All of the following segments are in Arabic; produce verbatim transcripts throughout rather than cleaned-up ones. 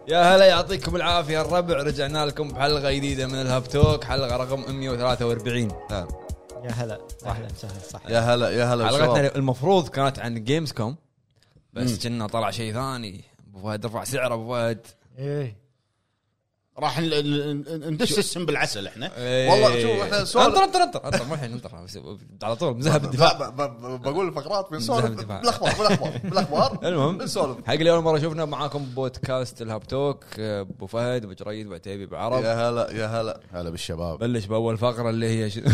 يا هلا يعطيكم العافية الربع، رجعنا لكم بحلقة جديدة من الهاب توك، حلقة رقم مية وثلاثة وأربعين. نعم يا هلا اهلا وسهلا. صح يا هلا يا هلا. حلقتنا المفروض كانت عن جيمز كوم بس كنا طلع شيء ثاني. ابو فهد رفع سعره. ابو فهد ايه راح ندش السم بالعسل احنا. إيه. والله شوف احنا سولف انطر انطر انطر انطر مو الحين انطر على طول مذهب الدفاع. بقول الفقرات بنسولف الدفاع. بالاخبار بالاخبار بالاخبار المهم بنسولف. حق اليوم مرة شفنا معاكم بودكاست الهاب توك، ابو فهد ابو جريد ابو عتيبي ابو عرب. يا هلا يا هلا هلا بالشباب. بلش باول فقرة اللي هي ش...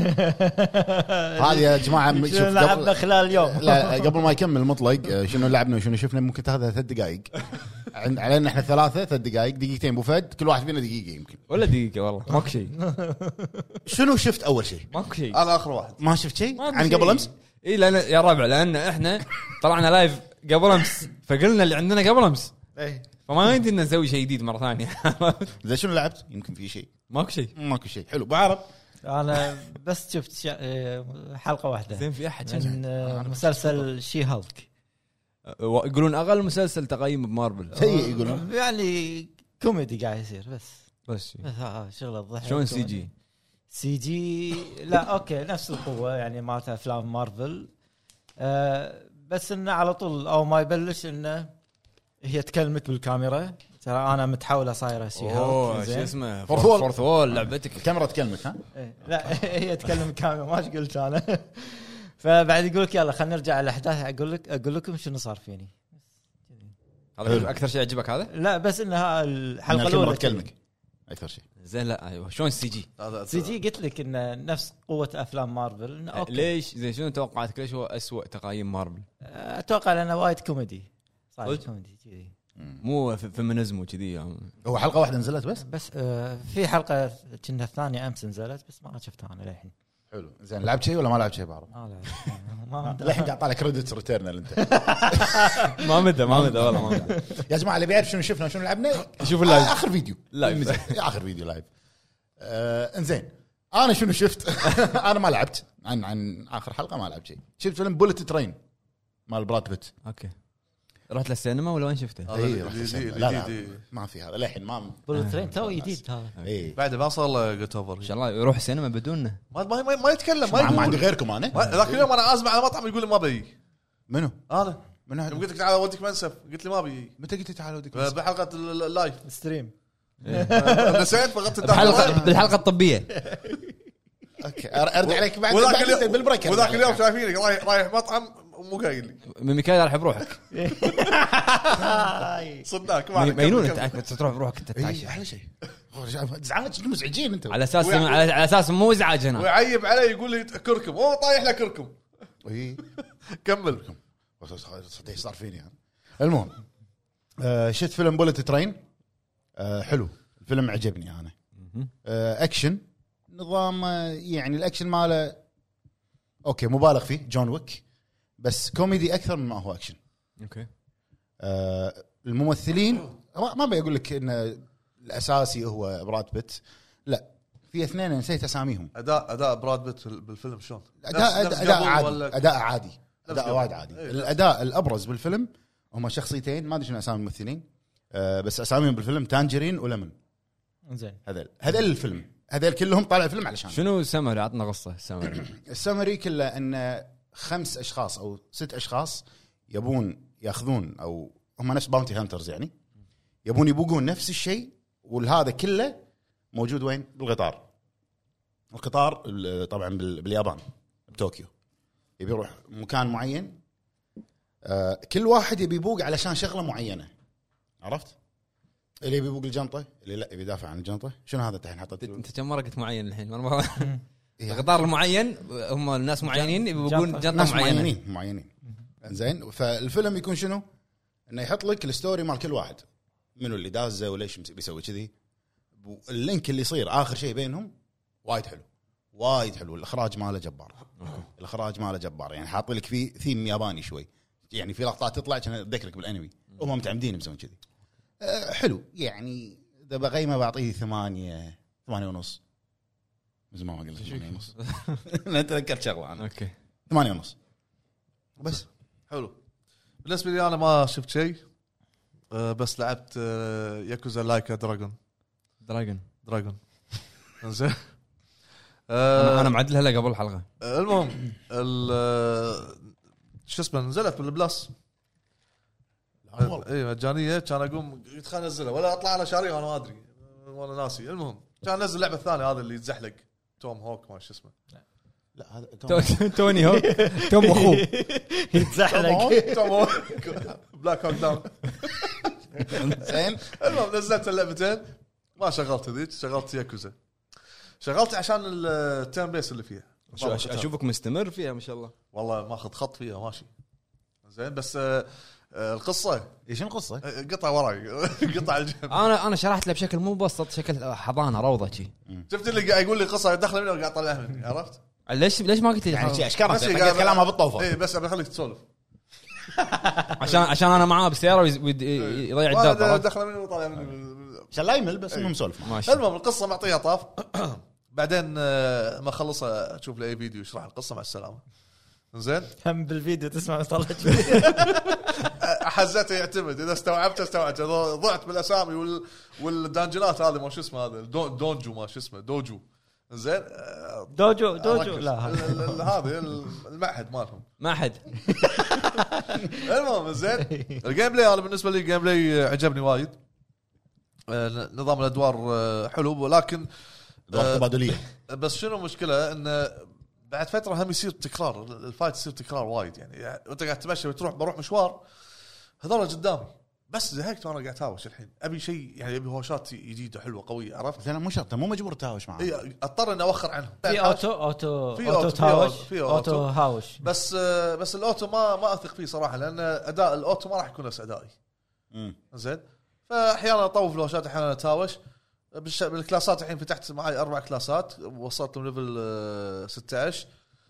هذه يا جماعه شوف لعبنا قبل خلال اليوم. لا قبل ما يكمل المطلق شنو لعبنا وشنو شفنا ممكن تاخذها ثلاث دقائق علينا احنا ثلاثه ثلاث دقائق دقيقتين ابو فهد كل واحد فينا دقيقه يمكن ولا دقيقة والله ماكو شيء. شنو شفت اول شيء؟ ماكو شيء. انا اخر واحد ما شفت شيء ماكو عن شيء. قبل امس. اي لان يا ربع لان احنا طلعنا لايف قبل امس فقلنا اللي عندنا قبل امس ايه فما يمدينا نسوي شيء جديد مره ثانيه. اذا شنو لعبت يمكن في شيء ماكو شيء. ماكو شيء. حلو ابو عرب. انا بس شفت شا... إيه، حلقه واحده زين في احد من آه، مسلسل شي هالك. يقولون اقل مسلسل تقييم بمارفل سيء يقولون. يعني كوميدي قاعد يصير بس بس بس ها شغله الضحك. شلون سي جي؟ سي جي لا اوكي نفس القوه يعني مالت افلام مارفل. أه بس انه على طول او ما يبلش انه هي تكلمك بالكاميرا. ترى انا متحوله صايره شي اوه هالك شو اسمه فورث وول. فورث وول لعبتك. الكاميرا تكلمك ها. إيه، لا هي تكلم الكاميرا ما ايش قلت انا. فبعد يقول لك يلا خلينا نرجع الاحداث اقول لك اقول لكم شنو صار فيني. هذا اكثر شيء عجبك هذا؟ لا بس انها الحلقه الكاميرا الاولى تكلمك اكثر شيء. زين لا ايوه شلون السي جي؟ سي جي قلت لك انه نفس قوه افلام مارفل إنه أوكي. ليش زين شنو توقعاتك ليش هو أسوأ تقييم مارفل؟ اتوقع لانه وايد كوميدي صار صدق؟ كوميدي كذي. مو فيمينيزم وكذي يعني. هو حلقه واحده نزلت بس. بس آه في حلقه كنا الثانيه امس نزلت بس ما شفتها انا للحين. حلو زين لعبت شيء ولا ما لعبت شيء بعرف. ما لا ما الحين قاعد طالع كريدت ريتيرنال انت. ما مدى ما مدى والله ما مدى. يا جماعه اللي بيعرف شنو شفنا وشنو لعبنا شوف اللايف. اخر فيديو لايف. اخر فيديو لايف. آه انزين انا شنو شفت. انا ما لعبت عن عن اخر حلقه ما لعبت شيء. شفت فيلم بوليت ترين مال براد بيت. اوكي رحت للسينما ولا وين شفته؟ اي لا لا ما في هذا للحين ما بولت ترين تو جديد هذا. اي بعد ما صار له جت اوفر ان شاء الله يروح السينما بدوننا. ما ما ما, ما يتكلم ما, ما ما عندي يقول. غيركم انا. ذاك اليوم انا ازمع على مطعم يقول لي ما بي. منو انا منو يوم قلت لك تعال اوديك منسف قلت لي ما بي. متى قلت تعالوا ودك بحلقه اللايف ستريم نسيت فقدت بالحلقه بالحلقه الطبيه. اوكي ارجع عليك بعد وذاك بعد اليوم بالبريك. وذاك اليوم شايفينك رايح رايح مطعم مو قايل لي ميكايل راح بروحك. صدقك ما عليك. مينون انت تروح بروحك انت اي تتعشى احلى شيء زعلت شنو مزعجين انت. على اساس على على اساس مو ازعاج هنا. ويعيب علي يقول لي كركم هو طايح له كركم. اي كمل صدق صار فيني يعني. المهم آه شفت فيلم بوليت ترين. آه حلو الفيلم عجبني انا. آه اكشن نظام آه يعني الاكشن ماله اوكي مبالغ فيه جون ويك بس كوميدي اكثر مما هو اكشن. اوكي آه الممثلين ما بقول لك ان الاساسي هو براد بيت لا في اثنين نسيت اساميهم. اداء اداء براد بيت بالفيلم شلون؟ اداء نفس اداء قبل عادي ولا- اداء عادي اداء قبل. وايد عادي. إيه، الاداء الابرز بالفيلم هم شخصيتين ما ادري شنو اسامي الممثلين آه بس اساميهم بالفيلم تانجرين ولمن. زين هذول هذول الفيلم هذول كلهم طالع الفيلم علشان شنو سمري عطنا قصه سمري. السمري كله ان خمس اشخاص او ست اشخاص يبون ياخذون او هم نفس باونتي هانترز يعني يبون يبوقون نفس الشيء والهذا كله موجود وين بالقطار. القطار طبعا باليابان بطوكيو يبي يروح مكان معين. آه كل واحد يبي يبوق علشان شغله معينه عرفت. اللي يبي يبوق الجنطه اللي لا يبي يدافع عن الجنطه. شنو هذا انت الحين حطيت انت كم مره قلت معين الحين مره القطار المعين هم الناس معينين يبون جنطه ناس معينه. معينين معينين زين. فالفيلم يكون شنو انه يحط لك الستوري مال كل واحد منو اللي دازه وليش بيسوي كذي. اللينك اللي يصير اخر شيء بينهم وايد حلو وايد حلو. الاخراج ماله جبار. الاخراج ماله جبار يعني حاط لك فيه ثيم ياباني شوي يعني في لقطات تطلع كأنها تذكرك بالانمي هم متعمدين يسوون كذي. أه حلو يعني اذا بقيمه بعطيه ثمانية ثمانية ونص. زمان ما قلت ثمانية ونص. انا تذكرت شغله انا اوكي ثمانية ونص بس. حلو. بالنسبه لي انا ما شفت شيء آه بس لعبت آه ياكوزا لايكا دراجون دراجون دراجون زين انا آه انا معدلها له قبل الحلقه. المهم ال- شو اسمه نزلت بالبلس اي مجانيه. كان اقوم قلت خليني انزلها ولا اطلع على شاريها وانا ما ادري وانا ناسي. المهم كان انزل اللعبه الثانيه هذا اللي يتزحلق توم هوك ما شو اسمه لا هذا تو- توني هو توم اخوه. يتزحلق. توم هوك بلاك هوك داون. زين. المهم نزلت اللعبتين ما شغلت ذيك شغلت ياكوزا شغلت عشان التيرن بيس اللي فيها. أش- اشوفك مستمر فيها ما شاء الله. والله ماخذ خط فيها ماشي زين. بس آه، آه، القصه ايش القصه؟ آه، قطع وراي قطع الجنب. انا انا شرحت له بشكل مو مبسط، شكل حضانه روضه شي. شفت اللي قاعد يقول لي قصه دخل منه وقاعد طلع مني عرفت. ليش ليش ما قلت لي يعني شي حضانة؟ اشكال بس طقت كلامها بالطوفه. اي بس ابي اخليك تسولف. عشان عشان انا معاه بالسياره ويضيع وانا الدابه. دخل مني وطلع مني. عشان لا يمل بس انه مسولف. ماشي. المهم القصه معطيها طاف. بعدين آه، ما خلصها اشوف له اي فيديو يشرح القصه مع السلامه. زين هم بالفيديو تسمع طلعت حزته يعتمد اذا استوعبت استوعبت إذا ضعت بالاسامي وال والدانجنات هذه ما شو اسمه هذا دو- دونجو ما شو اسمه دوجو. زين آه، دوجو دوجو أركز. لا ال- ال- ال- هذا المعهد مالهم. ما حد. المهم زين الجيم بلاي انا بالنسبه لي الجيم بلاي عجبني وايد. آه، نظام الادوار آه، حلو ولكن دور تبادليه. بس شنو المشكله انه بعد فتره هم يصير تكرار الفايت يصير تكرار وايد يعني, يعني انت قاعد تمشي بتروح بروح مشوار هذول قدام بس زهقت وانا قاعد تهاوش الحين ابي شيء يعني ابي هوشات جديده حلوه قويه عرفت. زين مو شرط مو مجبور تهاوش معاه. اي اضطر اني اوخر عنهم في اوتو اوتو في اوتو أوتو- في تهاوش أوتو- في اوتو أوتو. هاوش. بس بس الاوتو ما ما اثق فيه صراحه لان اداء الاوتو ما راح يكون نفس ادائي. امم زين فاحيانا اطوف الهوشات احيانا اتهاوش بالش... بالكلاسات. الحين فتحت معي اربع كلاسات وصلت ليفل آه، ستة عشر.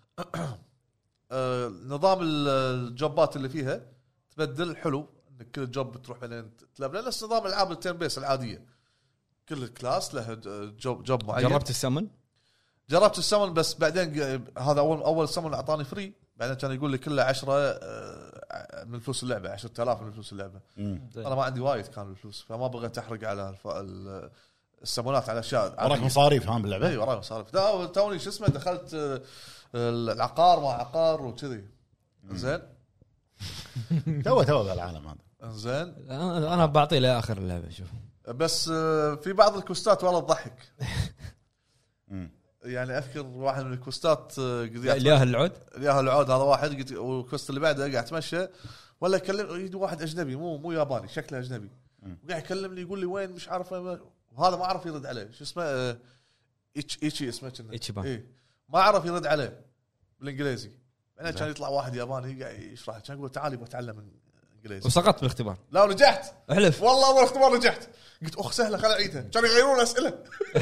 آه، نظام الجوبات اللي فيها تبدل حلو انك كل جوب تروح بعدين تلعب نفس نظام العاب التيرن بيس العاديه. كل كلاس له جوب جوب معين. جربت السمن؟ جربت السمن بس بعدين ق- هذا اول اول سمن اعطاني فري بعدين كان يقول لي كله عشرة آه، من فلوس اللعبه عشرة آلاف من فلوس اللعبه. انا ما عندي وايد كان الفلوس فما بغيت احرق على الف... ال- السمونات على اشياء وراك مصاريف هام باللعبه. اي وراي مصاريف. دا توني شو اسمه دخلت آه، العقار مع عقار وكذي. زين تو تو بالعالم هذا. زين انا أنا بعطيه لاخر اللعبه. شوف بس آه، في بعض الكوستات والله تضحك. امم يعني اذكر واحد من الكوستات آه، قد الياه العود. الياها العود هذا واحد قلت والكوست اللي بعده قاعد اتمشى ولا يكلم يجي واحد اجنبي مو مو ياباني شكله اجنبي وقاعد يكلمني يقول لي وين مش عارف وين وهذا ما عرف يرد عليه شو اسمه آه، إيتش ايتشي اسمه كنا إيتشيبان. اي ما عرف يرد عليه بالانجليزي. بعدين كان يطلع واحد ياباني قاعد يشرح كان يقول تعالي بتعلم انجليزي وسقطت بالاختبار. لا نجحت احلف. والله اول اختبار نجحت. قلت اخ سهله خليني اعيدها كانوا يغيرون اسئله.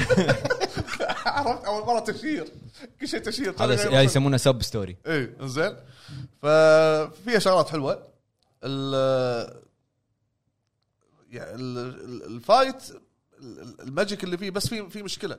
عرفت اول مره تشهير كل شيء تشهير هذا يسمونه سب ستوري. ايه زين ففيها شغلات حلوه. ال يعني ال- ال- الفايت ال- الماجيك اللي فيه بس في في مشكله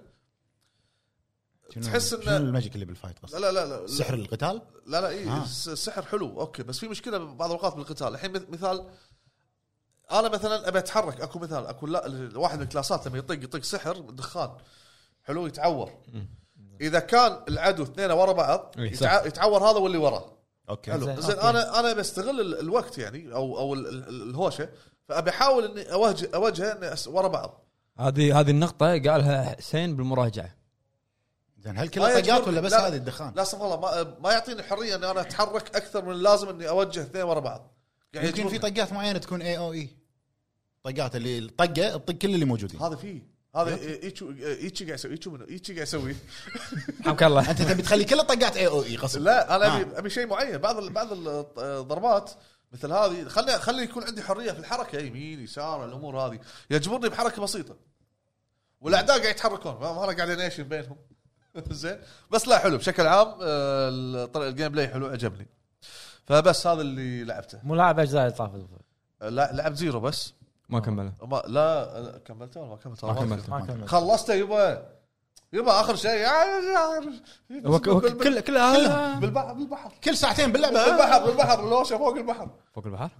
تحس شنو انه الماجيك اللي بالفايت لا قصدك؟ لا لا لا سحر القتال. لا لا اي آه. السحر حلو اوكي بس في مشكله بعض الاوقات بالقتال. الحين مثال انا مثلا ابي اتحرك اكو مثال اكو لا واحد من الكلاسات لما يطق يطق سحر دخان حلو يتعور. اذا كان العدو اثنين ورا بعض إيه، يتع... يتعور هذا واللي وراه. اوكي حلو زين، زين أوكي. انا انا بستغل ال- الوقت يعني او او ال- ال- الهوشه فابي احاول اني اوجه اوجه اني أس- ورا بعض. هذه هذه النقطه قالها حسين بالمراجعه. زين هل ما كلها طقات يعجبني- ولا بس لا- هذه الدخان؟ لا سبحان الله ما, ما يعطيني حريه اني انا اتحرك اكثر من اللازم اني اوجه اثنين ورا بعض. يعني يمكن في يجبرني. طقات معينه تكون اي او اي طقات اللي الطقه تطق كل اللي موجودين. هذا فيه هذا ايتشو ايتشي قاعد يسوي ايتشو منو ايتشي قاعد يسوي. حمك الله. انت تبي تخلي كل الطقات اي او اي قصد؟ لا انا آه. ابي ابي شيء معين بعض ال- بعض الضربات مثل هذه خلي خلي يكون عندي حريه في الحركه يمين يسار الامور هذه يجبرني بحركه بسيطه والاعداء قاعد يتحركون ما انا قاعد انيشن بينهم. زين بس لا حلو بشكل عام آه، الطريقه الجيم بلاي حلو عجبني فبس هذا اللي لعبته. مو لاعب اجزاء طافت. آه، لا لعب زيرو بس ما كمله. ما لا لا، كملته ولا ما كملته ما كملته. ما كمل. خلصته يبا يبا اخر شيء هو ك- هو كل كل هذا بالبحر بالبحر كل ساعتين باللعبه بالبحر بالبحر اللوشه فوق البحر فوق البحر.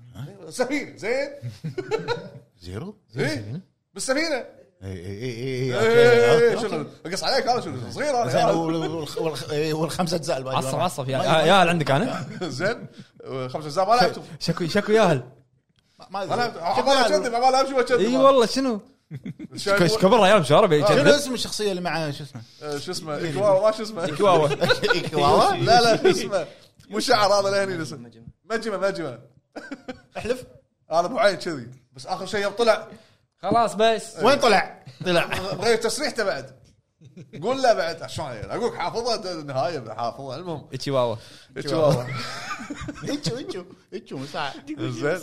سفينه زين زيرو ايه بالسفينه اي اي اي ايه شنو اقص عليك انا شنو صغير زين انا والخمس اجزاء الباقي عصب عصب يا ياهل عندك انا زين خمس اجزاء ما لعبتهم شكو شكو ياهل ما ما لعبت ما لعبت ما لعبت شو كذب اي والله شنو ايش كبر يا بشارب شنو اسم الشخصيه اللي معاه شو اسمه شو اسمه ايكواوا ما شو اسمه كواوا ايكواوا لا لا شو اسمه مو شعر هذا لهني اسمه مجمه مجمه احلف هذا ابو عين كذي بس اخر شيء يوم طلع خلاص بس وين طلع طلع غير تسريحته بعد قول له بعد شلون اقول لك حافظه النهايه حافظه المهم تشيواوا تشيواوا ايتشو ايتشو ايتشو ساعه زين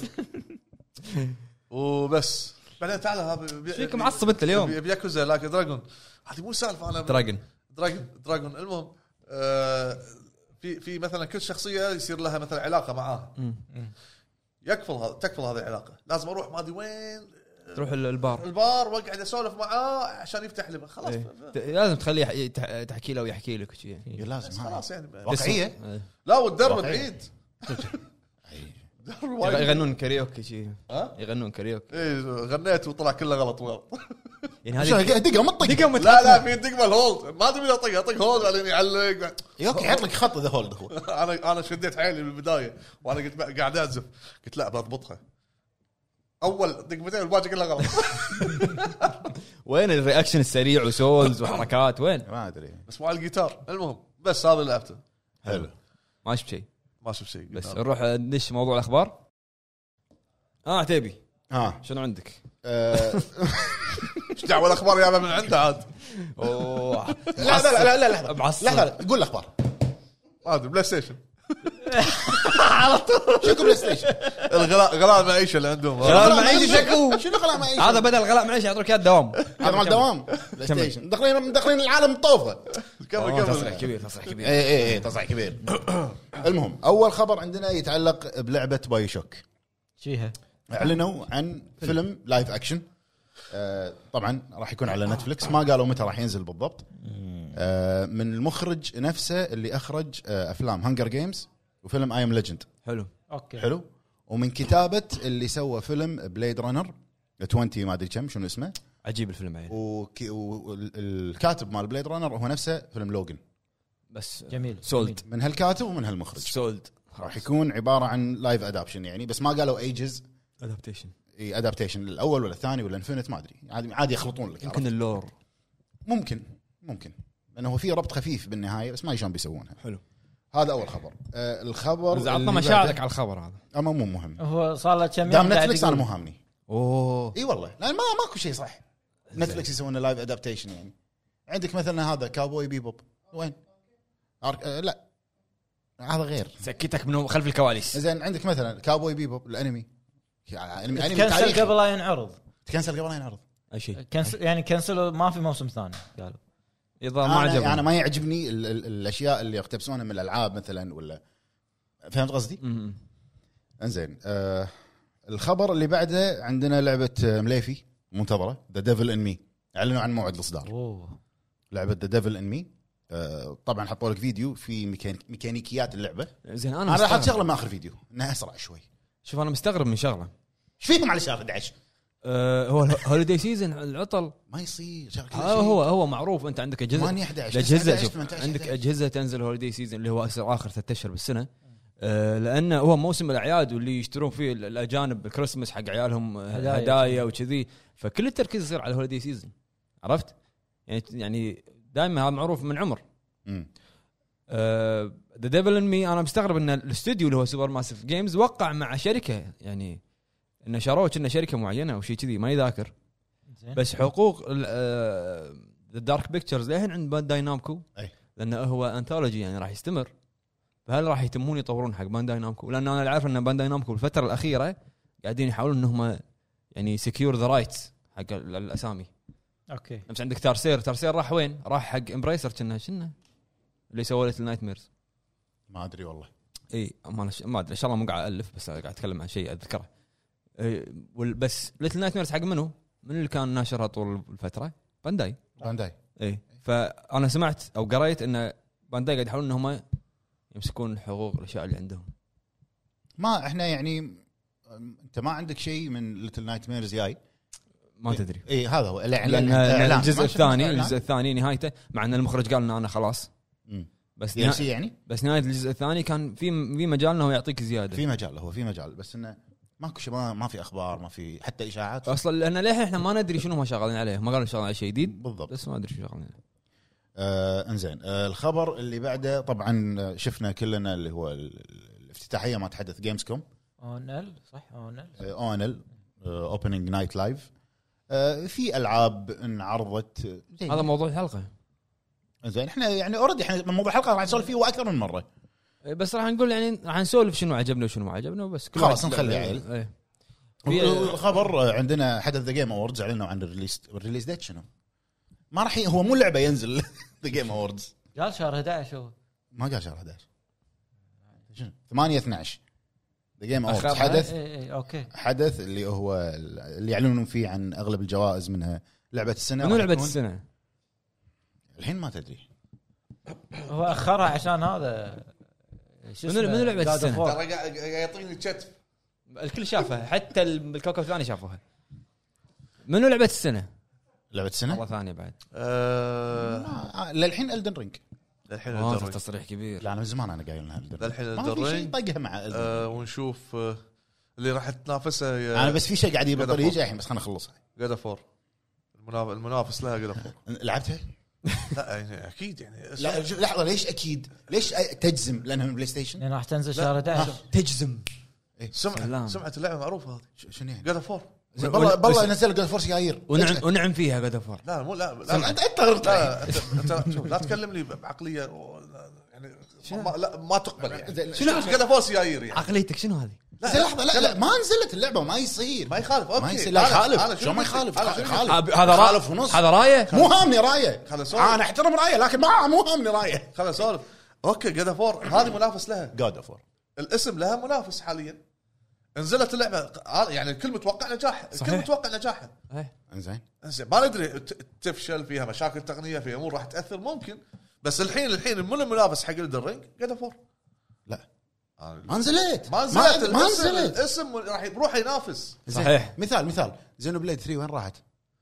وبس بعدين تعال هذا فيك معصب انت اليوم بياكوزا لايك دراجون هذه مو سالفه انا دراجون دراجون دراجون المهم آه في في مثلا كل شخصيه يصير لها مثلا علاقه معاه يكفل هذا تكفل هذه العلاقه لازم اروح ما ادري وين تروح البار البار واقعد اسولف معاه عشان يفتح لي خلاص إيه. لازم تخليه تحكي له ويحكي لك وشي يعني. لازم خلاص يعني واقعيه إيه. لا والدرب بعيد يغنون كاريوكي شي ها يغنون كاريوكي ايه غنيت وطلع كله غلط غلط يعني هذه دقه مطق دقه لا لا في دقمه الهولد ما ادري مين اطق اطق هولد بعدين يعلق يوكي يحط لك خط ذا هولد هو انا انا شديت حيلي بالبدايه وانا قلت قاعد اعزف قلت لا بضبطها اول دقمتين والباقي كله غلط وين الرياكشن السريع وسولز وحركات وين ما ادري بس مع الجيتار المهم بس هذا اللي لعبته حلو ما شفت شيء ما شفت شيء بس نروح ندش موضوع الاخبار اه عتيبي ها شنو عندك ايش دعوه الاخبار يا من عنده عاد اوه لا لا لا لا لا معصب. لا لا قول الاخبار ما ادري بلاي ستيشن شكو بلاي ستيشن الغلاء غلاء المعيشه اللي عندهم غلاء المعيشة شكو شنو غلاء معيشة هذا بدل غلاء معيشه يعطوك اياه الدوام هذا مال دوام بلاي ستيشن داخلين داخلين العالم الطوفه كمل تصريح كمل كبير تصريح كبير اي اي اي تصحيح كبير المهم اول خبر عندنا يتعلق بلعبه باي شوك شيها اعلنوا عن فيلم لايف اكشن آه طبعا راح يكون على نتفلكس ما قالوا متى راح ينزل بالضبط آه من المخرج نفسه اللي اخرج آه افلام هانجر جيمز وفيلم اي ام ليجند حلو اوكي حلو ومن كتابه اللي سوى فيلم بليد رانر عشرين ما ادري كم شنو اسمه عجيب الفيلم عيل وكي والكاتب مال بليد رانر هو نفسه فيلم لوجن بس جميل سولد من هالكاتب ومن هالمخرج سولد راح يكون عباره عن لايف ادابشن يعني بس ما قالوا ايجز ادابتيشن اي ادابتيشن الاول ولا الثاني ولا انفينيت ما ادري عادي عادي يخلطون لك يمكن اللور ممكن ممكن لانه هو في ربط خفيف بالنهايه بس ما شلون بيسوونها حلو هذا اول خبر آه الخبر اذا عطنا اللي مشاعرك بعده- على الخبر هذا اما مو مهم هو صار له كم دام يوم قاعد نتفلكس انا يقول- مو هامني اوه اي والله لان ما ماكو شيء صح نتفلكس يسوون لايف ادابتيشن يعني عندك مثلا هذا كاوبوي بيبوب وين أرك... آه لا هذا غير سكتك من خلف الكواليس زين عندك مثلا كاوبوي بيبوب الانمي يعني انمي انمي كنسل تاريخي قبل لا ينعرض تكنسل قبل لا ينعرض اي شيء كنسل يعني كنسلوا ما في موسم ثاني قالوا اذا ما انا عجبني انا ما يعجبني ال ال الاشياء اللي يقتبسونها من الالعاب مثلا ولا فهمت قصدي مم. انزين آه الخبر اللي بعده عندنا لعبه مليفي منتظره ذا ديفل ان مي اعلنوا عن موعد الاصدار اوه لعبه ذا ديفل ان مي آه طبعا حطوا لك فيديو في ميكانيك ميكانيكيات اللعبه زين انا انا راح مستغرب. اشغله من اخر فيديو انها اسرع شوي شوف انا مستغرب من شغله ايش فيكم على شهر احد عشر أه هو هوليدي سيزون العطل ما يصير شغل كل آه شيء. هو هو معروف انت عندك اجهزه ثمانية أحد عشر الاجهزه تسعة عشر شوف ثمانية عشر عندك أحد عشر. اجهزه تنزل هوليدي سيزون اللي هو يصير اخر ثلاثة اشهر بالسنه أه لانه هو موسم الاعياد واللي يشترون فيه الاجانب كريسمس حق عيالهم هدايا. هدايا وكذي فكل التركيز يصير على الهوليدي سيزون عرفت يعني يعني دائما هذا معروف من عمر مم. ذا ديفل ان مي انا مستغرب ان الاستوديو اللي هو سوبر ماسيف جيمز وقع مع شركه يعني انه شروه كنا شركه معينه او شيء كذي ماني ذاكر زين بس حقوق ذا دارك بيكتشرز لين عند بانداي نامكو أي. لانه هو انثولوجي يعني راح يستمر فهل راح يتمون يطورون حق بانداي نامكو لان انا عارف ان بانداي نامكو الفتره الاخيره قاعدين يحاولون انهم يعني سكيور ذا رايتس حق ال- الاسامي اوكي بس عندك تارسير تارسير راح وين راح حق امبريسر كنا شنو اللي سووا ليتل نايت ميرز ما ادري والله اي ما أنا- ما ادري ان شاء الله مو قاعد الف بس قاعد اتكلم عن شيء اذكره إيه وال- بس ليتل نايت ميرز حق منو من اللي كان ناشرها طول الفتره بانداي بانداي اي فانا سمعت او قريت ان بانداي قاعد يحاولون انهم يمسكون حقوق الاشياء اللي عندهم ما احنا يعني انت ما عندك شيء من ليتل نايت ميرز جاي ما تدري اي هذا هو لان الاعلان لأن الجزء ما شفنا الثاني إعلان. الجزء الثاني نهايته مع ان المخرج قال ان انا خلاص مم. بس دي ال نها... سي يعني بس نهايه الجزء الثاني كان في في مجال انه يعطيك زياده في مجال هو في مجال بس انه ماكو شيء ما, ما في اخبار ما في حتى اشاعات اصلا لان للحين احنا ما ندري شنو هم شغالين عليه ما قالوا شغالين على شيء جديد بالضبط. بس ما ادري شو شغالين عليه. آه انزين آه الخبر اللي بعده طبعا شفنا كلنا اللي هو الافتتاحيه ما تحدث جيمز كوم اونل صح اونل اونل اوبننج نايت لايف في العاب انعرضت هذا موضوع الحلقه زين احنا يعني اوريدي احنا من موضوع الحلقه راح نسولف فيه اكثر من مره بس راح نقول يعني راح نسولف شنو عجبنا وشنو ما عجبنا وبس كل خلاص واحد- نخلي عيل. ايه الخبر عندنا حدث ذا جيم اووردز اعلنوا عن الريليز الريليز ديت شنو ما راح ي... هو مو لعبه ينزل ذا جيم اووردز قال شهر احد عشر هو ما قال شهر احد عشر شنو ثمانية اثنا عشر ذا جيم اووردز أخرها. حدث اي اي اوكي حدث اللي هو اللي يعلنون فيه عن اغلب الجوائز منها لعبه السنه منو راح لعبه تكون- السنه؟ الحين ما تدري هو اخرها عشان هذا شو منو- اسمه؟ منو لعبة God of السنة؟ War. ترى قاعد قاعد يعطيني كتف. الكل شافها حتى الكوكب الثاني شافوها منو لعبه السنه؟ لعبه السنه مره ثانيه بعد آه، آه، للحين الدن رينج الحين هذا الدرج. تصريح كبير لا انا من زمان انا قايل لها الدن للحين ما في شيء الدرج. طقها مع Elden Ring. آه، ونشوف آه، اللي راح تنافسها هي انا بس في شيء قاعد يبطل God of War. يجي الحين بس خلينا نخلصها جاد فور المنافس لها جاد فور. لعبتها لا يعني اكيد يعني لا شوف، لحظه ليش اكيد ليش أ- تجزم لانها من بلاي ستيشن يعني راح تنزل شهر احد عشر تجزم سمعت سلام. سمعت اللعبه معروفه هذه ش- شنو يعني جاد فور. زين، بالله بالله ينزل جود فورس ياير ونعم ونعم فيها قد افور لا مو لا لا انت لا, انت غلطت لا, انت, انت شوف لا تكلمني بعقليه و- يعني ما لا ما تقبل يعني زين، شنو جاد فور سيايير يعني عقليتك شنو هذه؟ زين لحظه لا لا ما نزلت اللعبه وما يصير ما يخالف اوكي ما يصير لا أنا- يخالف أنا شو ما شنو يخالف أنا شنو يخالف هذا را- خالف ونص هذا رايه مو هامني رايه خلاص سولف. انا احترم رايه لكن ما مو هامني رايه خليني اسولف اوكي جاد فور هذه منافس لها جود اوف وور الاسم لها منافس حاليا نزلت اللعبه يعني الكل متوقع نجاح الكل صحيح. متوقع نجاحها إيه. انزين زين ما ندري ت- تفشل فيها مشاكل تقنيه في امور راح تاثر ممكن بس الحين الحين من المنافس حق الدرينج جاد فور لا ما نزلت ما نزلت ما الاسم نزلت الاسم راح يروح ينافس زين. صحيح. مثال مثال زينو بليد ثري وين راحت؟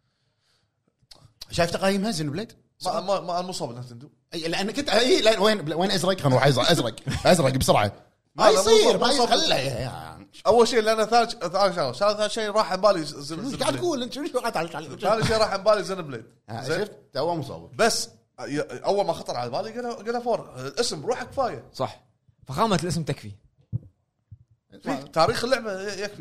شايف تقييمها زينو بليد؟ ما ما ما المصاب نتندو أي لان كنت اي لأن وين وين ازرق خلينا نروح ازرق ازرق ازرق بسرعه ما لا، لا، يصير مو- ما مو- يصير خله يا- اول شيء لان ثالث ثالث شغله ثالث شيء راح عن بالي زن- زن ايش قاعد بليد. تقول انت شنو وقعت على على- ثالث شيء راح عن بالي زين بليد زين شفت تو مصاب بس ي- اول ما خطر على بالي قال قال فور الاسم روحه كفايه صح فخامه الاسم تكفي في تاريخ اللعبه يكفي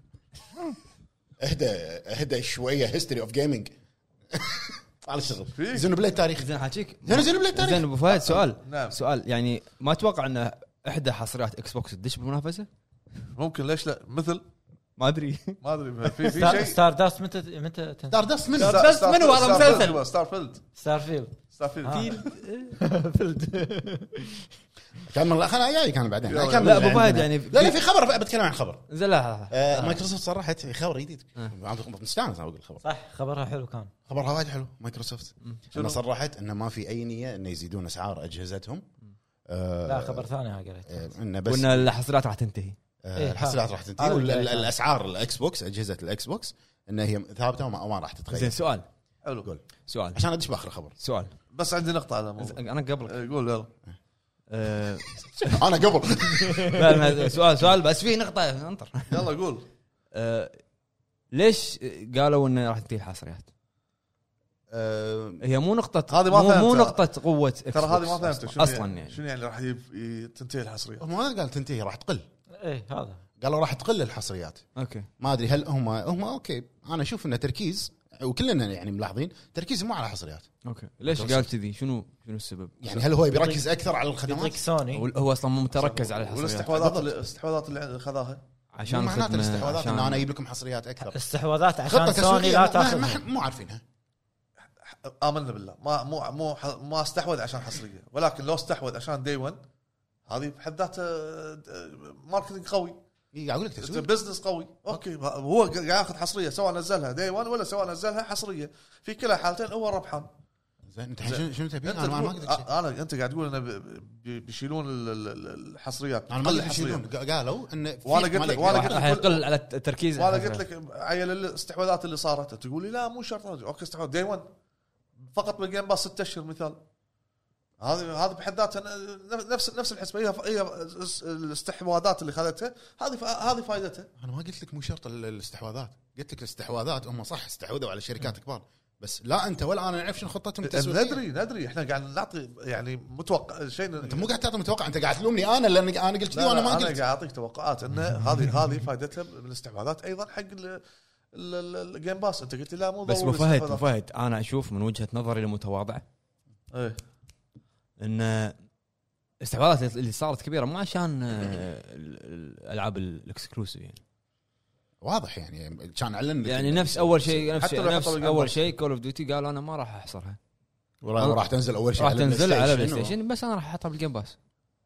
اهدى اهدى شويه هيستوري اوف جيمنج على الشغل في. زينو بليد تاريخ زين حاجيك زين زينو بليد تاريخ زين ابو فهد سؤال نعم. سؤال يعني ما اتوقع ان احدى حصريات اكس بوكس تدش بالمنافسه ممكن ليش لا مثل ما ادري ما ادري في في ستار, شيء ستار داست متى متى تنزل؟ ستار دست من ستار- بس منو هذا مسلسل؟ ستار فيلد ستار فيلد ستار فيلد كان من خلنا جاي كان بعدين لا، كمل لا ابو عندنا. فهد يعني لا لا في خبر بتكلم عن خبر زين لا آه، مايكروسوفت صرحت خبر جديد آه. مستانس اقول الخبر صح خبرها حلو كان خبرها وايد حلو مايكروسوفت شنو؟ انه صرحت انه ما في اي نيه انه يزيدون اسعار اجهزتهم آه، لا خبر ثاني ها قريت آه، انه بس وان الحصريات راح تنتهي آه، إيه، الحصريات هذا. راح تنتهي هذا اللي وال- قاعد. الاسعار الاكس بوكس اجهزه الاكس بوكس انها هي ثابته وما ما راح زين تتغير سؤال حلو قول سؤال عشان ادش باخر خبر سؤال بس عندي نقطه على الموضوع انا قبلك آه، قول يلا آه، انا قبل لا لا، سؤال سؤال بس في نقطه انطر يلا قول آه، ليش قالوا انه راح تنتهي الحصريات؟ آه، هي مو نقطه هذه ما مو, مو فهمتها. نقطه قوه إكس ترى هذه بوكس ما فهمت اصلا, شنو أصلاً يعني يعني شنو يعني راح يب- ي- تنتهي الحصريه ما قال تنتهي راح تقل ايه هذا قالوا راح تقل الحصريات اوكي ما ادري هل هم هم اوكي انا اشوف انه تركيز وكلنا يعني ملاحظين تركيز مو على حصريات اوكي ليش قال كذي؟ شنو شنو السبب؟ يعني هل هو بيركز اكثر على الخدمات يعطيك سوني هو هو اصلا مو متركز على الحصريات والاستحواذات اللي- الاستحواذات اللي خذاها عشان مو معناته الخدمة، الاستحواذات عشان- ان انا اجيب لكم حصريات اكثر استحواذات عشان خطه سوني تسويقيه لا ما- تاخذ ما- مو عارفينها امنا بالله ما مو مو ح- ما استحوذ عشان حصريه ولكن لو استحوذ عشان دي واحد هذه بحد ذاتها ماركتنج قوي إي، قاعد اقول لك تسويق بزنس قوي اوكي هو قاعد ياخذ حصريه سواء نزلها دي واحد ولا سواء نزلها حصريه في كلا حالتين هو الربحان زين انت شنو شنو تبي؟ انت انا ما ما تقول- قلت شيء. انا انت قاعد تقول انه ب- ب- بيشيلون ال- ال- الحصريات انا ما قل قلت يشيلون، قالوا انه في وأنا قلت احتمال لك- وأنا يقل. قلت راح لك- يقل على التركيز. وانا على قلت لك عيل الاستحواذات اللي صارت تقول لي لا مو شرط اوكي استحواذ دي واحد فقط بالجيم باس ستة اشهر مثال هذه هذا بحد ذاتها نفس نفس الحسبه هي هي الاستحواذات اللي خذتها هذه هذه فائدتها. انا ما قلت لك مو شرط ال- الاستحواذات، قلت لك الاستحواذات هم صح استحوذوا على شركات كبار، بس لا انت ولا انا نعرف شنو خطتهم التسويقيه. ندري ندري احنا قاعد نعطي يعني متوقع شيء. انت مو قاعد تعطي متوقع، انت قاعد تلومني انا لان انا قلت لي وانا ما انا قلت. قاعد اعطيك توقعات ان هذه هذه فائدتها من الاستحواذات ايضا حق ال- ال- ال- الجيم باس. انت قلت لي لا مو بس ضروري ابو فهد ابو الاستحواذات. فهد انا اشوف من وجهه نظري المتواضعه ايه ان الاستحواذات اللي صارت كبيره مو عشان آه، ال- الالعاب الاكسكلوسيف يعني واضح يعني كان علن لك يعني إنه- نفس اول شيء نفس, حتى لو نفس حطوا الجيم اول باس. شيء كول اوف ديوتي قال انا ما راح احصرها وراح راح تنزل اول شيء راح على البلاي تنزل على بلاي ستيشن و- ستيشن بس انا راح احطها بالجيم باس.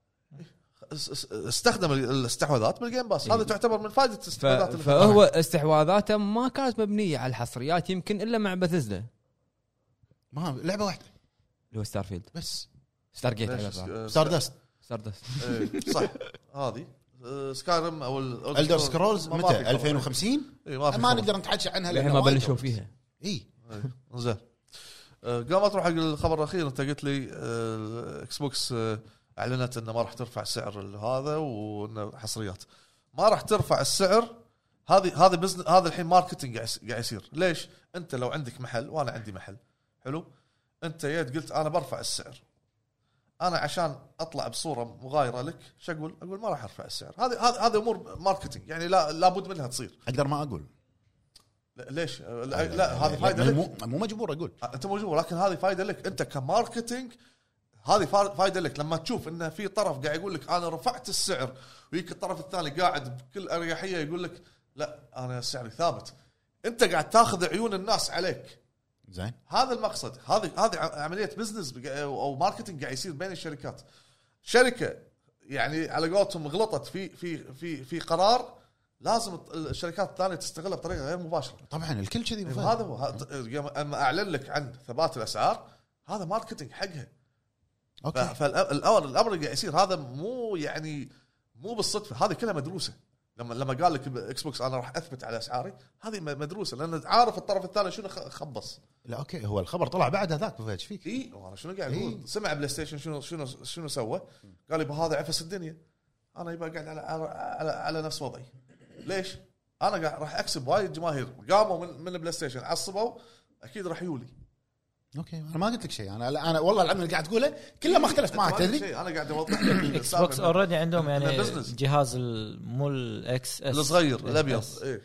اس- اس- استخدم الاستحواذات بالجيم باس. إيه. هذا تعتبر من فائده ف... الاستحواذات اللي فهو استحواذاته ما كانت مبنيه على الحصريات يمكن الا مع بثزدا ما لعبه واحده اللي هو ستار فيلد بس ستار جيت ليش؟ على صار آه، ستار دست. ستار دست إيه، صح هذه آه، سكايرم او الدر سكرولز ما- ما في متى خبر. ألفين وخمسين؟ إيه، ما في ما خبر. نقدر نتحكي عنها الحين لأنه ما وايد بلشوا وقت. فيها. اي إيه، زين آه، قبل ما تروح حق الخبر الاخير انت قلت لي آه، اكس بوكس آه، اعلنت انه ما راح ترفع سعر هذا وانه حصريات ما راح ترفع السعر. هذه هذا بزنس هذا الحين ماركتينج قاعد يس- قاعد يصير. ليش؟ انت لو عندك محل وانا عندي محل حلو انت جيت قلت انا برفع السعر انا عشان اطلع بصوره مغايره لك شو اقول؟ اقول ما راح ارفع السعر. هذه هذه هذه امور ماركتينج يعني لا لابد منها تصير. اقدر ما اقول لا- ليش؟ لا, لا هذه فائده لك. مو مو مجبور اقول. انت موجود لكن هذه فائده لك انت كماركتينج. هذه فا- فائده لك لما تشوف انه في طرف قاعد يقول لك انا رفعت السعر ويك الطرف الثاني قاعد بكل اريحيه يقول لك لا انا سعري ثابت. انت قاعد تاخذ عيون الناس عليك. زين هذا المقصد. هذه هذه عمليه بزنس او ماركتينج قاعد يصير بين الشركات. شركه يعني على قولتهم غلطت في في في في قرار لازم الشركات الثانيه تستغله بطريقه غير مباشره. طبعا الكل كذي هذا هو هذا- اما اعلن لك عن ثبات الاسعار هذا ماركتينج حقها. اوكي فالامر الامر اللي قاعد يصير هذا مو يعني مو بالصدفه. هذه كلها مدروسه. لما لما قال لك اكس بوكس انا راح اثبت على اسعاري هذه مدروسه لان عارف الطرف الثاني شنو خ- خبص. لا اوكي هو الخبر طلع بعد هذاك ايش فيك؟ اي وانا شنو قاعد اقول إيه. سمع بلاي ستيشن شنو شنو شنو سوى قال يبا هذا عفس الدنيا انا يبقى قاعد على على, على, على نفس وضعي. ليش انا قاعد راح اكسب وايد جماهير قاموا من من بلاي ستيشن عصبوا اكيد راح يولي. اوكي انا ما قلت لك شيء انا انا والله العلم اللي قاعد تقوله كله ما اختلف معك تدري. انا قاعد اوضح لك اكس بوكس اوريدي عندهم يعني بزنس. جهاز ال- مو الاكس اس الصغير الابيض اس. ايه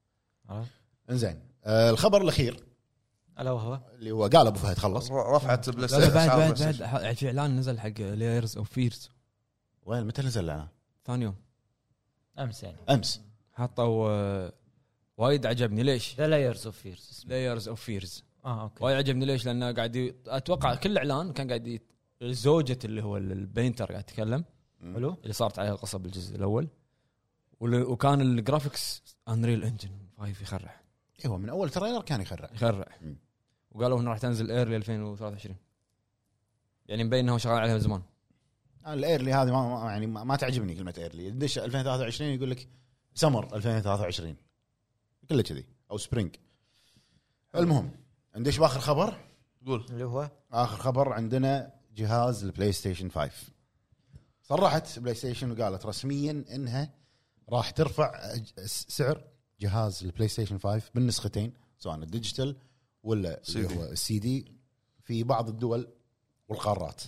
انزين آه الخبر الاخير الا وهو اللي هو قال ابو فهد خلص رفعت بلاي لا لا ستيشن بعد أسعار بعد بلاي ستيشن. بعد في اعلان نزل حق لايرز اوف فيرز وين متى نزل انا؟ ثاني يوم امس يعني امس حطوا آه، وايد عجبني. ليش؟ ذا لايرز اوف فيرز لايرز اوف فيرز اه اوكي وايد عجبني. ليش؟ لانه قاعد ي... اتوقع كل اعلان كان قاعد ي... زوجة اللي هو البينتر قاعد يتكلم حلو اللي صارت عليها القصه بالجزء الاول ول... وكان الجرافيكس انريل انجن فايف يخرع ايوه من اول تريلر كان يخرع. يخرع مم. وقالوا انه راح تنزل ايرلي ألفين وثلاثة وعشرين يعني مبين انه شغال عليها من زمان. انا الايرلي هذه ما ما- يعني ما, ما تعجبني كلمه ايرلي. يدش ألفين وثلاثة وعشرين يقول لك سمر ألفين وثلاثة وعشرين كله كذي او سبرينج. المهم ندش باخر خبر. قول اللي هو اخر خبر عندنا جهاز البلاي ستيشن خمسة. صرحت بلاي ستيشن وقالت رسميا انها راح ترفع أج- سعر جهاز البلاي ستيشن خمسة بالنسختين سواء الديجيتال ولا سي اللي دي. هو السي دي في بعض الدول والقارات.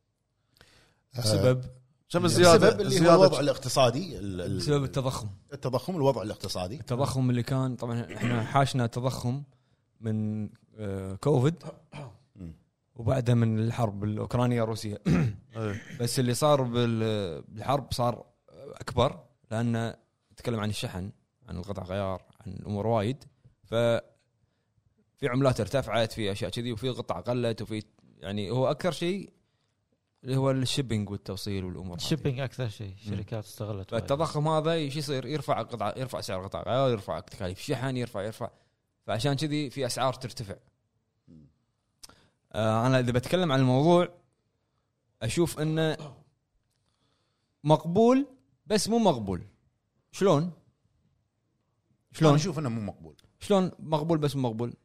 بسبب كم الزياده الزياده اللي هو الوضع الاقتصادي ال- ال- بسبب التضخم. التضخم الوضع الاقتصادي. التضخم اللي كان طبعا احنا حاشنا تضخم من آه، كوفيد وبعدها من الحرب الاوكرانيه الروسيه. إيه. بس اللي صار بال- بالحرب صار اكبر لانه نتكلم عن الشحن عن القطع غيار عن امور وايد. ف في عملات ارتفعت في اشياء كذي وفي قطع قلت وفي يعني هو اكثر شيء اللي هو الشيبينج والتوصيل والامور هذه. الشيبينج اكثر شيء شركات استغلت وايد. فالتضخم هذا ايش يصير يرفع قطع يرفع سعر قطع غيار يرفع تكاليف شحن يرفع يرفع فعشان كذي في اسعار ترتفع. آه انا اذا بتكلم عن الموضوع اشوف انه مقبول بس مو مقبول. شلون شلون انا اشوف انه مو مقبول. شلون مقبول بس مو مقبول؟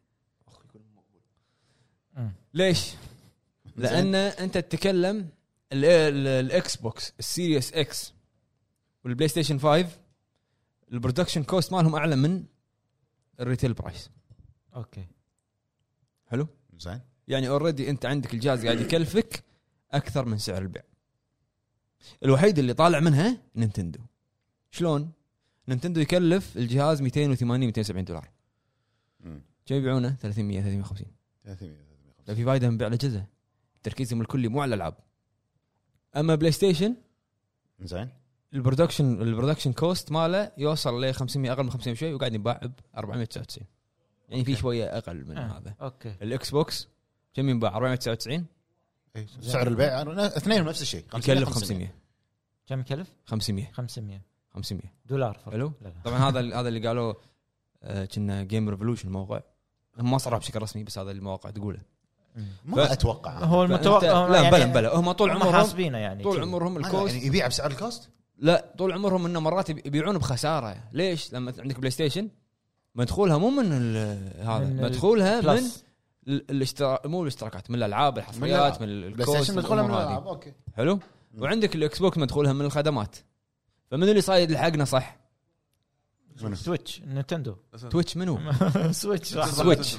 ليش؟ لان انت تتكلم الاكس بوكس السيريس اكس والبلاي ستيشن خمسة البرودكشن كوست مالهم اعلى من الريتيل برايس. اوكي حلو زين. يعني اوريدي انت عندك الجهاز قاعد يكلفك اكثر من سعر البيع. الوحيد اللي طالع منها نينتندو. شلون؟ نينتندو يكلف الجهاز مئتين وثمانين مئتين وسبعين دولار، كم يبيعونه؟ ثلاثمية ثلاثمية وخمسين. لا في فايده من بيع الاجهزه، تركيزهم الكلي مو على الالعاب. اما بلاي ستيشن زين البرودكشن البرودكشن كوست ماله يوصل ل خمسمية، اقل من خمسمية شوي، وقاعد ينباع ب أربعمية وتسعة وتسعين، يعني في شويه اقل من آه. هذا. اوكي الاكس بوكس كم ينباع؟ أربعمية وتسعة وتسعين. سعر البيع اثنين نفس الشيء، يكلف خمسمية. كم يكلف؟ خمسمية خمسمية خمسمية دولار فرق. حلو. لا لا. طبعا هذا هذا اللي قالوا آه، كنا جيم ريفولوشن موقع، هم ما صرح بشكل رسمي بس هذا المواقع تقوله. ما ف- اتوقع هو المتوقع لا يعني بلا بلا هم طول هم عمرهم حاسبينه يعني طول كذي. عمرهم الكوست الكوست يعني يبيع بسعر الكوست. لا طول عمرهم انه مرات يبيعون بخساره. ليش؟ لما عندك بلاي ستيشن مدخولها مو من ال- هذا من مدخولها من بلس. ال- الاشتراك، مو الاشتراكات، من الالعاب، الحصريات، من بلاي الكوست، ستيشن مدخولها من الأمور الالعاب. هذه. اوكي حلو. وعندك الاكس بوكس مدخولها من الخدمات. فمن اللي صايد لحقنا صح؟ سويتش نينتندو تويتش منو؟ سويتش سويتش.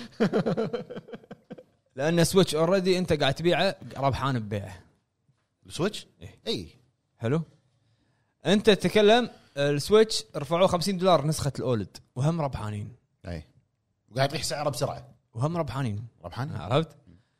لان سويتش اوريدي انت قاعد تبيعه ربحان ببيعه. السويتش إيه. اي حلو. انت تتكلم السويتش رفعوه خمسين دولار نسخه الاولد وهم ربحانين، اي وقاعد يطيح سعره بسرعه، وهم ربحانين. ربحان. عرفت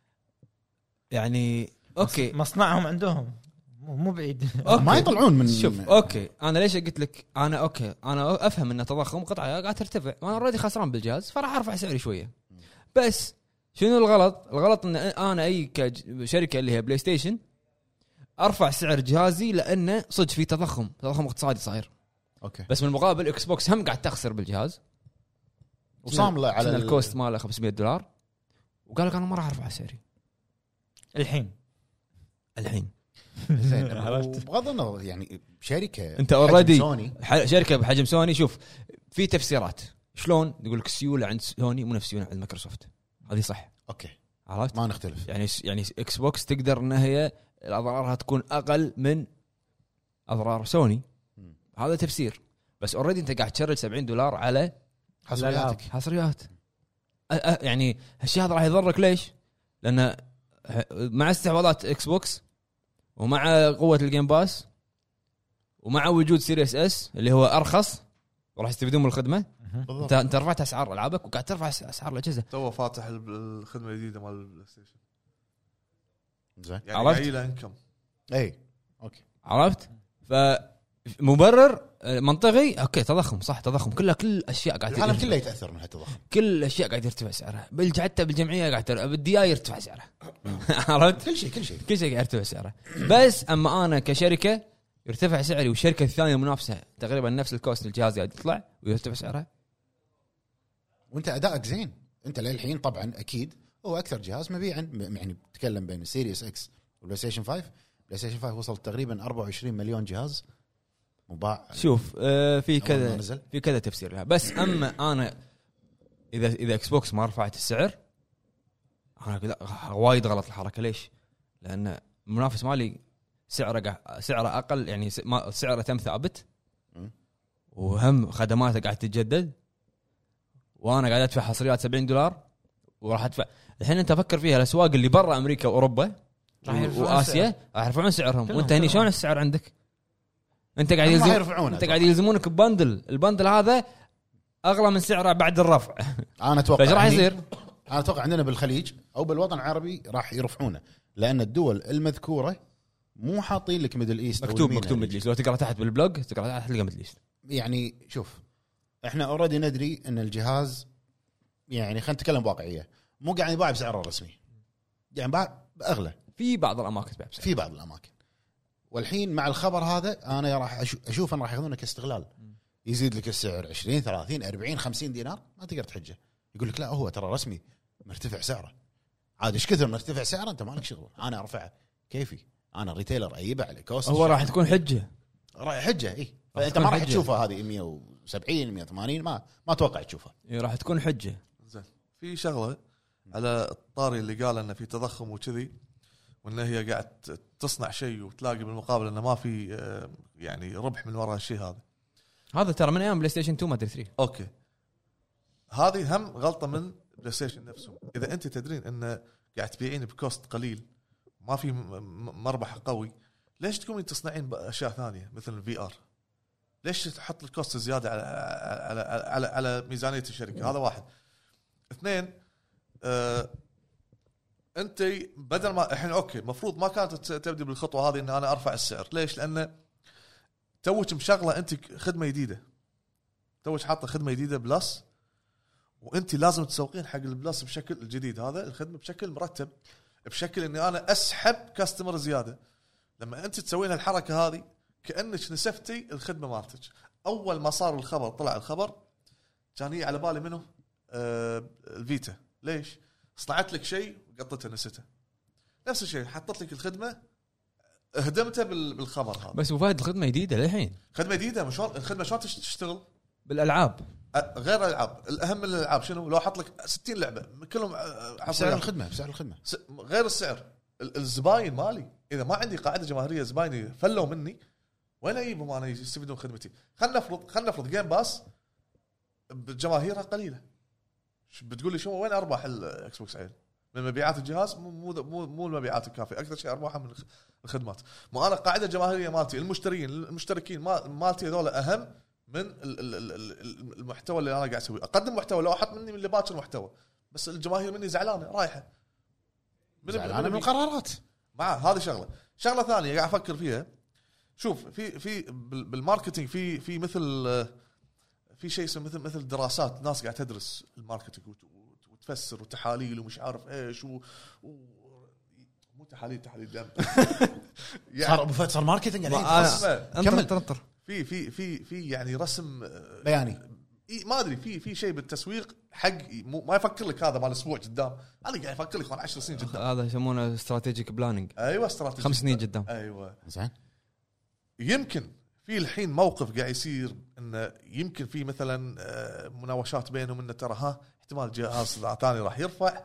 يعني؟ اوكي مصنعهم عندهم مو مو بعيد. أوكي. ما يطلعون من شوف اوكي انا ليش قلت لك انا اوكي انا افهم ان تضخم قطعه قاعد ترتفع وانا اوريدي خسران بالجهاز فراح ارفع سعري شويه. بس شنو الغلط؟ الغلط ان انا اي كشركه اللي هي بلاي ستيشن ارفع سعر جهازي لانه صدق في تضخم تضخم اقتصادي صاير. اوكي بس من المقابل اكس بوكس هم قاعد تخسر بالجهاز وصامله على ال- الكوست ماله خمسمية دولار وقال لك انا ما راح ارفع سعري الحين الحين. زين. وبغض النظر يعني شركه انت حجم already سوني ح- شركه بحجم سوني. شوف في تفسيرات شلون يقول لك السيوله عند سوني مو نفس السيوله عند مايكروسوفت. هذه صح اوكي عرفت؟ ما نختلف. يعني يعني اكس بوكس تقدر ان هي اضرارها تكون اقل من اضرار سوني. مم. هذا تفسير. بس اوريدي انت قاعد تشرج سبعين دولار على حصرياتك حصريات. أ- أ- يعني هالشيء هذا راح يضرك. ليش؟ لان مع استحواذات اكس بوكس ومع قوه الجيم باس ومع وجود سيريس اس اللي هو ارخص وراح يستفيدون من الخدمه. انت بالضبط. انت رفعت اسعار العابك وقاعد ترفع اسعار الاجهزه. تو فاتح الب- الخدمه الجديده مال البلاي ستيشن زين يعني عرفت؟ جاي له انكم. اي اوكي عرفت؟ فمبرر منطقي. اوكي تضخم صح، تضخم كلها كل الاشياء قاعد العالم يرتفع. كله يتاثر من هالتضخم. كل الاشياء قاعد يرتفع سعرها. بالج حتى بالجمعيه قاعد تر... بالدي اي يرتفع سعرها. عرفت؟ كل شيء كل شيء كل شيء قاعد يرتفع سعره. بس اما انا كشركه يرتفع سعري والشركه الثانيه المنافسه تقريبا نفس الكوست الجهاز قاعد يطلع ويرتفع سعرها. وانت ادائك زين. انت للحين طبعا اكيد هو اكثر جهاز مبيعا، م- يعني تتكلم بين السيريس اكس والبلاي ستيشن خمسة. بلاي ستيشن خمسة وصل تقريبا أربعة وعشرين مليون جهاز مباع. شوف آه في أول ما كذا نزل. في كذا تفسير لها. بس اما انا اذا اذا اكس بوكس ما رفعت السعر انا كذا وايد غلط الحركه. ليش؟ لان المنافس مالي سعره قاعد سعره اقل، يعني س- ما- سعره تم ثابت م. وهم خدماته قاعد تتجدد وانا قاعد ادفع حصريات سبعين دولار وراح ادفع. الحين انت فكر فيها الاسواق اللي برا امريكا واوروبا راح يرفعون واسيا راح يرفعون سعرهم كلهم وانت هني كلهم. شلون السعر عندك؟ انت قاعد هم ما يلزم يرفعونه انت قاعد يلزمونك ببندل. البندل هذا اغلى من سعره بعد الرفع. انا اتوقع فايش راح هني- يصير؟ انا اتوقع عندنا بالخليج او بالوطن العربي راح يرفعونه، لان الدول المذكوره مو حاطين لك ميدل ايست أو مكتوب يمين مكتوب يعني. مدليس. لو تقرا تحت بالبلوج تقرا تحت تلقى مدليس. يعني شوف احنا اوريدي ندري ان الجهاز يعني خلينا نتكلم بواقعيه مو قاعد يباع بسعره الرسمي، يعني باع باغلى في بعض الاماكن تبيع بسعر. في بعض الاماكن. والحين مع الخبر هذا انا راح أشو- اشوف ان راح ياخذونه كاستغلال. يزيد لك السعر عشرين ثلاثين أربعين خمسين دينار ما تقدر تحجه. يقول لك لا هو ترى رسمي مرتفع سعره. عاد ايش كثر مرتفع سعره انت مالك شغل، انا ارفعه كيفي، انا ريتيلر اجيبه على كوست. هو راح تكون حجه راح حجه اي، راح فانت تكون ما راح حجة. تشوفها هذه مية وسبعين مية وثمانين، ما ما اتوقع تشوفها. إيه، راح تكون حجه. زين في شغله على الطاري اللي قال انه في تضخم وكذي، وان هي قاعد تصنع شيء وتلاقي بالمقابل انه ما في آه، يعني ربح من وراء الشيء هذا. هذا ترى من ايام بلاي ستيشن تو ما ادري ثري. اوكي هذه هم غلطه من بلاي ستيشن نفسه. اذا انت تدرين انه قاعد تبيعين بكوست قليل ما في م- م- مربح قوي، ليش تكونين تصنعين باشياء ثانيه مثل الفي ار؟ ليش تحط الكوست زياده على على على, على, على ميزانيه الشركه؟ هذا واحد. اثنين آه انت بدل ما الحين اوكي المفروض ما كانت تبدي بالخطوه هذه ان انا ارفع السعر. ليش؟ لان توك مشغله انت خدمه جديده، توك حاطه خدمه جديده بلس، وانت لازم تسوقين حق البلس بشكل الجديد هذا الخدمه بشكل مرتب، بشكل اني انا اسحب كاستمر زياده. لما انت تسوين الحركه هذه كانك نسفتي الخدمه مالتك. اول ما صار الخبر طلع الخبر كان هي على بالي منه آه الفيتا. ليش؟ صنعت لك شيء وقطته نسيته. نفس الشيء حطت لك الخدمه هدمتها بالخبر هذا. بس وفايد الخدمه جديده للحين خدمه جديده مش الخدمه شلون تشتغل بالالعاب غير الالعاب. الاهم من الالعاب شنو؟ لو احط لك ستين لعبه كلهم بسعر الخدمه بسعر الخدمه غير السعر. الزباين مالي اذا ما عندي قاعده جماهيريه زبايني فلوا مني وين اجيبهم انا يستفيدون خدمتي؟ خلينا نفرض خلينا نفرض جيم باس بجماهيرها قليله، بتقول لي شو وين ارباح الاكس بوكس عيل؟ من مبيعات الجهاز؟ مو مو مو المبيعات الكافيه، اكثر شيء ارباحها من الخدمات. مو انا قاعده جماهيريه مالتي المشترين المشتركين مالتي هذول اهم من المحتوى اللي انا قاعد اسويه. اقدم محتوى لو احط مني من اللي باكر المحتوى، بس الجماهير مني زعلانه رايحه من زعلانه من القرارات. مع هذه شغله. شغله ثانيه قاعد افكر فيها، شوف في في بالماركتينج في في مثل في شيء اسمه مثل مثل دراسات، ناس قاعد تدرس الماركتينج وتفسر وتحاليل ومش عارف ايش و, و... مو تحاليل تحاليل دم يعني صار ابو فهد صار ماركتينج الحين. كمل تنطر. في في في في يعني رسم بياني ما ادري في في شيء بالتسويق حق ما يفكر لك هذا مال اسبوع قدام، انا قاعد افكر لك مال عشر سنين قدام. هذا يسمونه استراتيجيك بلاننج. ايوه استراتيجي خمس سنين قدام. ايوه زين. يمكن في الحين موقف قاعد يصير انه يمكن في مثلا مناوشات بينهم انه ترى ها احتمال جهاز ثاني راح يرفع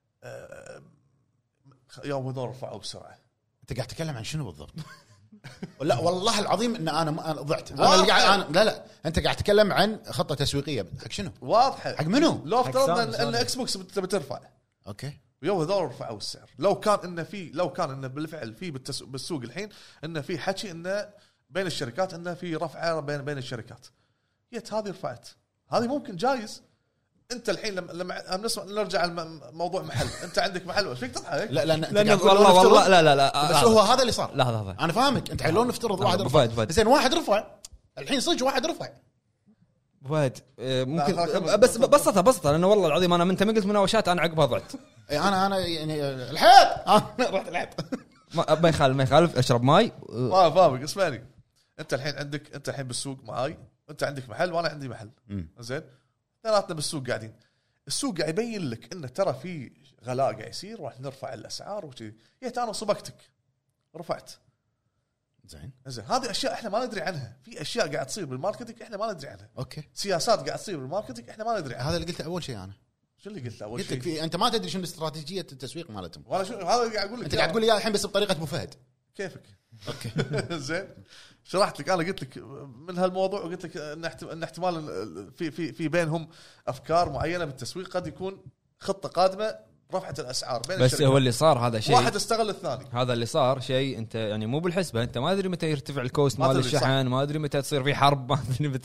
يا هذول رفعوا بسرعه. انت قاعد تتكلم عن شنو بالضبط؟ لا والله العظيم ان انا ما ضعت. انا اللي قاعد أنا لا لا انت قاعد تتكلم عن خطه تسويقيه حق شنو؟ واضحه حق منو؟ لو افترضنا ان اكس بوكس بترفع اوكي ويا هذول رفعوا السعر. لو كان انه في لو كان انه بالفعل في بالسوق الحين انه في حكي انه بين الشركات انه في رفعه بين بين الشركات، يت هذه رفعت هذه ممكن جايز. انت الحين لما لما نسمع نرجع الموضوع محل، انت عندك محل ايش فيك تضحك؟ لا لا لان والله والله لا لا لا بس هو هذا اللي صار. لا هذا انا فاهمك انت لو نفترض واحد رفع زين واحد رفع الحين صدق واحد رفع فهد ممكن بس بسطها بسطها لانه والله العظيم انا من انت ما قلت مناوشات انا عقبها ضعت. انا انا يعني الحيط رحت الحيط ما يخالف ما يخالف اشرب ماي. ما فاهمك اسمعني. انت الحين عندك انت الحين بالسوق معاي، انت عندك محل وانا عندي محل زين، ثلاثنا بالسوق قاعدين. السوق قاعد يبين لك انه ترى في غلاء قاعد يصير راح نرفع الاسعار وكذي. يا انا صبقتك رفعت زين زين. هذه اشياء احنا ما ندري عنها. في اشياء قاعد تصير بالماركتينج احنا ما ندري عنها. اوكي سياسات قاعد تصير بالماركتينج احنا ما ندري عنها. هذا اللي قلته اول شيء. انا شو اللي قلت اول شيء؟ شيء قلت لك انت ما تدري شنو استراتيجيه التسويق مالتهم. ولا شو هذا اللي قاعد اقول لك. انت قاعد تقول لي الحين بس بطريقه ابو فهد. كيفك اوكي زين. شرحت لك انا قلت لك من هالموضوع وقلت لك ان احتمال في في في بينهم افكار معينه بالتسويق قد يكون خطه قادمه رفعت الاسعار بين بس الشركات. هو اللي صار هذا شيء واحد استغل الثاني. هذا اللي صار شيء انت يعني مو بالحسبه. انت ما ادري متى يرتفع الكوست مال الشحن، ما ادري متى تصير في حرب، ما ادري متى.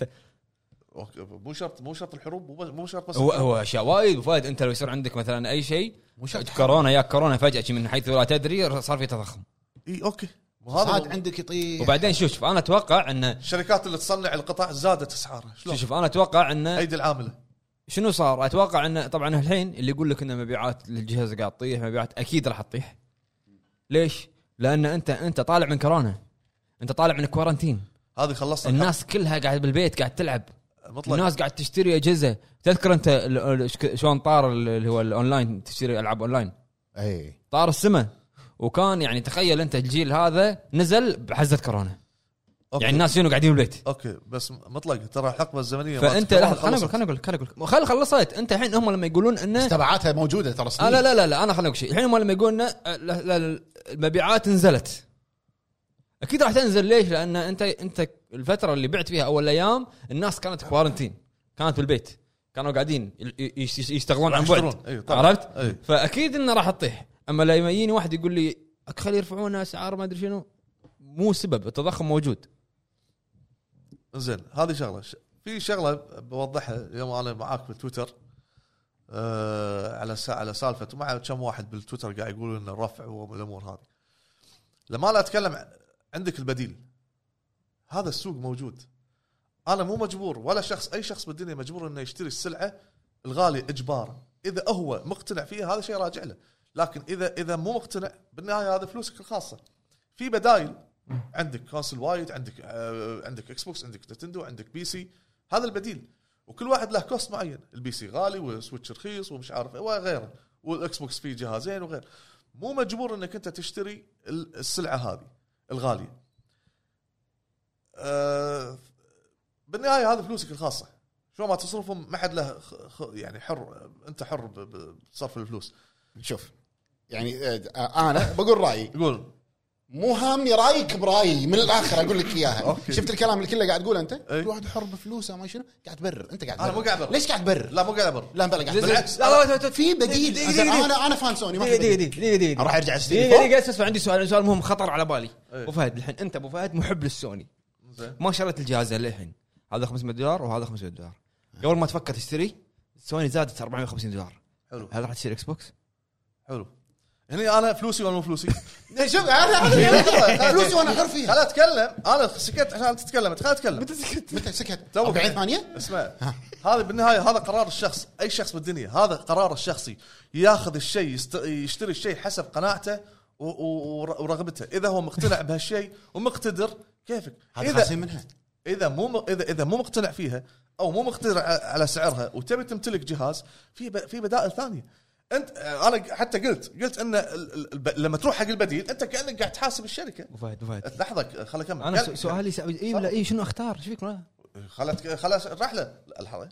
مو شرط مو شرط الحروب مو شرط بس هو هو اشياء وايد فايد. انت لو يصير عندك مثلا اي شيء مو شرط كورونا يا كورونا فجاه من حيث لا تدري صار في تضخم. اي اوكي وهذا عندك يطيح. وبعدين شوف شوف انا اتوقع ان الشركات اللي تصنع القطع زادت اسعارها. شوف شوف انا اتوقع ان ايدي العامله شنو صار. اتوقع ان طبعا الحين اللي يقول لك ان مبيعات للجهاز قاعد تطيح، مبيعات اكيد راح تطيح. ليش؟ لان انت انت طالع من كورونا، انت طالع من كوارنتين. هذه خلصنا. الناس كلها قاعد بالبيت قاعد تلعب مطلق. الناس قاعد تشتري اجهزه. تذكر انت شلون طار اللي هو الاونلاين، تشتري العاب اونلاين اي طار السماء. وكان يعني تخيل انت الجيل هذا نزل بحزه كورونا. أوكي. يعني الناس ينو قاعدين بالبيت. اوكي بس مطلق ترى الحقبه الزمنيه فانت لا خليني اقول خليني اقول خليني اقول خل خلصت انت الحين هم لما يقولون انه تبعاتها موجوده ترى آه لا لا لا لا انا خليني اقول شيء الحين هم لما يقولون المبيعات نزلت اكيد راح تنزل. ليش؟ لان انت انت الفتره اللي بعت فيها اول ايام الناس كانت كوارنتين كانت بالبيت كانوا قاعدين يشتغلون عن بعد. أيه عرفت؟ أيه. فاكيد انه راح تطيح. اما لا يجيني واحد يقول لي خلي يرفعون اسعار ما ادري شنو مو سبب التضخم موجود. زين هذه شغله. في شغله بوضحها يوم انا معاك بالتويتر أه على سا... على سالفه ومع كم واحد بالتويتر قاعد يقولوا ان الرفع والامور هذه. لما لا اتكلم عندك البديل هذا السوق موجود. انا مو مجبور ولا شخص اي شخص بالدنيا مجبور انه يشتري السلعه الغاليه اجبارا. اذا هو مقتنع فيها هذا شيء راجع له. لكن اذا اذا مو مقتنع بالنهايه هذا فلوسك الخاصه. في بدايل عندك كونسل وايد عندك آه عندك اكس بوكس عندك نينتندو عندك بي سي. هذا البديل وكل واحد له كوست معين. البي سي غالي والسويتش رخيص ومش عارف ايه وغيره والاكس بوكس فيه جهازين وغير. مو مجبور انك انت تشتري السلعه هذه الغاليه. آه بالنهايه هذا فلوسك الخاصه. شو ما تصرفهم ما حد له يعني حر. انت حر بصرف الفلوس. شوف يعني انا بقول رايي قول مو هامني رايك برايي من الاخر اقول لك اياها. شفت الكلام اللي كله قاعد تقوله انت ايه؟ كل واحد حر بفلوسه ما شنو قاعد تبرر. انت قاعد انا مو قاعد أبرر. ليش قاعد تبرر؟ لا مو قاعد ابرر. لا بلا قاعد بالعكس. لا لا في بديل. انا انا فان سوني ما في دي دي دي دي اروح ارجع اشتري. دقيقه دقيقه اسمع عندي سؤال سؤال مهم خطر على بالي. ابو فهد الحين انت ابو فهد محب للسوني ما شريت الجهاز للحين هذا خمسمية دولار وهذا خمسمية دولار قبل ما تفكر تشتري سوني زادت أربعمية وخمسين دولار. حلو. هل راح تشتري اكس بوكس؟ حلو. هني انا فلوسي ولا مو فلوسي؟ شوف انا فلوسي وانا حر فيها. خليني اتكلم. انا سكت عشان تتكلم. خليني اتكلم. متى سكت متى سكت تو أربعين ثانيه. اسمع هذا بالنهايه هذا قرار الشخص. اي شخص بالدنيا هذا قرار الشخصي. ياخذ الشيء يست... يشتري الشيء حسب قناعته و... و... ورغبته. اذا هو مقتنع بهالشيء ومقتدر كيفك. اذا منها اذا مو اذا اذا مو مقتنع فيها او مو مقتدر على سعرها وتبي تمتلك جهاز في ب... في بدائل ثانيه. انت انا حتى قلت قلت ان الب... لما تروح حق البديل انت كانك قاعد تحاسب الشركه. ابو فهد ابو فهد لحظه خليني اكمل. انا قال... سؤالي س... اي ولا اي شنو اختار ايش فيك؟ خلت خلاص الرحله لحظه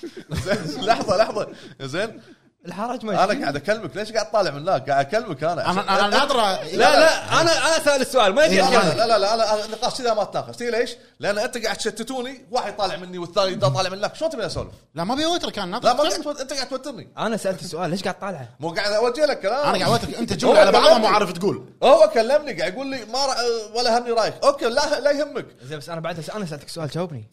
لحظه لحظه زين الحرج ما انا قاعد اكلمك. ليش قاعد طالع من هناك؟ قاعد اكلمك انا انا انا ناظره. لا لا انا انا سال السؤال ما يجي. لا لا لا, لا انا النقاش كذا ما تناقش. ليش؟ لان انت قاعد تشتتوني. واحد طالع مني والثاني ده طالع منك. شلون تبي اسولف؟ لا ما بيوتر كان ناظر. لا ما قاعد انت قاعد توترني. انا سالت السؤال ليش قاعد طالعه؟ مو قاعد اوجه لك كلام. انا قاعد اوترك انت جمله على بعضها مو عارف تقول. هو كلمني قاعد يقول لي ما ولا همني رايك. اوكي لا لا يهمك. زين بس انا بعد انا سالتك سؤال جاوبني.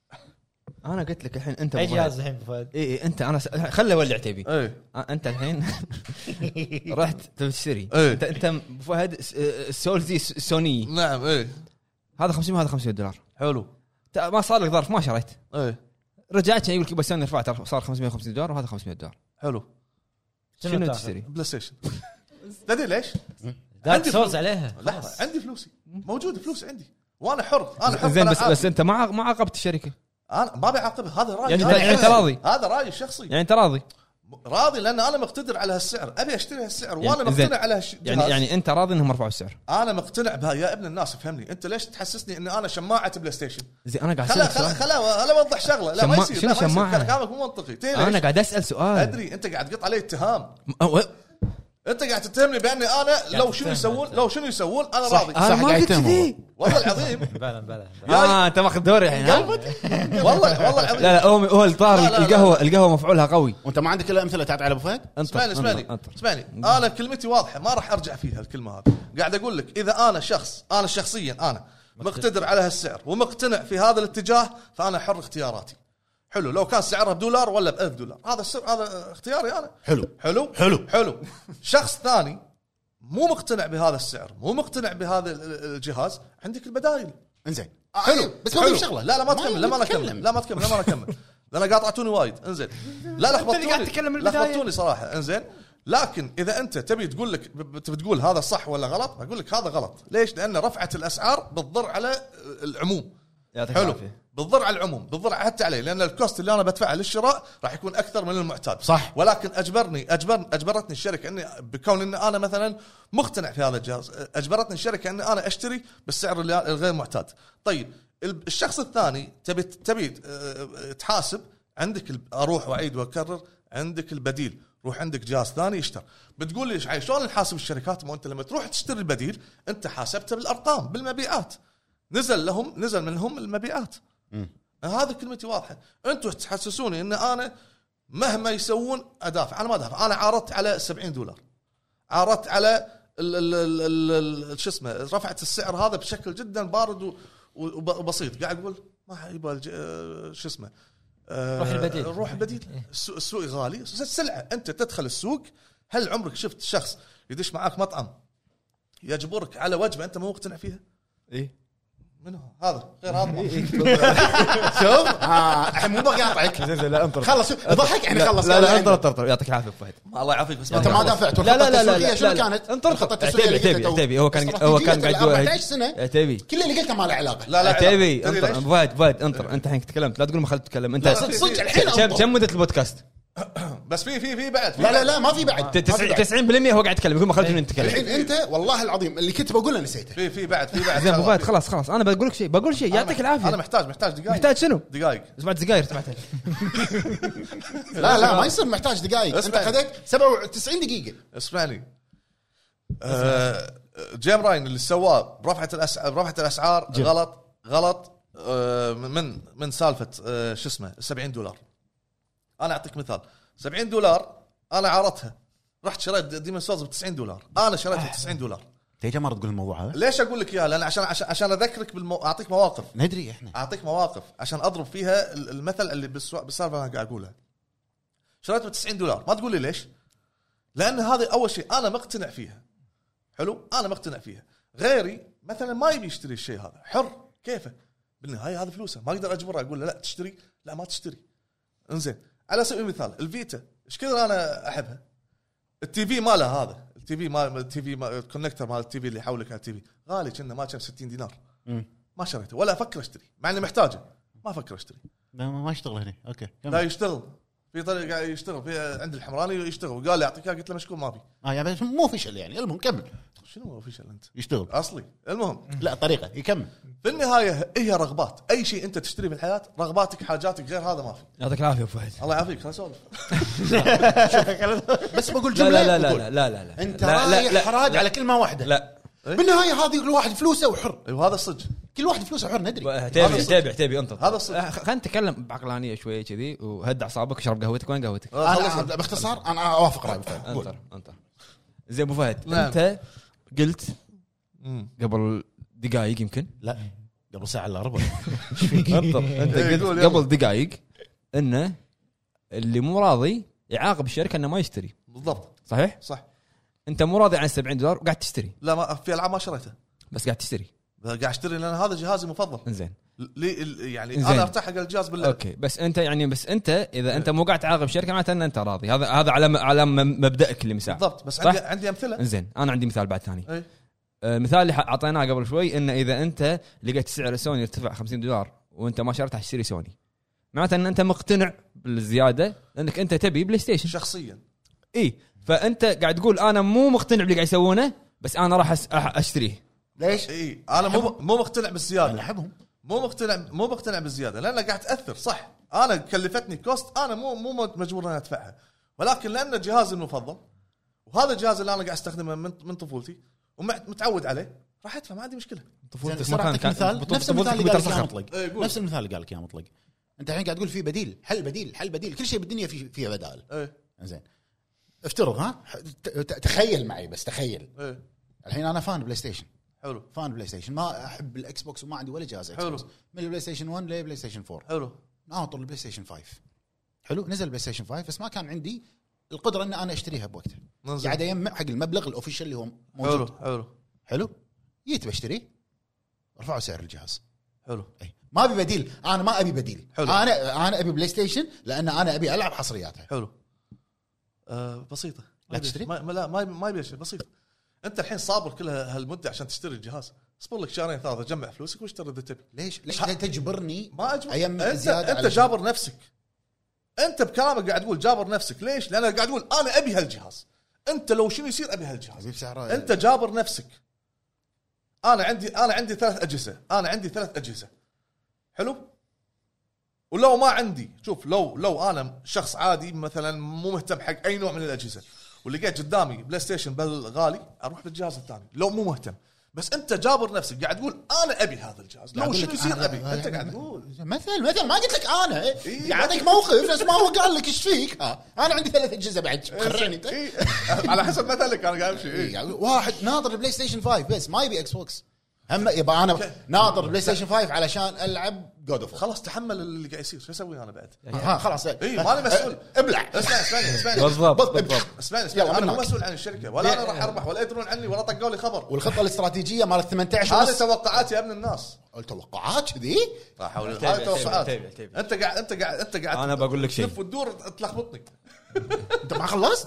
انا قلت لك الحين انت اي جهاز الحين فهد؟ اي اي انت انا س... خله يولع عتيبي. اي انت الحين رحت تشتري. ايه. انت انت ابو فهد السولزي السوني. نعم ايه هذا خمسمية وهذا خمسمية دولار. حلو. ما صار لك ظرف ما شريت. ايه رجعت يقول لك بس انا رفعت صار خمسمية وخمسين دولار وهذا خمسمية دولار. حلو. شنو تشتري؟ بلاي ستيشن. تدري ليش؟ عندي سولز عليها. لحظه عندي فلوسي موجود. فلوس عندي وانا حر. انا حر. زين بس بس انت ما ما عاقبت الشركه. انا ما بعاقبها. هذا رايي. يعني يعني انت راضي؟ هذا رايي الشخصي. يعني انت راضي؟ راضي لان انا مقتدر على هالسعر. ابي اشتري هالسعر وانا يعني مقتنع على هالشيء. يعني يعني انت راضي انهم رفعوا السعر؟ انا مقتنع بها يا ابن الناس. فهمني انت ليش تحسسني ان انا شماعه بلاي ستيشن؟ زين انا قاعد خلا اسال خلا سؤال. خلا خلا اوضح شغله. لا ما شما... يصير. شنو شماعه؟ كلامك مو منطقي. انا قاعد اسال سؤال. ادري انت قاعد تقط علي اتهام. أو... انت قاعد تتهمني باني انا لو شنو يسوون لو شنو يسوون انا صح. راضي. انا ما قلت كذي والله العظيم. بلا بلا اه انت ماخذ دوري الحين. والله والله العظيم. لا لا هو هو الطار. لا، لا، لا. القهوه القهوه مفعولها قوي. وانت ما عندك الا امثله تعال على ابو فهد. اسمعني اسمعني اسمعني. انا كلمتي واضحه ما راح ارجع فيها الكلمه هذه. قاعد اقول لك اذا انا شخص انا شخصيا انا مقتدر على هالسعر ومقتنع في هذا الاتجاه فانا حر اختياراتي. حلو. لو كان سعرها بدولار ولا بألف دولار هذا السعر هذا اختياري انا. حلو حلو حلو حلو. شخص ثاني مو مقتنع بهذا السعر مو مقتنع بهذا الجهاز عندك البدائل. انزين حلو بس حلو. ما في شغله. لا لا ما تكمل. لا ما اكمل. لا ما تكمل. لا ما اكمل. لان قاطعتوني وايد. انزين لا لخبطتوني لخبطتوني صراحه. انزين لكن اذا انت تبي تقول لك تبي تقول هذا صح ولا غلط اقول لك هذا غلط. ليش؟ لان رفعت الاسعار بتضر على العموم. يعطيك حلو العافية. بالضر على العموم بالضر حتى عليه لان الكوست اللي انا بدفعه للشراء راح يكون اكثر من المعتاد صح. ولكن اجبرني اجبر اجبرتني الشركه اني بكون اني انا مثلا مقتنع في هذا الجهاز اجبرتني الشركه اني انا اشتري بالسعر اللي- الغير معتاد. طيب ال- الشخص الثاني تبي تبي اه، تحاسب عندك ال- اروح واعيد واكرر عندك البديل روح عندك جهاز ثاني اشتر. بتقول لي ايش شلون نحاسب الشركات؟ ما انت لما تروح تشتري البديل انت حاسبته بالارقام بالمبيعات نزل لهم نزل منهم المبيعات. هذا كلمتي واضحه. انتم تحسسوني ان انا مهما يسوون ادافع. انا ما ادافع. انا عارضت على سبعين دولار عارضت على ال ال ال ال ال شو اسمه رفعت السعر هذا بشكل جدا بارد و- وبسيط قاعد اقول ما يبغى الج- آه، شو اسمه آه، روح البديل. روح البديل. السوق, السوق غالي السلعه انت تدخل السوق. هل عمرك شفت شخص يدش معاك مطعم يجبرك على وجبه انت مو مقتنع فيها؟ ايه منو هذا غير هذا شوف آه، الحين مو بقاطعك لا انطر خلص ضحك يعني خلص لا لا انطر انطر يعطيك العافيه فهد. الله يعافيك بس انت ما دافعت لا لا لا لا شنو لا كانت انطر الخطة انطر التسويقية عتيبي اللي عتيبي قلتها عتيبي هو كان هو كان قاعد يقول أربعة عشر سنه عتيبي كل اللي قلته ما له علاقه لا لا عتيبي تدري انطر ليش؟ فهد فهد انطر انت الحين تكلمت لا تقول ما خليت تتكلم انت لا، صدق صدق الحين كم أنطر. كم مده البودكاست؟ بس في في في بعد في لا لا بعد. لا ما في بعد تسعين بالمية هو قاعد يتكلم يقول ما خليتني انت تتكلم. الحين انت والله العظيم اللي كنت بقوله نسيته. في في بعد في بعد زين ابو فهد خلاص خلاص انا بقول لك شيء بقول شيء يعطيك انا العافيه. محتاج محتاج دقائق محتاج شنو؟ دقائق سمعت سجاير سمعتها. لا لا ما يصير محتاج دقائق انت اسمع. خذيت سبعة وتسعين دقيقه. اسمعني آه جيم راين اللي سواه برفعه الاسعار برفعه الاسعار جيم. غلط غلط آه من من سالفه آه شو اسمه سبعين دولار. انا اعطيك مثال سبعين دولار انا عارضتها رحت شريت ديمون سولز ب تسعين دولار انا شريته ب تسعين دولار. تيجي مره تقول الموضوع هذا ليش اقول لك اياها؟ لان عشان عشان عشان اذكرك بالمو... اعطيك مواقف ندري احنا اعطيك مواقف عشان اضرب فيها المثل اللي بالسو... بالسالفه انا قاعد اقولها. شريته ب تسعين دولار ما تقول لي ليش؟ لان هذه اول شيء انا مقتنع فيها. حلو انا مقتنع فيها. غيري مثلا ما يبي يشتري الشيء هذا حر كيفه بالنهايه هذا فلوسه ما اقدر اجبره اقول له لا تشتري لا ما تشتري. انزين على سبيل المثال الفيتا ايش كثر انا احبها. التي في ماله هذا التي في مال التي في الكونكتر مال التي في اللي يحولك على التي في غالي كنا ما كان ستين دينار ما شريته ولا افكر اشتري مع اني محتاجه ما افكر اشتري. لا ما يشتغل هنا اوكي لا يشتغل في طريقه قاعد يشتغل في عند الحمراني يشتغل قال لي اعطيك إياه. قلت له مشكور ما في. اه يعني مو فيشل يعني المهم كمل شنو في شيء انت يشتغل اصلي المهم لا طريقه يكمل في النهايه هي رغبات. اي شيء انت تشتري في الحياه رغباتك حاجاتك غير هذا ما في. يعطيك العافيه ابو فهد. الله يعافيك خلينا نسولف. بس بقول لا جمله لا لا بقول. لا لا لا لا انت لا لا رايح لا حراج على كلمه واحده. لا بالنهايه هذه كل واحد فلوسه وحر. ايوه هذا الصدق كل واحد فلوسه حر ندري. تابع تابع تابع انت هذا الصدق. خلينا نتكلم بعقلانيه شويه كذي وهد اعصابك اشرب قهوتك وين قهوتك؟ انا باختصار انا اوافق راي ابو فهد. قول. انطر انطر زين ابو فهد نعم. انت قلت مم. قبل دقائق يمكن لا قبل ساعه الا ربع انطر انت إيه، قلت قول يلا. قبل دقائق انه اللي مو راضي يعاقب الشركه انه ما يشتري بالضبط صحيح؟ صح. انت مو راضي عن سبعين دولار وقاعد تشتري لا ما في العاب ما شريتها بس قاعد تشتري قاعد اشتري لان هذا جهازي المفضل. انزين لي ال- يعني إنزين. انا ارتاح حق الجهاز بالله. اوكي بس انت يعني بس انت اذا انت مو قاعد تعاقب الشركه معناته ان انت راضي هذا هذا على على مبدأك اللي مساعد بالضبط بس صح؟ عندي عندي امثله. انزين انا عندي مثال بعد ثاني اي آه، مثال اللي اعطيناه قبل شوي انه اذا انت لقيت سعر سوني يرتفع خمسين دولار وانت ما شريت تشتري سوني معناته ان انت مقتنع بالزياده لانك انت تبي بلاي ستيشن شخصيا اي فانت قاعد تقول انا مو مقتنع باللي قاعد يسوونه بس انا راح أس- أح- اشتريه ليش؟ اي انا مو مو مقتنع انا بالزياده احبهم. مو مقتنع مو مقتنع بالزياده لان قاعد تاثر صح. انا كلفتني كوست انا مو مو مجبور ان ادفعها ولكن لان جهازي المفضل وهذا الجهاز اللي انا قاعد استخدمه من من طفولتي ومتعود عليه راح ادفع ما عندي مشكله. طفولتك زين، أعطيك مثال طفولتك نفس المثال اللي كمبيوتر قال لك يا صخر. مطلق إيه، قول. نفس المثال اللي قال لك يا مطلق انت الحين قاعد تقول في بديل حل بديل حل بديل كل شيء بالدنيا في فيها بدائل. ايه زين افترض ها ت- ت- تخيل معي بس تخيل ايه الحين انا فان بلاي ستيشن حلو فان بلاي ستيشن ما احب الاكس بوكس وما عندي ولا جهاز اكس حلو. بوكس من البلاي ستيشن واحد لبلاي ستيشن أربعة حلو ناطر البلاي ستيشن خمسة. حلو نزل بلاي ستيشن خمسة بس ما كان عندي القدره ان انا اشتريها بوقتها نزل. قاعد يجمع حق المبلغ الاوفيشال اللي هو حلو موجود. حلو حلو جيت بشتري رفعوا سعر الجهاز. حلو أي. ما ابي بديل انا ما ابي بديل حلو. انا انا ابي بلاي ستيشن لان انا ابي العب حصرياتها. حلو. آه بسيطه لا تشتري؟ ما ما- لا ما ما يبي شيء بسيط. انت الحين صابر كل هالمده عشان تشتري الجهاز، اصبر لك شهرين ثلاثه جمع فلوسك واشتري اذا تبي. ليش ليش تجبرني ما اجبر أيام انت, زيادة انت على جابر نفسك. انت بكلامك قاعد تقول جابر نفسك. ليش؟ لان قاعد تقول انا ابي هالجهاز. انت لو شنو يصير ابي هالجهاز. بسعره انت جابر نفسك. انا عندي انا عندي ثلاث اجهزه انا عندي ثلاث اجهزه حلو. ولو ما عندي شوف لو لو انا شخص عادي مثلا مو مهتم حق اي نوع من الاجهزه ولقيت قدامي بلاي ستيشن بالغالي اروح للجهاز الثاني لو مو مهتم. بس انت جابر نفسك قاعد تقول انا ابي هذا الجهاز لو شنو يصير ابي. انت قاعد تقول مثل مثل ما قلت لك انا إيه يعطيك موقف بس ما هو قال لك ايش فيك. ها انا عندي ثلاث اجهزه بعد قررني انت إيه على حسب مثلك انا قاعد امشي. إيه يعني واحد ناظر البلاي ستيشن خمسة بس ما يبي اكس بوكس هم يبقى انا ناظر بلاي ستيشن خمسة علشان العب جود اوف. خلاص تحمل اللي قاعد يصير. شو اسوي انا بعد؟ ها خلاص اي ماني مسؤول. ابلع اسمع اسمعني اسمعني بالضبط بالضبط. اسمعني اسمعني انا مو مسؤول عن الشركه ولا انا راح اربح ولا يدرون عني ولا طقوا لي خبر. والخطه الاستراتيجيه مالت ثمانية عشر هذه توقعات يا ابن الناس. التوقعات كذي راح احاول هذه توقعات. انت قاعد انت قاعد انت قاعد انا بقول لك شيء تلف وتدور تلخبطني. انت ما خلصت.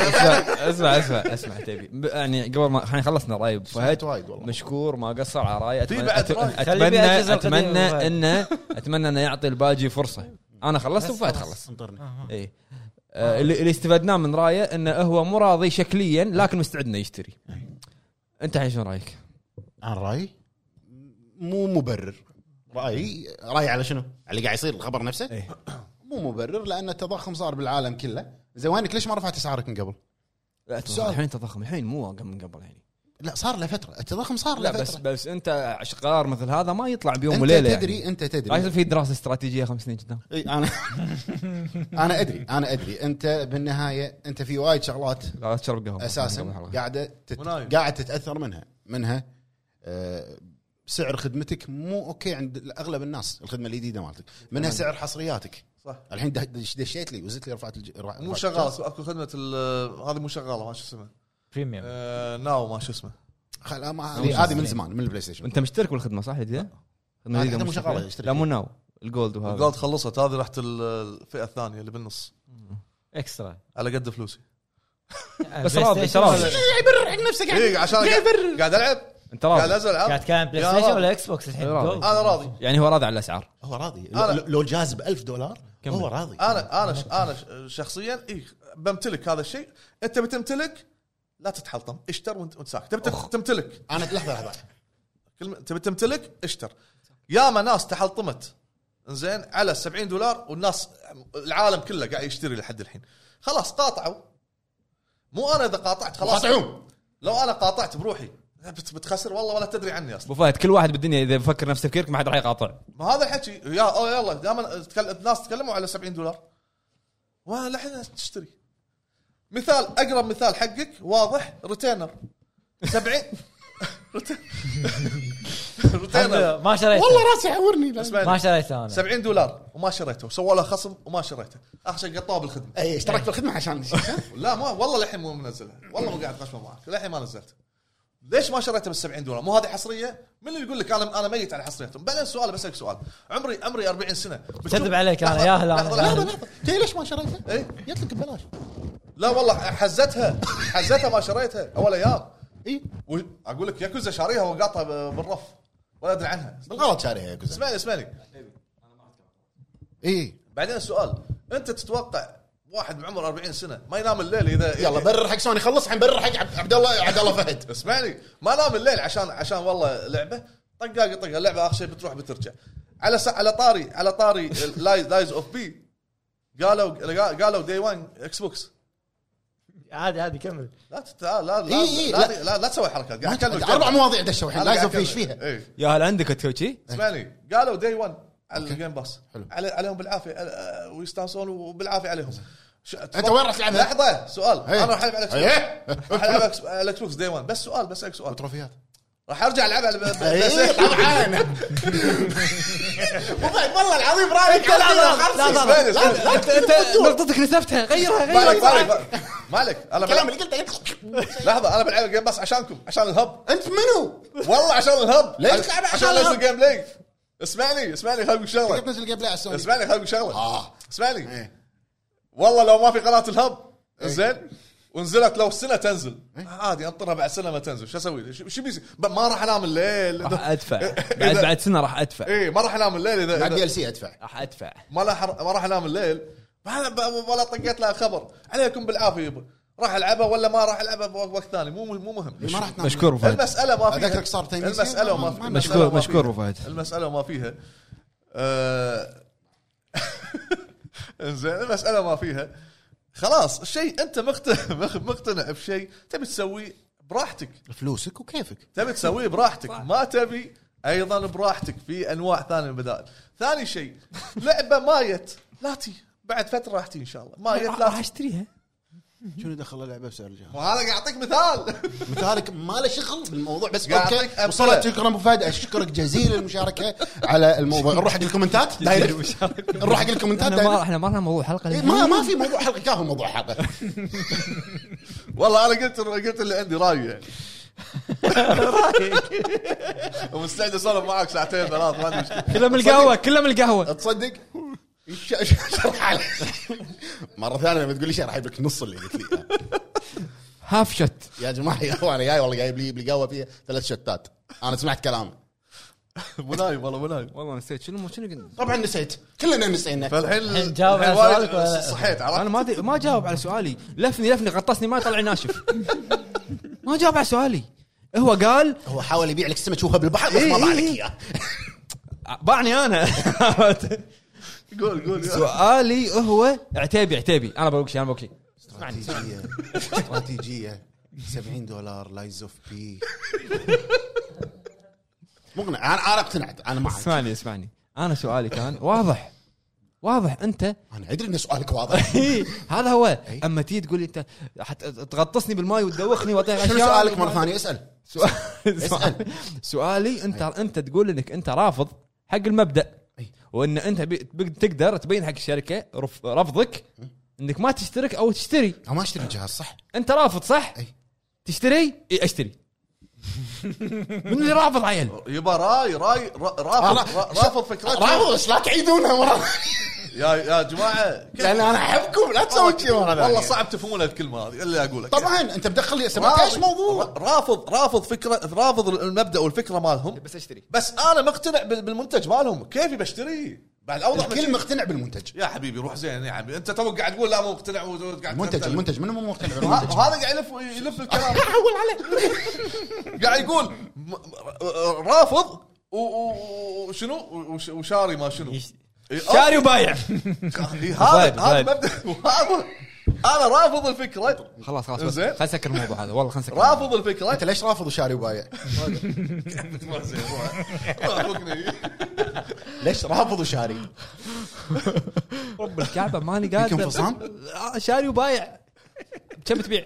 اسمع اسمع اسمع تبي يعني قبل ما احنا خلصنا راي ابو فهد وايد والله مشكور ما قصر على راي. في بعد رأي. اتمنى أجهزة اتمنى القديمة. انه اتمنى انه يعطي الباجي فرصه. انا خلصت وفهد خلص. انطرني. اي آه، اللي اللي استفدناه من رايه انه هو مو راضي شكليا لكن مستعد انه يشتري. انت الحين شو رايك؟ انا رايي مو مبرر. رايي رايي على شنو؟ على اللي قاعد يصير الخبر نفسه إيه. مو مبرر لان التضخم صار بالعالم كله. زين وينك ليش ما رفعت اسعارك من قبل؟ لا سؤال. الحين تضخم الحين مو من قبل يعني. لا صار له فتره التضخم صار لا له بس فتره. بس انت قرار مثل هذا ما يطلع بيوم انت وليله تدري يعني. انت ما تدري يصير في دراسه استراتيجيه خمس سنين قدام. اي انا انا ادري انا ادري انت بالنهايه انت في وايد شغلات لا تشرب قهوه اساسا قاعده تت... منايم. قاعد تتاثر منها منها آه، سعر خدمتك مو اوكي عند اغلب الناس. الخدمه الجديده مالتك منها سعر حصرياتك. صح. الحين دش- دشيت لي وزت لي رفعت الج... رفعت مو شغال اكو خدمه ال- هذه مو شغاله ما شو اسمه بريميوم. آه ناو ما شو اسمه. خل... ما... هذه هذه من زمان من البلاي ستيشن. انت مشترك بالخدمه صح الجديده؟ خدمه هذه جديده مو شغالة، مشترك. اشترك لا مو فيها. ناو الجولد وهذا الجولد خلصت هذه رحت ال- الفئه الثانيه اللي بالنص اكسترا. على قد فلوسي. بس راضي انت راضي يبرر حق نفسك اي عشان قاعد, قاعد العب انت قاعد راضي انزل العب. قاعد تكلم بلاي يا ستيشن راضي. ولا اكس بوكس الحين؟ راضي. جو. انا راضي. يعني هو راضي على الاسعار. هو راضي أنا- لو, لو جاز ب ألف دولار كمل. هو راضي. انا انا ش- انا ش- شخصيا اي بمتلك هذا الشيء. انت بتمتلك لا تتحلطم اشتر وانت وانت ساكت. تبي تمتلك انا لحظه لحظه كلمه تبي تمتلك اشتر. ياما ناس تحلطمت زين على سبعين دولار والناس العالم كله قاعد يشتري لحد الحين. خلاص قاطعوا. مو انا اذا قاطعت خلاص قاطعون. لو انا قاطعت بروحي بت- بتخسر والله ولا تدري عني اصلا. ابو فهد كل واحد بالدنيا اذا بفكر نفس تفكيرك ما حد راح يقاطع. ما هذا الحكي يا أو يلا دائما تكلم الناس تكلموا على سبعين دولار والحين تشتري. مثال اقرب مثال حقك واضح ريتينر سبعين ريتينر ما شريته والله راسي يعورني. ما اسمعني شريته انا. سبعين دولار وما شريته وسووا له خصم وما شريته. اخر شيء قطوه بالخدمه. اي اشتركت بالخدمه عشان لا ما والله للحين مو منزلها والله مو قاعد قشمه معك للحين ما نزلت. ليش ما شريته بال سبعين دولار؟ مو هذه حصريه؟ من اللي يقول لك انا انا ميت على حصريتهم؟ بعدين سؤال بسالك سؤال. عمري عمري أربعين سنه بتشوف- كذب عليك انا لحظة، يا هلا لحظة، لا أنا. لا لا تدري ليش ما شريته؟ إيه؟ جت لك ببلاش. لا والله حزتها حزتها ما شريتها اول ايام. اي و- اقول لك ياكوزا شاريها وقاطها ب- بالرف ولا ادري عنها. بالغلط شاريها يا كوزا. اسمعني اسمعني اي بعدين السؤال انت تتوقع واحد بعمر أربعين سنه ما ينام الليل اذا يلا برر حق سوني خلص الحين برر حق عبد- عبد الله عبد الله فهد. اسمعني ما نام الليل عشان عشان والله لعبه طقاق طقاق اللعبه اخر شيء بتروح بترجع. على س... على طاري على طاري لايز لايز اوف بي قالوا قالوا دي وان اكس بوكس. عادي عادي كمل. لا تتعال لا لا إيه إيه، لا, لا. لا, لا, لا تسوي حركات قاعد اكلمك اربع مواضيع دشوا الحين أنا لازم قاعد فيش أكلمك. فيها. إيه. يا هل عندك توشي؟ اسمعني قالوا دي وان على الجيم باس حلو. على عليهم بالعافيه أه، ويستانسون وبالعافيه عليهم. ش... انت وين راح تلعبها؟ لحظه سؤال إيه. انا راح العب على اكس بوكس. ايه راح العب على الاكس بوكس دي وان بس سؤال بس اسالك سؤال تروفيات. راح ارجع العب على ب- ب- اي بس طبعا. والله العظيم رايك لا لا اسمعني، اسمعني. انت انت غلطتك نسفتها غيرها مالك غيرها. مالك مالك انا الكلام بلعب اللي قلته. لحظه انا بلعب الجيم باس عشانكم عشان الهب انت منو؟ والله عشان الهب ليش عش- تلعب عشان عشان الهب؟ انزل جيم بلاي. اسمعني اسمعني خليني اقول شغله كيف تنزل جيم بلاي على السوني؟ اسمعني خليني اقول شغله اه اسمعني إيه. والله لو ما في قناه الهب زين ونزلت لو السنه تنزل عادي انطرها بعد سنه ما تنزل شو اسوي شو بيصير ما راح انام الليل راح ادفع بعد بعد سنه راح ادفع ايه ما راح انام الليل اذا بعد دي ال سي ادفع راح ادفع ما راح ما راح انام الليل ولا طقيت له خبر عليكم بالعافيه يبا راح العبها ولا ما راح العبها بوقت ثاني مو مو مهم ما راح تنام. مشكور ابو فهد المساله ما فيها ذكرك صار تيميسي المساله ما فيها مشكور مشكور ابو فهد المساله ما فيها أه... انزين المساله ما فيها خلاص الشيء انت مقتنع مقتنع بشيء تبي تسويه براحتك فلوسك وكيفك تبي تسويه براحتك ما تبي ايضا براحتك في انواع ثانيه من البدائل. ثاني شيء لعبه مايت لا تي بعد فتره راح تي ان شاء الله مايت لا راح اشتريها شنو دخل اللعبه بسعر الجهاز وهذا اعطيك مثال مثالك ما له شغل بالموضوع بس قاعد اوكي أعطيك وصلت أمثلة. شكرا ابو فهد اشكرك جزيل المشاركه على الموضوع نروح حق الكومنتات دايركت نروح حق الكومنتات احنا ما احنا ما لنا موضوع حلقه إيه ما ما في موضوع حلقه كافي موضوع حلقه والله انا قلت قلت اللي عندي راي يعني ومستعد اسولف معاك ساعتين ثلاث ما عندي مشكله كلهم القهوه كلهم القهوه تصدق شرح علي مره ثانيه لما تقول لي شرح لك نص اللي قلت لي هاف شت يا جماعه يا اخوان جاي والله جايب لي بالقهوه فيها ثلاث شتات انا سمعت كلامه مو نايم والله مو نايم والله نسيت شنو شنو قلنا طبعا نسيت كلنا نسينا فالحين الحين جاوب على الحين سؤالك ولا- صحيت انا عرفت ما دي ما جاوب على سؤالي لفني لفني غطسني ما طلع ناشف ما جاوب على سؤالي هو قال هو حاول يبيع لك السمك وهو بالبحر بس ما باع لك اياه باعني انا قول قول سؤالي هو عتيبي عتيبي انا بقول شيء انا بقول شيء استراتيجيه استراتيجيه سبعين دولار لايز اوف بي مقنع انا انا اقتنعت انا معك اسمعني اسمعني انا سؤالي كان واضح واضح انت انا ادري ان سؤالك واضح هذا هو اما تيجي تقول لي انت تغطسني بالماء وتدوخني واعطيك شنو اشياء سؤالك مره ثانيه اسال سؤال اسأل. سؤالي انت انت تقول انك انت رافض حق المبدا أي. وان انت بي- تقدر تبين حق الشركه رف- رفضك انك ما تشترك او تشتري أو ما اشتري الجهاز صح انت رافض صح أي. تشتري اي اشتري من اللي رافض عيل يبا راي راي را- رافض را- رافض فكرتي رافض بس لا تعيدونها مره يا يا جماعه لان انا احبكم لا تسوي شيء مره والله ثانية. صعب تفهمون الكلمه هذه اللي اقول لك طبعا انت مدخل لي سمعت ايش موضوع رافض رافض فكره رافض المبدا والفكره مالهم بس اشتري بس انا مقتنع بال- بالمنتج مالهم كيف بشتري بعد اوضح من الكل كذي. مقتنع بالمنتج يا حبيبي روح زين يا حبيبي انت تو قاعد تقول لا مو مقتنع وقاعد المنتج تختلف. المنتج منو مو مقتنع وه- بالمنتج وهذا قاعد يلف يلف الكلام حول عليه قاعد يقول م- رافض و- و- وشنو وش- وشاري ما شنو إيه، شاري وبايع إيه، هذا زايد، هذا زايد. مبدا وهذا انا رافض الفكره خلاص خلاص بس زين. خلينا نسكر الموضوع هذا والله خلينا نسكر رافض الفكره انت ليش رافض وشاري وبايع ما زين، روح. روح فكني. ليش رافض وشاري رب الكعبه ماني قادر يمكن فصام؟ آه، شاري وبايع كم تبيع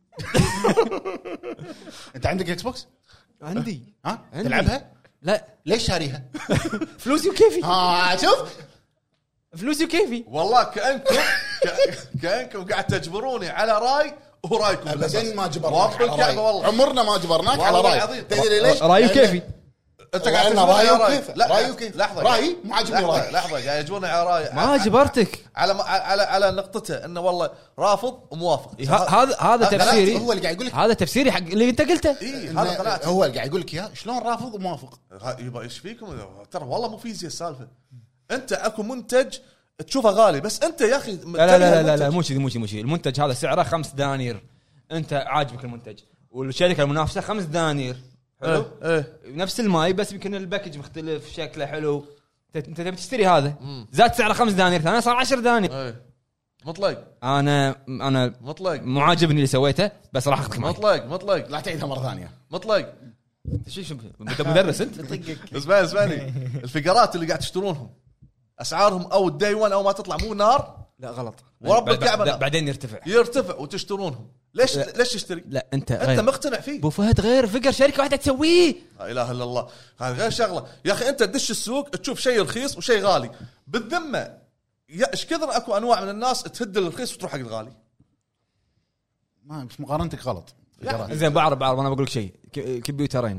انت عندك اكس بوكس عندي ها عندي. تلعبها لا ليش شاريها فلوسي وكيفي ها شوف فلوسي وكيفي والله كانكم ك- كانكم قاعد تجبروني على راي ورايكم ابدا ما جبرناك رب على الكعبه راي والله عمرنا ما جبرناك على والله راي العظيم. تدري ليش رايي لأن- كيفي انت قاعد لأن تجبرني رايي على راي وكيفه. لا رايي وكيفه. لحظه رايي مو عاجبني لحظه رايي. لحظه قاعد يجبرني على راي ما جبرتك على على على نقطته انه والله رافض وموافق ه- هذا هذا هذا تفسيري هو اللي قاعد يقول لك هذا تفسيري حق اللي انت قلته اي إن- هذا قناعتي هو اللي قاعد يقول لك اياه شلون رافض وموافق ها- يبا ايش فيكم ترى والله مو فيزياء السالفه انت اكو منتج تشوفه غالي بس انت يا اخي لا لا لا لا, لا مو كذي مو كذي مو كذي المنتج هذا سعره خمس دنانير انت عاجبك المنتج والشركه المنافسه خمس دنانير حلو ايه ايه نفس الماي بس يمكن الباكج مختلف شكله حلو انت انت تبي تشتري هذا زاد سعره خمس دنانير ثاني صار عشر دنانير ايه مطلق انا انا مطلق مو عاجبني اللي سويته بس راح اخذك معي مطلق مطلق لا تعيدها مره ثانيه مطلق شو شو انت مدرس انت اسمعني اسمعني الفقرات اللي قاعد تشترونهم اسعارهم او الدي ون او ما تطلع مو نار لا غلط ورب بعد- الكعبة بعد- لا. بعدين يرتفع يرتفع وتشترونهم ليش ليش تشتري لا انت انت غير مقتنع فيه ابو فهد غير فقر شركه واحده تسويه لا اله الا الله هذا غير شغله يا اخي انت تدش السوق تشوف شيء رخيص وشيء غالي بالذمه يا ايش كثر اكو انواع من الناس تهد الرخيص وتروح حق الغالي ما بس مقارنتك غلط زين بعرف بعرف انا بقول لك شيء ك- كمبيوترين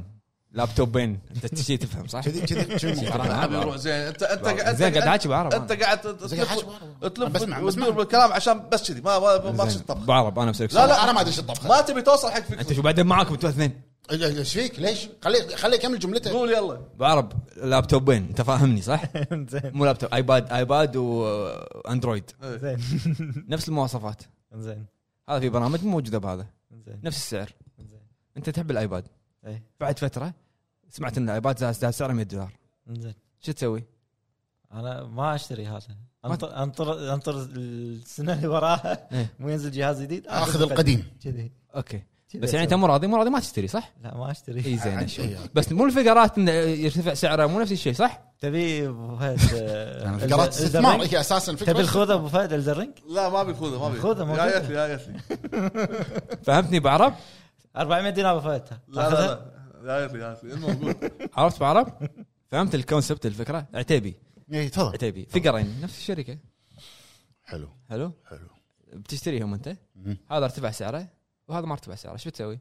لابتوبين انت تشي تفهم صح؟ كذي كذي شو انا ابي اروح زين انت انت انت زين قاعد احكي بعرب انت قاعد زين حاج تلف بسمع وتدور بسمع بالكلام عشان بس كذي ما ما ما زين. تطبخ. بعرب انا بسالك لا سؤال. لا انا ما ادري ايش الطبخه ما تبي توصل حق انت فكره. شو بعدين معاكم انتوا اثنين ايش فيك ليش خليه خليه يكمل جملته قول يلا. بعرب لابتوبين انت فاهمني صح؟ زين مو لابتوب ايباد ايباد واندرويد زين نفس المواصفات. زين هذا في برامج مو موجوده بهذا زين نفس السعر. زين انت تحب الايباد اي بعد فتره سمعت ان الايباد زاد زاد سعره مية دولار زين شو تسوي؟ انا ما اشتري هذا ما انطر انطر انطر السنه اللي وراها إيه. مو ينزل جهاز جديد اخذ القديم كذي اوكي كذي بس يعني انت أسوي. مو راضي مو راضي ما تشتري صح؟ لا ما اشتري اي زين عن شوي. شيء. بس مو الفقرات انه يرتفع سعره مو نفس الشيء صح؟ تبي ابو فهد يعني فقرات استثمار هي اساسا تبي الفكره الخوذه ابو فهد الدرينج لا ما بيخوذه ما بي خذه، موجودة. يا يتلي يا يتلي. فهمتني بعرب؟ أربعمية دينار ابو فهد لا لا لا يا يتلي يا يتلي الموجود. عرفت بعرب؟ فهمت الكونسبت الفكره؟ عتيبي اي تفضل عتيبي فقرين نفس الشركه حلو حلو حلو بتشتريهم انت مم. هذا ارتفع سعره وهذا ما ارتفع سعره شو تسوي؟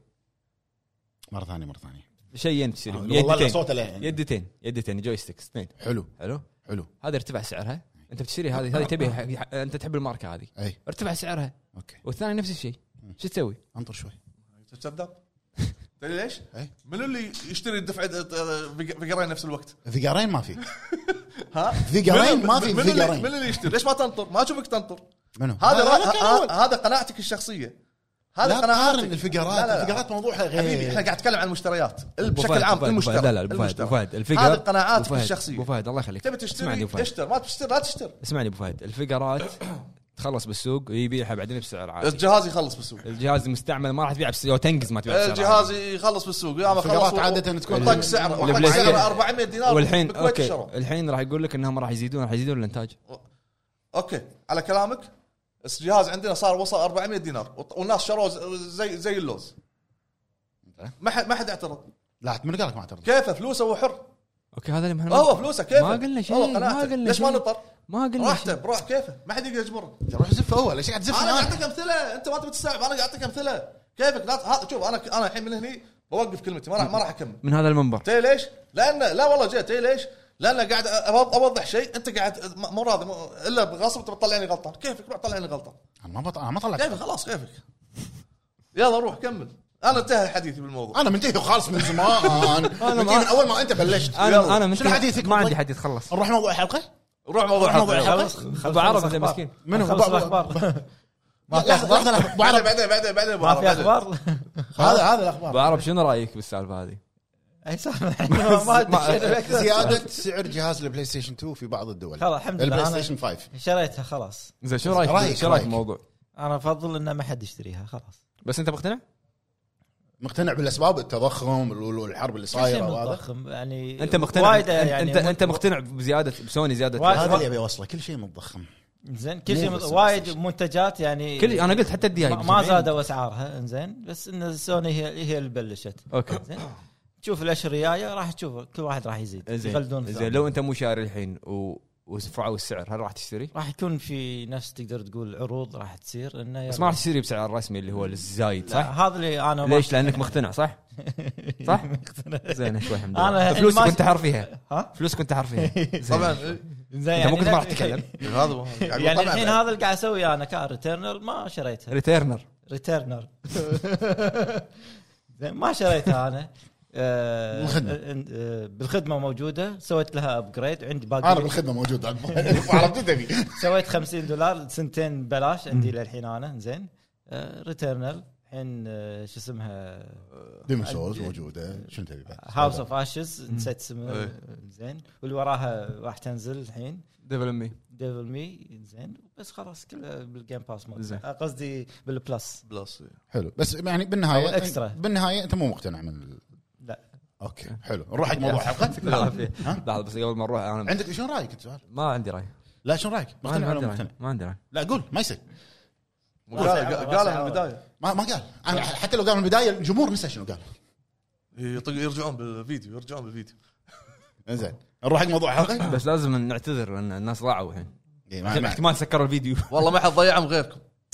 مره ثانيه مره ثانيه شيئين تشتري والله يدتين صوته له يدتين يدتين جويستيكس اثنين حلو حلو حلو هذا ارتفع سعرها انت بتشتري هذه هذه تبي انت تحب الماركه هذه اي ارتفع سعرها اوكي والثاني نفس الشيء شو تسوي؟ انطر شوي تصدق تدري ليش؟ إيه. من اللي يشتري الدفعه فقرين نفس الوقت؟ فقرين ما في ها فقرين ما في من اللي- فقرين من اللي يشتري ليش ما تنطر؟ ما اشوفك تنطر. منو هذا هذا ه- كان ه- أول. هذا قناعتك الشخصيه. هذا لا قناعاتك تقارن الفقرات لا، لا، لا. الفقرات موضوعها حبيبي غير احنا قاعد نتكلم عن المشتريات أبو بشكل فهد، عام أبو فهد، المشترى لا لا أبو فهد، المشترى. أبو فهد الفقر هذه قناعاتك أبو فهد، الشخصيه. ابو فهد الله يخليك تبي اسمعني تشتري أبو فهد. اشتر ما تشتري لا تشتري. اسمعني ابو فهد الفقرات تخلص بالسوق ويبيعها بعدين بسعر عالي الجهاز يخلص بالسوق. الجهاز المستعمل ما راح تبيع بس لو تنقز ما تبيع بسعر الجهاز عالي. يخلص بالسوق يا ما الفقرات خلص عادة تكون طق سعره اللي وحق بالحين- سعره أربعمية دينار والحين بالكويت اوكي شروا. الحين راح يقول لك انهم راح يزيدون راح يزيدون الانتاج اوكي على كلامك الجهاز عندنا صار وصل أربعمية دينار والناس شروه زي زي اللوز. ما حد ما حد اعترض. لا من قالك ما اعترض كيفه فلوسه هو حر. اوكي هذا اللي هو فلوسه كيفه ما قلنا شيء، هو ما قناعته. قلنا ليش ما شيء. نطر؟ ما قلنا راحته شيء. بروح كيفه ما حد يقدر يجبره. روح زف هو ليش قاعد تزف انا قاعد معاه؟ اعطيك امثله انت ما تبي تستوعب انا قاعد اعطيك امثله كيفك لا هذا شوف انا انا الحين من هني بوقف كلمتي ما راح ما راح اكمل. من هذا المنبر تي ليش؟ لان لا والله جيت تي ليش؟ لان قاعد أوض- اوضح شيء انت قاعد م- مو راضي مو- الا بغصب تبي تطلعني غلطان. كيفك روح طلعني غلطان. انا ما بط... انا ما طلعت كيفك خلاص كيفك يلا روح كمل. انا انتهى حديثي بالموضوع. انا منتهي خالص من زمان منتهي من اول ما انت بلشت انا انا شنو حديثك ما عندي بالضبط؟ حديث خلص نروح موضوع الحلقه روح موضوع روح موضوع الحلقة. الحلقه ابو عرب انت مسكين منو خلص أبو- الاخبار لا لحظه لحظه لحظة. أبو بعدين عرب بعدين بعدين بعدين أبو ما عرب، في بعدين. اخبار هذا هذا ابو الاخبار عرب شنو رايك بالسالفه هذه؟ اي صح ما ادري زياده سعر جهاز البلاي ستيشن تو في بعض الدول خلاص الحمد البلاي لله ستيشن انا خمسة شريتها خلاص. زين شو رايك رأيك- شو رايك رأيك. بالموضوع؟ انا افضل ان ما حد يشتريها خلاص. بس انت مقتنع؟ مقتنع بالاسباب التضخم والحرب اللي شيء صايره وهذا متضخم يعني انت مقتنع وايد انت يعني انت, انت مقتنع بزياده بسوني زياده وايد. هذا اللي ابي اوصله كل شيء متضخم زين كل شيء مو بس وايد بلاي منتجات يعني كل انا قلت حتى الدي اي ما- ما زادوا اسعارها انزين بس ان سوني هي هي اللي بلشت. اوكي زين تشوف الاشهر الجايه راح تشوف كل واحد راح يزيد زين يقلدون زين الثاني. لو انت مو شاري الحين و ورفعوا السعر هل راح تشتري؟ راح يكون في نفس تقدر تقول عروض راح تصير انه بس ما راح تشتري بسعر الرسمي اللي هو الزايد لا، صح؟ هذا اللي انا ما- ليش؟ لانك مقتنع صح؟ صح؟ زين شوي الحمد أنا لله الحين فلوسك ما- كنت حار فيها ها فلوسك كنت حار فيها طبعا زين انت يعني مو كنت ما راح تتكلم هذا هو. يعني طبعاً الحين بعد. هذا اللي قاعد اسويه انا كان ريتيرنر ما شريتها ريتيرنر ريتيرنر زين ما شريتها انا آه، بالخدمة. آه، آه، بالخدمه موجوده سويت لها ابجريد عندي باقي انا بالخدمه موجود عرفت تبي سويت خمسين دولار سنتين ببلاش عندي للحين انا زين ريتيرنال الحين آه، شو اسمها ديمون سولز موجوده شنو تبي بعد هاوس اوف اشز نسيت اسمها إيه. زين واللي وراها راح تنزل الحين ديفل مي ديفل مي زين بس خلاص كله بالجيم باس مود زين. آه، قصدي بالبلس بلس حلو بس يعني أو بالنهايه الإكسترا. بالنهايه انت مو مقتنع من ال... لا اوكي حلو نروح حق موضوع الحلقه لحظه بس قبل ما نروح انا عندك شنو رايك انت سؤال ما عندي راي لا شنو رايك ما مقتنع عندي ولا راي مقتنع ما عندي راي لا قول ما يصير قال قال من البدايه ما ما قال انا حتى لو قال من البدايه الجمهور نسى شنو قال يطق- يرجعون بالفيديو يرجعون بالفيديو. انزين نروح حق موضوع الحلقه بس لازم نعتذر لان الناس ضاعوا الحين إيه، ما- ما- احتمال سكروا الفيديو والله ما حد ضيعهم غيركم.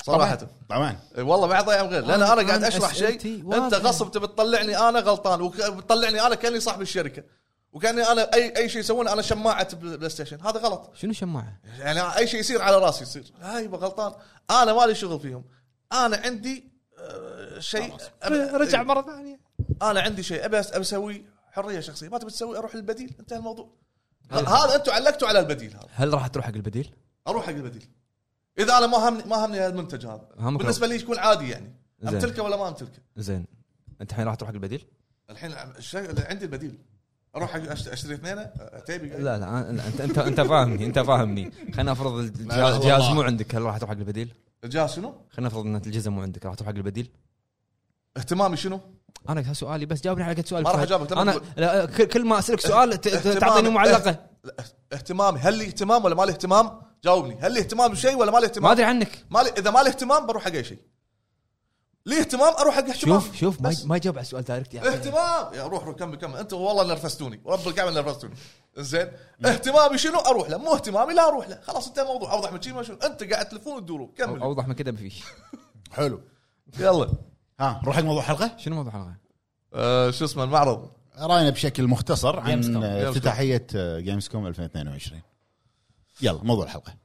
صراحه. طبعا إي والله ما ضيع غير، لان انا قاعد اشرح أسئلتي شيء واضحة. انت غصب تبي تطلعني انا غلطان وتطلعني انا كاني صاحب الشركه وكاني انا اي اي شيء يسوونه انا شماعه بلاي ستيشن. هذا غلط شنو شماعه؟ يعني، اي شيء يصير على راسي يصير هاي غلطان. انا مالي شغل فيهم، انا عندي آه، شيء أب- رجع مره ثانيه. انا عندي شيء ابي أس- ابي اسوي حريه شخصيه، ما تبي تسوي اروح للبديل، انتهى الموضوع. هذا انتم علقتوا على البديل، هذا هل راح تروح حق البديل؟ اروح حق البديل. اذا انا ما همني ما همني المنتج هذا همك بالنسبه لي يكون عادي يعني زين. امتلكه ولا ما امتلكه. زين انت الحين راح تروح حق البديل؟ الحين الشيء عندي البديل، اروح حق أشت- اشتري اثنين تيبي. لا لا أنا- انت انت انت فاهمني انت فاهمني خلينا نفرض الجهاز لا، الجهاز والله. مو عندك، هل راح تروح حق البديل؟ الجهاز شنو؟ خلينا نفرض ان الجهاز مو عندك، راح تروح حق البديل؟ اهتمامي شنو؟ انا هذا سؤالي بس جاوبني على قد سؤالك. ما راح أجاوبك، لما انا تقول. لا ك- كل ما اسالك سؤال ت- ت- اهتمامي- تعطيني معلقه. لا، اهتمامي هل لي اهتمام ولا ما لي اهتمام؟ جاوبني، هل لي اهتمام بشيء ولا ما لي اهتمام؟ ما ادري عنك. ما لي، اذا ما لي اهتمام بروح حق اي شيء. لي اهتمام اروح حق اهتمام. شوف شوف ما بس. ما يجاوب على السؤال دايركت يا أخي. اهتمام يا روح روح كمل كمل انت والله نرفزتوني ورب الكعبه نرفزتوني. زين اهتمامي شنو؟ اروح له. مو اهتمامي لا اروح له. خلاص انتهى الموضوع. اوضح من شيء ما شنو انت قاعد تلفون وتدورون. كمل اوضح من كذا ما فيش. حلو. يلا. ها نروح حق موضوع الحلقه. شنو موضوع الحلقه؟ آه شو اسمه المعرض؟ راينا بشكل مختصر عن Gamescom. افتتاحيه جيمز كوم ألفين واثنين وعشرين. يلا موضوع الحلقه.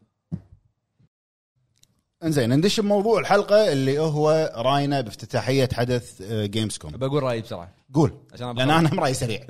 انزين ندش بموضوع الحلقه اللي هو راينا بافتتاحيه حدث جيمز كوم. بقول رايي بسرعه قول عشان لان انا رايي سريع.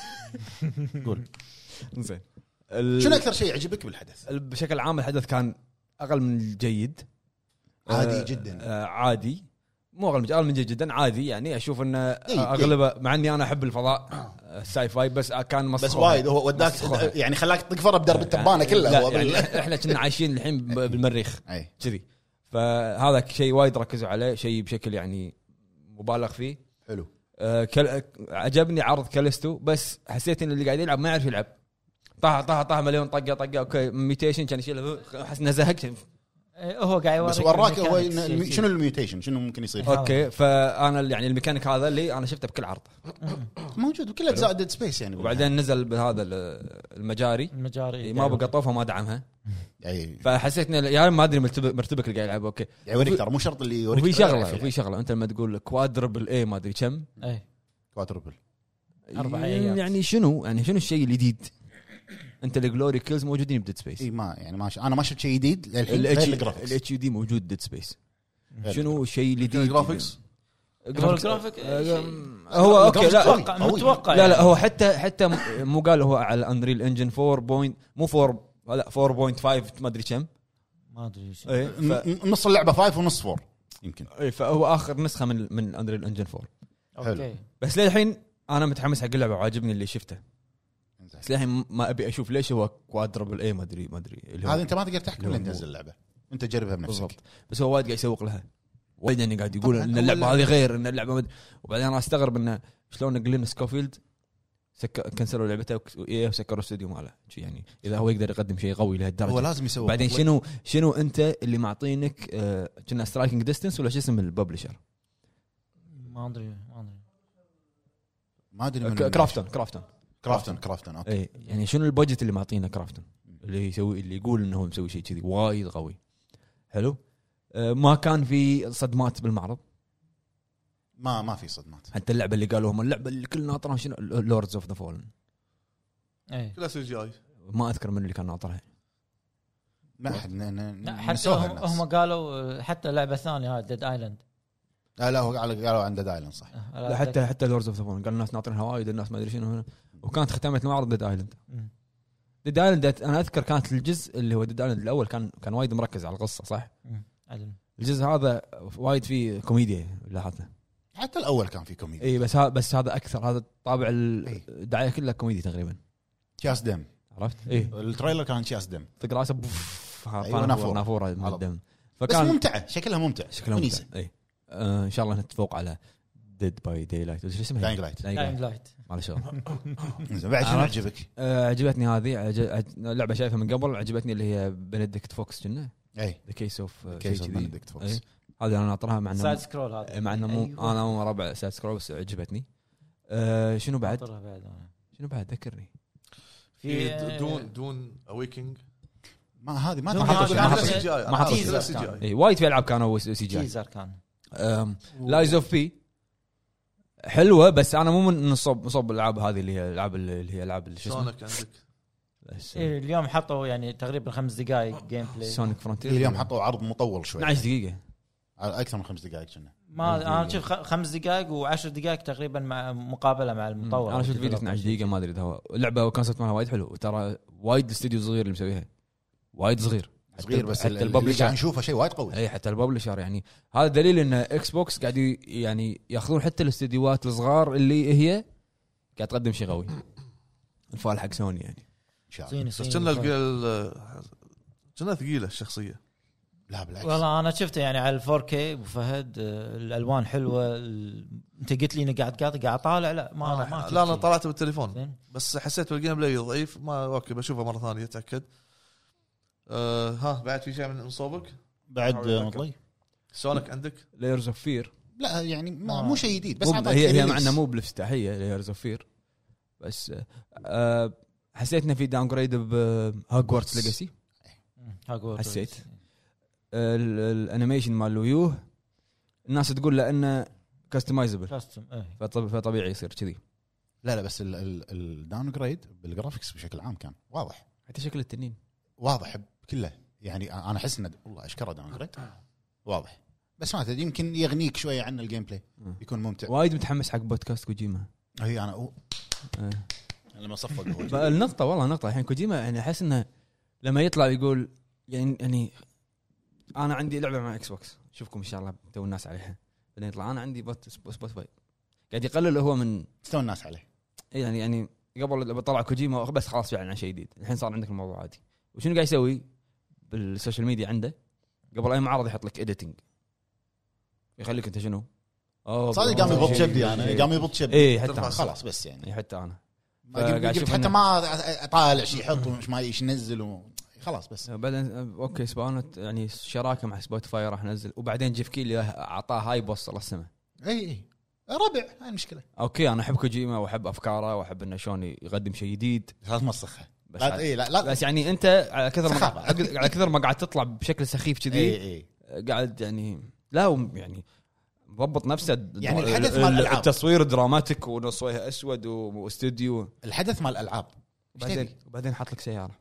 قول زين. شنو اكثر شيء عجبك بالحدث؟ بشكل عام الحدث كان اقل من الجيد. عادي آه، جدا. آه عادي، مو اقل من اقل من جيد جدا، عادي يعني. اشوف انه إيه، اغلبه مع اني انا احب الفضاء آه، الساي فاي، بس كان مسخره. بس وايد هو وداك مسخرة. يعني خلاك تقفر بدرب التبانه كلها. لا هو بال- يعني احنا كنا عايشين الحين ب- بالمريخ اي كذي. فهذا شيء وايد ركزوا عليه، شيء بشكل يعني مبالغ فيه. حلو. آه كل... عجبني عرض كاليستو، بس حسيت ان اللي قاعد يلعب ما يعرف يلعب. طاح طاح طاح مليون طقه طقه اوكي ميوتيشن كان يشيله، احس انه زهقت. إيه، هو قاعد يوريك بس وراك هو الميكانيكس إن- شيء شنو الميوتيشن شنو ممكن يصير. أوكي. اوكي فانا يعني الميكانيك هذا اللي انا شفته بكل عرض. موجود بكل اجزاء ديد سبيس يعني. وبعدين نزل بهذا المجاري المجاري ما بقى طوفه ما دعمها. اي فحسيت انه يعني ما ادري مرتبك مرتبك اللي قاعد يلعب اوكي. يعني يوريك ترى مو شرط اللي يوريك. وفي شغله وفي شغله انت لما تقول كوادربل اي ما ادري كم ايه كوادربل. أربع آيات. يعني شنو يعني شنو الشيء الجديد؟ انت الجلوري كيلز موجودين بديد سبيس. اي ما يعني ما ش... انا ما شفت شيء جديد للحين غير الجرافيكس. الاتش يو دي موجود ديد سبيس. غير شنو الشيء الجديد؟ الجرافيكس هو الجرافيك هو اوكي لا متوقع متوقع لا لا يعني. هو حتى حتى مو قال هو على انريل انجن أربعة بوينت مو أربعة لا أربعة فاصلة خمسة ما ادري كم. ما ادري ايش اي ف... ن- نص اللعبه خمسة ونص فور يمكن. اي فهو اخر نسخه من من انريل انجن أربعة. اوكي بس للحين انا متحمس حق اللعبه وعاجبني اللي شفته. بس للحين ما ابي اشوف ليش هو كوادربل اي ما ادري ما ادري اللي هو- هذه انت ما تقدر تحكم اللي هو لين تنزل اللعبه، انت جربها بنفسك. بالضبط. بس هو وايد قاعد يسوق لها وايد يعني قاعد يقول طبعاً ان هو اللعبه اللعبة- هذه غير ان اللعبه مد... وبعدين انا استغرب انه شلون جلين سكوفيلد سك... كنسلوا لعبته وايه وسكروا الاستوديو ماله شي يعني اذا هو يقدر يقدم شيء قوي لهالدرجه. هو لازم يسوي. بعدين شنو شنو انت اللي معطينك آه، كنا سترايكنج ديستنس ولا شو اسم الببلشر؟ ما ادري ما ادري ما ادري من ك- كرافتون كرافتون كرافتون كرافتون اوكي. اي يعني شنو البادجت اللي معطينا كرافتون اللي يسوي اللي يقول انه هو مسوي شيء كذي وايد قوي. حلو. آه، ما كان في صدمات بالمعرض. ما ما في صدمات. حتى اللعبه اللي قالوا هم اللعبه اللي كل ناطرها شنو لوردز اوف ذا فولن. ايه كلها سي جي اي. ما اذكر من اللي كان ناطرها. ما حد ن- ن- لا حتى نسوها هم, الناس. هم قالوا حتى لعبه ثانيه هاي ديد ايلاند. لا لا هو قالوا قالوا عند دايلند صح. لا حتى حتى لوردز اوف ذا فولن قال الناس ناطرينها وايد الناس ما ادري شنو هنا. وكانت ختامه المعرض ديد ايلاند. ديد ايلاند انا اذكر كانت الجزء اللي هو ديد ايلاند الاول كان كان وايد مركز على القصه صح. الجزء هذا وايد فيه كوميديا لاحظتها. حتى الاول كان في كوميدي. اي بس هذا بس هذا اكثر هذا طابع الدعايه كلها كوميدي تقريبا. شاس دم. عرفت ايه التريلر كان شاس دم. طق راسه أيوة، نافوره نافورة. نافوره من على الدم. بس فكان ممتعه شكلها ممتع شكلها ونيسة. ممتع. اي آه ان شاء الله نتفوق على ديد باي داي لايت وش اسمها؟ داينج لايت. داينج لايت ما له شغل. زين بعد شنو عرفت؟ عجبك؟ آه عجبتني هذه عج... عج... لعبه شايفها من قبل عجبتني اللي هي بنديكت فوكس كنا اي ذا كيس اوف كيس اوف بنديكت فوكس. هذه انا ناطرها مع سايد انه سكرول هذا مع انه مو أيوة. انا مو ربع سايد سكرول بس عجبتني. آه شنو بعد ناطرها بعد أنا. شنو بعد ذكرني. في في- دون دون اويكينج ما هذه ما ما تحط حطوا شيء. ما ما حطوا حطوا شيء. CGI. ما حطوا تيزر سي جي كان. اي اي وايد في العاب كانوا سي جي تيزر كان. لايز اوف بي حلوه، بس انا مو من نصب نصب الالعاب هذه اللي هي الالعاب اللي هي العاب اللي شو اسمه سونيك عندك بس- إيه اليوم حطوا يعني تقريبا خمس دقائق جيم بلاي. سونيك فرونتير اليوم حطوا عرض مطول شوي، اثناشر دقيقه. اكثر من خمس دقائق كنا. ما انا شوف خ- خمس دقائق وعشر دقائق تقريبا مع مقابله مع المطور. انا شفت فيديو اثناشر دقيقه ما ادري اذا هو اللعبه وكونسبت مالها وايد حلو، وترى وايد الاستديو الصغير اللي مسويها وايد صغير صغير بس حتى اللي قاعد الببلشر نشوفه شيء وايد قوي. اي حتى الببلشر يعني هذا دليل ان اكس بوكس قاعد ي- يعني ياخذون حتى الاستديوهات الصغار اللي هي قاعد تقدم شيء قوي. الفال حق سوني يعني ان شاء الله. صيني بس صيني. كنا القل كنا ثقيله الشخصيه. لا بالعكس. والله انا شفته يعني على الفور كي ابو فهد، آه، الالوان حلوه. ال... انت قلت لي اني قاعد قاطع قاعد طالع، لا ما ما أنا شفت لا انا شيء. طلعت بالتليفون زين. بس حسيت بالجيم بلاي ضعيف. ما اوكي بشوفه مره ثانيه اتاكد. أه ها بعد في شيء من صوبك؟ بعد حاول أتذكر. مطلق. سونيك عندك؟ لايرز اوف فير لا يعني ما آه. مو شيء جديد بس بس عطاك هي هي release. معنا مو بالافتتاحيه لايرز اوف فير، بس آه حسيت انه في داون جريد بهاجوارتس ليجاسي. هاجوارتس. حسيت. الانيميشن مال الويوه الناس تقول لانه كاستمايزبل، كاستم ايه. فطبيعي يصير كذي. لا لا بس الداون جريد بالجرافيكس بشكل عام كان واضح حتى شكل التنين واضح كله. يعني انا احس انه والله اشكره داون جريد واضح، بس ما تدري يمكن يغنيك شويه عن الجيم بلاي يكون ممتع. وايد متحمس حق بودكاست كوجيما. هي انا أو... آه. لما صفق هو فالنقطة والله نقطة الحين كوجيما يعني أحس إنه لما يطلع يقول يعني يعني أنا عندي لعبة مع إكس بوكس شوفكم إن شاء الله تو الناس عليها، بعدين يطلع أنا عندي بوت سبوتيفاي قاعد يقلل هو من استوى الناس عليه. يعني يعني قبل بطلع كوجيما بس خلاص يعني عن شيء جديد، الحين صار عندك الموضوع عادي. وشنو قاعد يسوي بالسوشيال ميديا عنده؟ قبل أي معرض يحط لك إديتنج يخليك أنت شنو؟ صادق قام يبط شبدي انا قام يبط شبدي. إيه حتى ترفع أنا. خلاص بس يعني إيه حتى أنا قاعد قاعد أشوف حتى إنه- ما اطالع شيء يحط ومش ما ايش ينزل و... خلاص بس بعدين اوكي سباونت يعني شراكه مع سبوتيفاي راح ننزل، وبعدين جيف كيلي اعطاه هاي بوصل السماء. اي اي ربع هاي المشكله. اوكي انا احب كوجيما واحب افكاره واحب انه شلون يقدم شيء جديد، لا تمسخها. بس لا عاد- اي لا لا بس يعني انت على كثر ما سخافة. قاعد- على كثر ما قاعد تطلع بشكل سخيف كذي اي اي قاعد يعني لا و- يعني ضبط نفسه. يعني الحدث ال- مال ال- الألعاب. التصوير دراماتيك ونصويها اسود واستوديو، الحدث مال الالعاب وبعدين وبعدين حط لك سياره.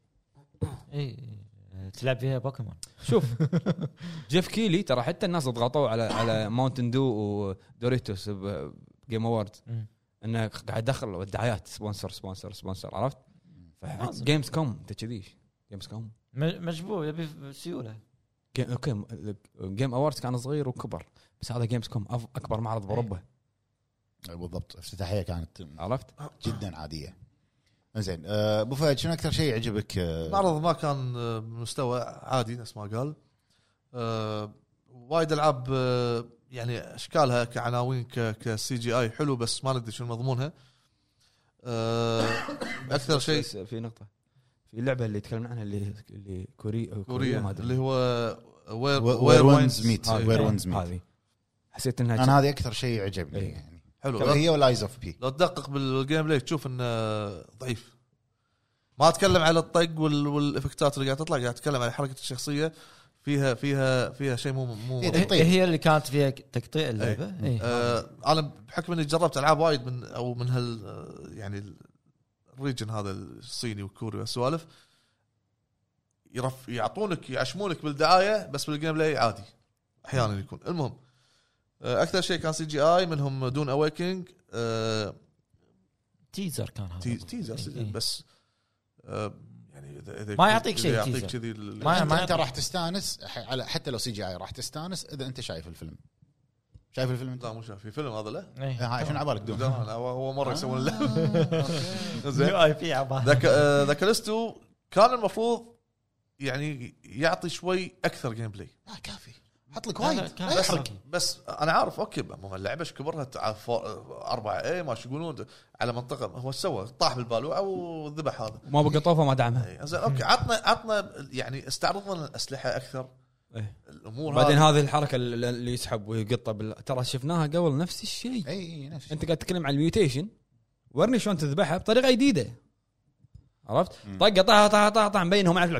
اي تلعب فيها بوكيمون. شوف جيف كيلي ترى حتى الناس ضغطوا على على ماونتن دو ودوريتوس بجيم اووردز مم. انه قاعد يدخل الدعايات سبونسر سبونسر سبونسر عرفت. جيمز كوم انت كذي جيمز كوم م- مجبور يبي سيوله. جيم اوكي جيم اووردز كان صغير وكبر، بس هذا جيمز كوم أف- اكبر معرض باوروبا بالضبط. افتتاحيه كانت عرفت. جدا عاديه. زين آه، ابو فهد شنو اكثر شيء يعجبك؟ آه، المعرض ما كان آه، بمستوى عادي نفس ما قال. آه، وايد العاب آه، يعني اشكالها كعناوين كسي جي اي حلو بس ما ندري شنو مضمونها. آه، اكثر بس- شيء بس في نقطه في اللعبه اللي تكلمنا عنها اللي اللي كوريا كوريا ما أدري. اللي هو وير وير وينز وينز ميت هذه. وير وينز ميت. هذه حسيت انها انا هذه اكثر شيء عجبني إيه. يعني. حلو. هي ولايز اوف بي. لو تدقق بالجيم بلاي تشوف انه ضعيف. ما اتكلم على الطق وال- والافكتات اللي قاعد تطلع، قاعد اتكلم على حركه الشخصيه. فيها فيها فيها شيء مو مو إيه، تقطيع. هي اللي كانت فيها تقطيع اللعبه. اي آه انا بحكم اني جربت العاب وايد من او من هال آه، يعني الريجن هذا الصيني والكوري والسوالف، يرف يعطونك يعشمونك بالدعايه بس بالجيم بلاي عادي احيانا يكون. المهم آه، اكثر شيء كان سي جي اي منهم دون اويكينج. آه تيزر كان هذا. تي- تيزر إيه. بس آه يعني إذا- إذا ما يكون- يعطيك شيء إذا يعطيك تيزر. كذي ال- ما- انت, ما انت يعطيك. راح تستانس ح- على حتى لو سي جي اي راح تستانس اذا انت شايف الفيلم. شايف الفيلم انت؟ لا مو شايف في فيلم هذا لا إيه. هاي شنو عبالك دون؟ دون- هو هو مره يسوون له آه. زين. يو اي بي عبالك. ذاك آه، ذاك ليستو كان المفروض يعني يعطي شوي اكثر جيم بلاي. آه كافي. حط لك لا، وايد لا، كان لا بس يحرق. بس انا عارف اوكي مو اللعبه ايش كبرها تع- فور- أربعة اي ما شو يقولون على منطقه هو ايش سوى طاح بالبالوعه وذبح هذا. ما بقى طوفه ما دعمها. إيه، زين اوكي عطنا عطنا يعني استعرض لنا الاسلحه اكثر إيه. الامور. بعدين هذه. هذه الحركه اللي اللي يسحب ويقطه بال... ترى شفناها قبل نفس الشيء. اي اي نفس انت قاعد تتكلم عن الميوتيشن، ورني شلون تذبحها بطريقه جديده عرفت. مم. طقه طاح طاح طاح طاح مبين هو ما يعرف يلعب كانت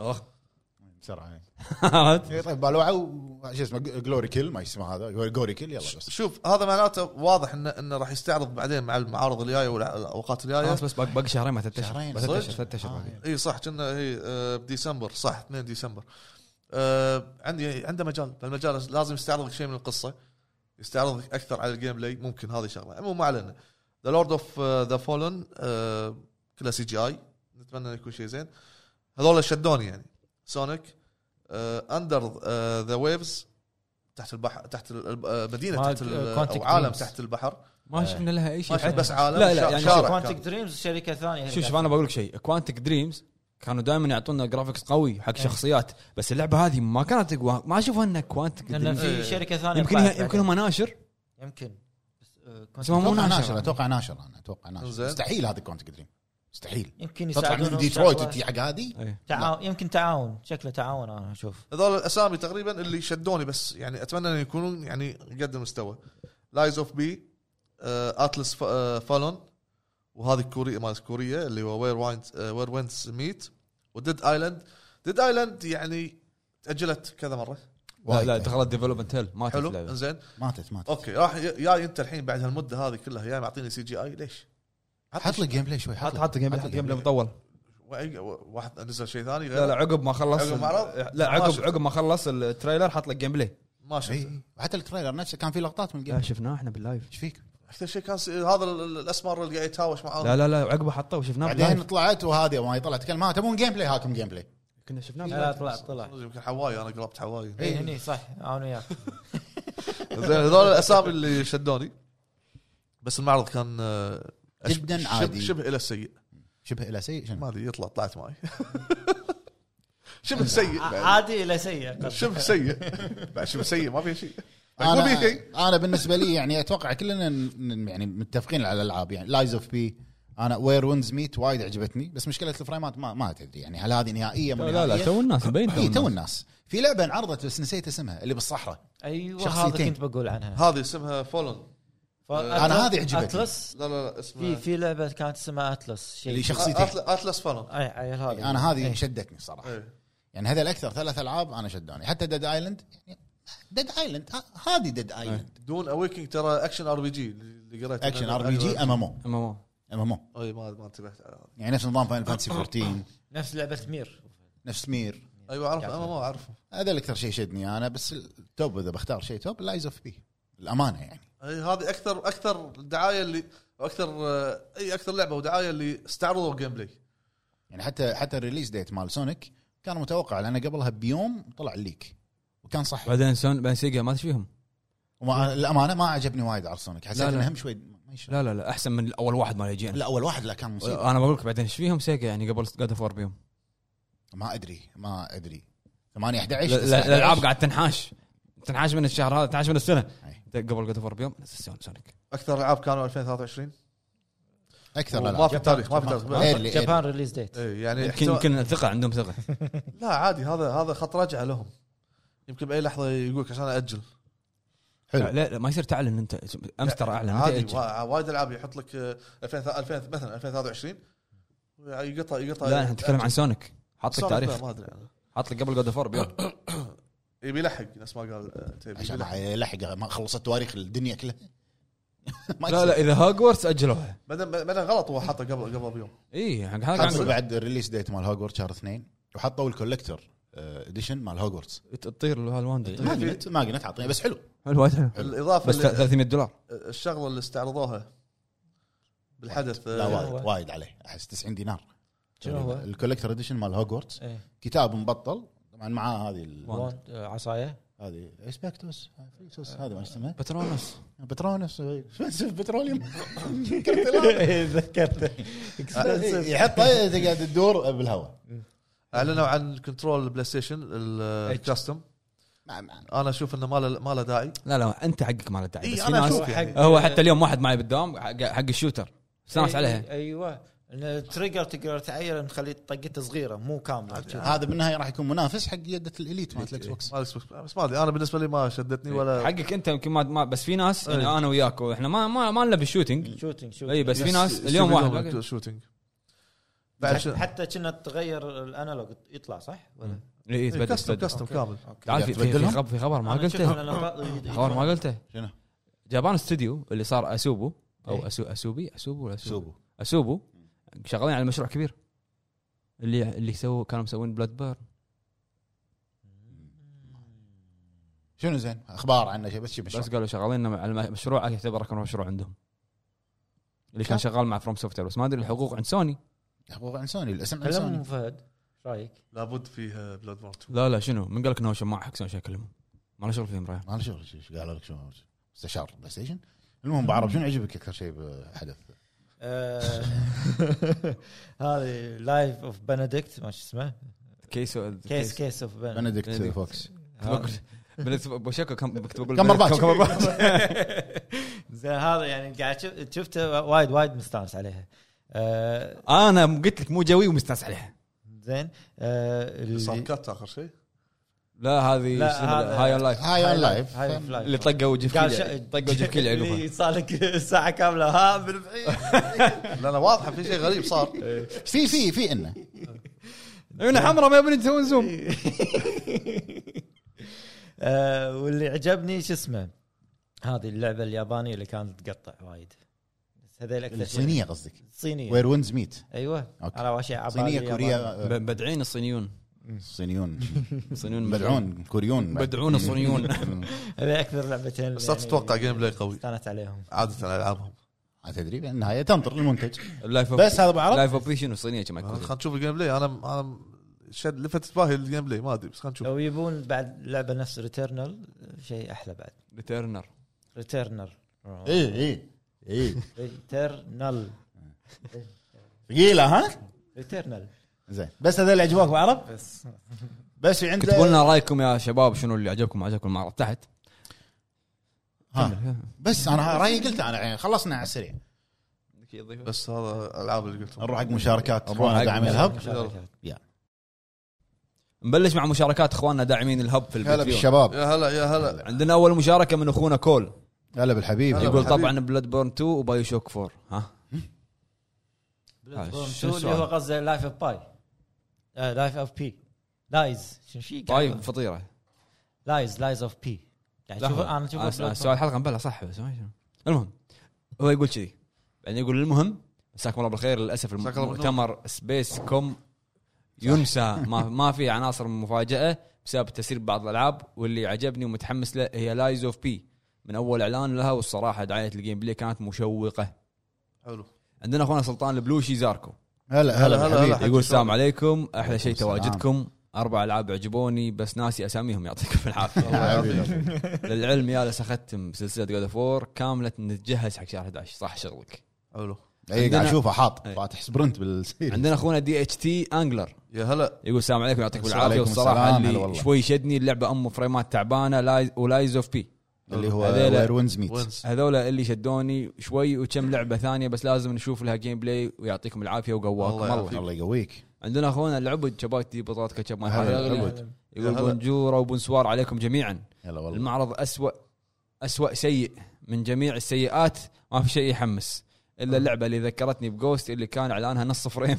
اخ بسرعه. عرفت؟ إيه طيب بالوعوا شو اسمه جلوري كيل ما اسمه هذا جلوري كيل يلا بس. شوف هذا معناته واضح انه انه راح يستعرض بعدين مع المعارض الجايه والاوقات الجايه. خلاص بس باقي باقي شهرين ما ثلاث اشهر شهرين. بس ثلاث صدق؟ اشهر ثلاث اشهر آه. باقي. اي صح كنا هي آه، بديسمبر صح اثنين ديسمبر. آه، عندي عنده مجال بالمجال لازم يستعرض شيء من القصه يستعرض اكثر على الجيم بلاي ممكن هذه شغله مو ما علينا. ذا لورد اوف ذا فولن كلها سي جي اي نتمنى يكون شيء زين. هذول شدوني يعني سونيك اندر ذا ويفز تحت البحر تحت المدينه تحت او عالم تحت البحر ما شفنا لها اي شيء بس عالم لا لا يعني شارع كوانتك دريمز شركه ثانيه. شوف شوف انا بقول لك شيء كوانتك دريمز كانوا دائما يعطونا جرافيكس قوي حق شخصيات بس اللعبه هذه ما كانت تقوى ما اشوفها انها كوانتك لان دريمز في شركه ثانيه يمكن هي يمكن هم ناشر يمكن بس هم مو اتوقع ناشر ناشر اتوقع ناشر انا اتوقع ناشر زين. مستحيل هذا كونتك دريم مستحيل يمكن تطلع يساعدون من ديترويت تجي حق هذه. أيه. تعاون يمكن تعاون شكله تعاون انا اشوف. هذول الاسامي تقريبا اللي شدوني بس يعني اتمنى ان يكونون يعني قد المستوى. لايز اوف بي اتلس فالون وهذه كوريا مال كوريا اللي هو وير وايند وير وينز ميت وديد ايلاند. ديد ايلاند يعني تاجلت كذا مره. لا لا دخلت ديفلوبمنت هيل ما حلو تلعب زين ماتت ماتت. اوكي راح جاي انت الحين بعد هالمده هذه كلها جاي معطيني سي جي اي ليش؟ حط لي جيم بلاي شوي حط حط جيم بلاي جيم بلاي مطول. واحد نزل شيء ثاني لا لا عقب ما خلص عقب معرض؟ لا ما عقب شفت. عقب ما خلص التريلر حط لك جيم بلاي. ما شفت. اي حتى التريلر نفسه كان فيه لقطات من الجيم. لا شفناه احنا باللايف. ايش فيك؟ اكثر شيء كان س- هذا ال- الاسمر اللي قاعد يتهاوش معاه. لا لا لا عقبه حطه وشفناه بعدين باللايف. طلعت وهذه ما يطلع تكلم ما تبون جيم بلاي هاكم جيم بلاي. كنا شفناه لا باللايف. طلع طلع يمكن حواي انا قلبت حواي. اي هني صح انا وياك. زين هذول الاسامي اللي شدوني بس المعرض كان آه، أش- جداً شبه- عادي. شبه الى السيء. شبه الى سيء شنو؟ ما ادري يطلع طلعت معي شبه سيء بعد. عادي الى سيء. شبه سيء بعد شبه سيء ما في شيء ما في شيء. انا انا بالنسبه لي يعني اتوقع كلنا ن- يعني متفقين على الالعاب يعني لايز اوف بي انا وير وينز ميت وايد عجبتني بس مشكله الفريمات ما ما تدري يعني هل هذه نهائيه مو لا لا نهائية؟ تو الناس مبين إيه، تو الناس في لعبه انعرضت بس نسيت اسمها اللي بالصحراء. ايوه هذا شخصيتين. كنت بقول عنها. هذه اسمها فولن. أنا هذه عجبتني. اتلس لا لا لا في اسمها في لعبه كانت اسمها اتلس شيء. اللي شخصيتين. أتل- اتلس فولن. اي عيل هذه انا هذه إيه. شدتني صراحه إيه. يعني هذا الاكثر ثلاث العاب انا شدوني حتى ديد ايلاند يعني ديد ايلاند هذه ديد ايلاند دون اويكينج ترى اكشن ار بي جي اللي قريت اكشن ار بي جي ام ام او امامه ام ام او اي ما ما انتبهت على هذا. يعني نفس نظام فاينل فانتسي أربعة عشر نفس لعبه مير. نفس مير. ايوه اعرف انا ما اعرفه. هذا الاكثر شيء شدني انا بس التوب اذا بختار شيء توب لايز اوف بي الامانه يعني. اي هذه اكثر اكثر دعايه اللي اكثر آه، اي اكثر لعبه ودعايه اللي استعرضوا جيم بلاي. يعني حتى حتى الريليز ديت مال سونيك كان متوقع لان قبلها بيوم طلع الليك وكان صح. بعدين سون بعدين سيجا ما تشوفهم. وما الامانه ما عجبني وايد على سونيك حسيت لا، لا. انه هم شوي ما يشرب. لا لا لا احسن من اول واحد مال يجينا. لا اول واحد لا كان مصيبه. انا بقول لك بعدين ايش فيهم سيجا يعني قبل جاد فور بيوم. ما ادري ما ادري ثمانية أحد عشر لا- لا- تسعة الالعاب عشر. قاعد تنحاش تنحاش من الشهر هذا تنحاش من السنه. أي. قبل جاد فور بيوم نزل سونيك. اكثر العاب كانوا ألفين وثلاثة وعشرين. اكثر ما لا في تاريخ ما في تاريخ. إيرلي، جابان ريليز ديت. إيه، يعني يمكن احتمال- يمكن ثقه عندهم ثقه. لا عادي هذا هذا خط رجعه لهم. يمكن باي لحظه يقولك عشان اجل. حلو. لا لا ما يصير تعلن انت امس ترى اعلن عادي انت وا- وايد العاب يحط لك آه، ألفين ألفين مثلا ألفين وثلاثة وعشرين يقطع يقطع. لا احنا نتكلم عن سونيك حط لك سونيك تاريخ لا، ما ادري انا. حط لك قبل جاد فور بيوم. يبي يلحق نفس ما قال آه، تيبي عشان يلحق. يلحق ما خلصت تواريخ الدنيا كلها. ما لا لا اذا هاجورتس اجلوها. بعدين بعدين غلط هو حطه قبل قبل بيوم. اي حق هذا حطوا قاعد بعد الريليس ديت مال هوجورتس شهر اثنين وحطوا الكولكتر اديشن مال هوجورتس. تطير الوان تطير. ما قلت ما قلت اعطيني بس حلو. حلو وايد حلو الاضافه بس اللي ثلاثمية دولار. الشغله اللي استعرضوها بالحدث لا آه، وايد وايد عليه احس تسعين دينار. شنو هو؟ الكولكتر اديشن مال هوجورتس إيه. كتاب مبطل طبعا معاه هذه ال- وان- آه، عصايه. هذه اسبكتوس فيسوس هذا ما اسمه بترونس بترونس بتروليوم تذكرت. يحطه تقعد تدور بالهواء. اعلنوا عن كنترول البلاي ستيشن الكاستم. ما- ما- انا اشوف انه ما له ما له داعي. لا لا انت حقك ما له داعي إي، بس في أنا ناس أشوف يعني. هو حتى اليوم واحد معي بالدوام حق حق الشوتر استانس عليها. ايوه ان التريجر تقدر تعير نخلي طقته صغيره مو كامله. هذا بالنهايه راح يكون منافس حق يده الاليت مال الاكس بوكس. ما الإكس بوكس. بس ما ادري انا بالنسبه لي ما شدتني ولا حقك انت يمكن ما, ما بس في ناس يعني إيه. انا وياك واحنا ما ما ما لنا بالشوتنج. شوتنج شوتنج. اي بس في يس- ناس يس- اليوم يس- واحد يس- شوتينج. بعد شو- حتى كنا تغير الانالوج يطلع صح ولا؟ اي تبدل كاستم تبدل. كاستم كامل. تعال في في, في, تبدلهم؟ خبر في خبر ما أنا شفت قلته إن خبر ما قلته شنو؟ جابان استوديو اللي صار اسوبو او إيه. أسو اسوبي اسوبو ولا اسوبو سوبو اسوبو شغالين على مشروع كبير اللي اللي سووا كانوا مسوين بلاد بيرن. شنو زين اخبار عنه شيء بس شي بس مشروع قالوا شغالين على مشروع يعتبر كان مشروع عندهم اللي كان شغال مع فروم سوفت وير بس ما ادري الحقوق عند سوني. حقوق عن سوني الاسم عن كلام سوني فهد ايش رايك؟ لابد فيه بلاد بورن تو. لا لا شنو من قال لك انه هو شماع حق سوني شكلهم ما له شغل فيهم رايح. ما له شغل شو قال لك شو استشار بلاي ستيشن. المهم بعرف شنو عجبك اكثر شيء بحدث آه، هذه لايف اوف بنديكت ما شو اسمه كيس كيس كيس اوف بنديكت بنديكت. فوكس بشكل كم كنت بقول كمبرباتش. كمبرباتش. زين هذا يعني قاعد شف- شفته وايد وايد مستانس عليها. آه، انا قلت لك مو جوي ومستانس عليها. زين آه، صار اللي كات اخر شيء. لا هذه لا، هذا- هاي اون لايف هاي اون لايف هاي أون لايف. اللي طقوا وجه قال كيلي ش- طقوا وجه كيلي اللي عقبها. صار لك ساعه كامله ها بالبعيد. لا لا واضحه في شيء غريب صار. في في في انه عيونه حمراء ما يبون يسوون زوم. آه، واللي عجبني شو اسمه هذه اللعبه اليابانيه اللي كانت تقطع وايد بس هذيل اكثر شيء. الصينيه قصدك الصينيه وير وينز ميت ايوه أوكي. انا اول شيء عبالي صينيه ياباني. كوريا ب- بدعين الصينيون صينيون الصينيون بدعون كوريون بدعون الصينيون. هذه اكثر لعبتين بس لا يعني تتوقع جيم بلاي قوي استانت عليهم. عاده على العابهم. ما تدري بالنهايه تنطر المنتج اللايف بس هذا بعرف لايف اوف شنو الصينيه كما يكون. خلينا نشوف الجيم بلاي. انا انا شد لفت بالي الجيم بلاي ما ادري بس خلينا نشوف. لو يبون بعد لعبه نفس ريتيرنال شيء احلى بعد ريتيرنر ريتيرنال اي اي اي ريتيرنال ثقيله ها ريتيرنال زين بس هذا اللي عجبك بعرف بس بس في عنده كتبوا لنا رايكم يا شباب شنو اللي عجبكم ما عجبكم المعرض تحت. ها بس انا رايي قلته انا يعني خلصنا على السريع بس هذا الالعاب اللي قلتهم. نروح حق مشاركات نروح اخواننا حق داعمين الهب مشاركات. نبلش مع مشاركات اخواننا داعمين الهب في هلا الباتريون. بالشباب يا هلا يا هلا. عندنا اول مشاركه من اخونا كول هلا بالحبيب هلا يقول بالحبيب. طبعا بلاد بورن تو وبايو شوك فور. ها بلاتفورم شو تو اللي هو السؤال؟ قصده لايف اوف باي لايف اوف بي لايز شنو في طيب فطيره. لايز لايز اوف بي يعني شوف لحظة. انا آه، اشوف السؤال الحلقه مبلغ صح بس ما شنو. المهم هو يقول كذي يعني يقول المهم مساكم الله بالخير للاسف مساك الله المؤتمر سبيس كوم ينسى ما ما في عناصر مفاجاه بسبب تسريب بعض الالعاب واللي عجبني ومتحمس له هي لايز اوف بي من اول اعلان لها والصراحه دعايه الجيم بلاي كانت مشوقه. حلو. عندنا اخونا سلطان البلوشي زاركو هلا هلا هلا، بالحبيب هلا. يقول السلام عليكم احلى شيء السلام. تواجدكم اربع العاب عجبوني بس ناسي اساميهم يعطيكم العافيه. الله يعافيك. للعلم يا لس اختم سلسله جود اوف وور كامله نتجهز حق شهر احد عشر صح شغلك. حلو. اي قاعد عندنا- اشوفه حاط أي. فاتح سبرنت بالسير عندنا اخونا دي اتش تي انجلر يا هلا. يقول السلام عليكم يعطيكم السلام العافيه عليكم والصراحه السلام، هلا اللي والله. شوي شدني اللعبه ام فريمات تعبانه لايز ولايز اوف بي اللي هو هذيلا- وير وينز ميت وينز. هذولا اللي شدوني شوي وكم لعبه ثانيه بس لازم نشوف لها جيم بلاي ويعطيكم العافيه وقواكم الله الله, يعافيك. الله يقويك عندنا اخونا العبد شباتي بطاط كاتشب ما هلا يغلي العبد. يقول يا هلا. بونجور وبونسوار عليكم جميعا. يلا والله المعرض أسوأ أسوأ سيء من جميع السيئات ما في شيء يحمس إلا اللعبة اللي ذكرتني بجوست اللي كان إعلانها نص فريم.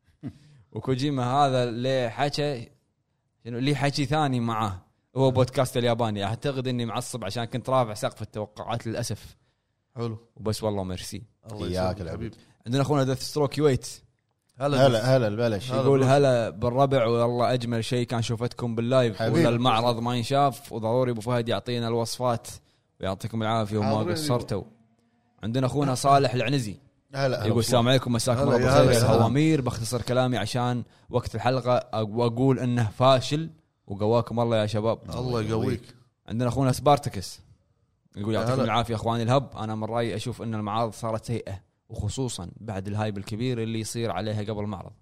وكوجيما هذا اللي حكى شنو اللي حكي ثاني معاه هو بودكاست الياباني أعتقد إني معصب عشان كنت رافع سقف التوقعات للأسف حلو. وبس والله ميرسي. الله إياك يسلمك العبد. حبيب. عندنا أخونا ديث ستروك يويت هلا هلا هلا البلش هلا. يقول هلا بالربع والله أجمل شيء كان شوفتكم باللايف حبيبي. ولا المعرض ما ينشاف وضروري أبو فهد يعطينا الوصفات ويعطيكم العافية وما حاضرين. قصرتوا. عندنا أخونا صالح العنزي هلا يقول السلام عليكم مساكم هلا الله يا بالخير هلا يا يا هلا. هوامير بختصر كلامي عشان وقت الحلقة وأقول إنه فاشل وقواكم الله يا شباب. الله يقويك. عندنا أخونا سبارتكس يقول يا يعطيكم هلا. العافية أخواني الهب أنا من رأيي أشوف إن المعارض صارت سيئة وخصوصا بعد الهايب الكبير اللي يصير عليها قبل المعرض.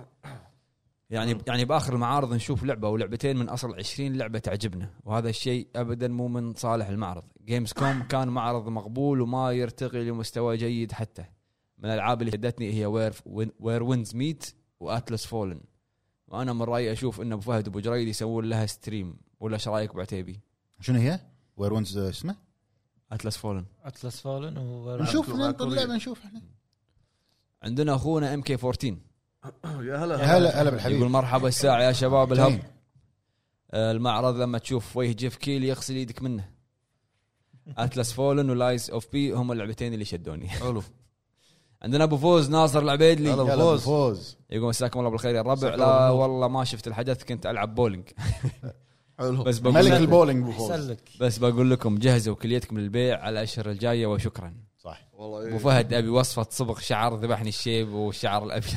يعني يعني بآخر المعارض نشوف لعبة ولعبتين من أصل عشرين لعبة تعجبنا وهذا الشيء أبدا مو من صالح المعرض. جيمز كوم كان معرض مقبول وما يرتقي لمستوى جيد حتى. من الألعاب اللي شدتني هي وير وير وينز ميت وأتلس فولن وأنا من رأيي أشوف إن أبو فهد وأبو جريد يسوون لها ستريم ولا إيش رأيك أبو عتيبي؟ شنو هي وير وينز اسمه أتلس فولن. اتلس فولن و نشوف معكم- ننطر اللعبه نشوف احنا عندنا أخونا إم كي أربعة عشر يا هلا هلا هلا بالحبيب. يقول مرحبا الساعة يا شباب الهب. جميل. آه، المعرض لما تشوف وجه جيف كيلي يغسل يدك منه. اتلس فولن ولايز اوف بي هم اللعبتين اللي شدوني. حلو. عندنا ابو فوز ناصر العبيدلي. هلا. يلا فوز. فوز. يقول مساكم الله بالخير يا الربع. مساك لا الله والله ما شفت الحدث كنت العب بولينج. حلو. بس بقول ملك لكم البولينج ابو فوز. احسن لك. بس بقول لكم جهزوا كليتكم للبيع على الاشهر الجايه وشكرا. صح. والله ابو إيه. فهد ابي وصفه صبغ شعر ذبحني الشيب والشعر الابيض.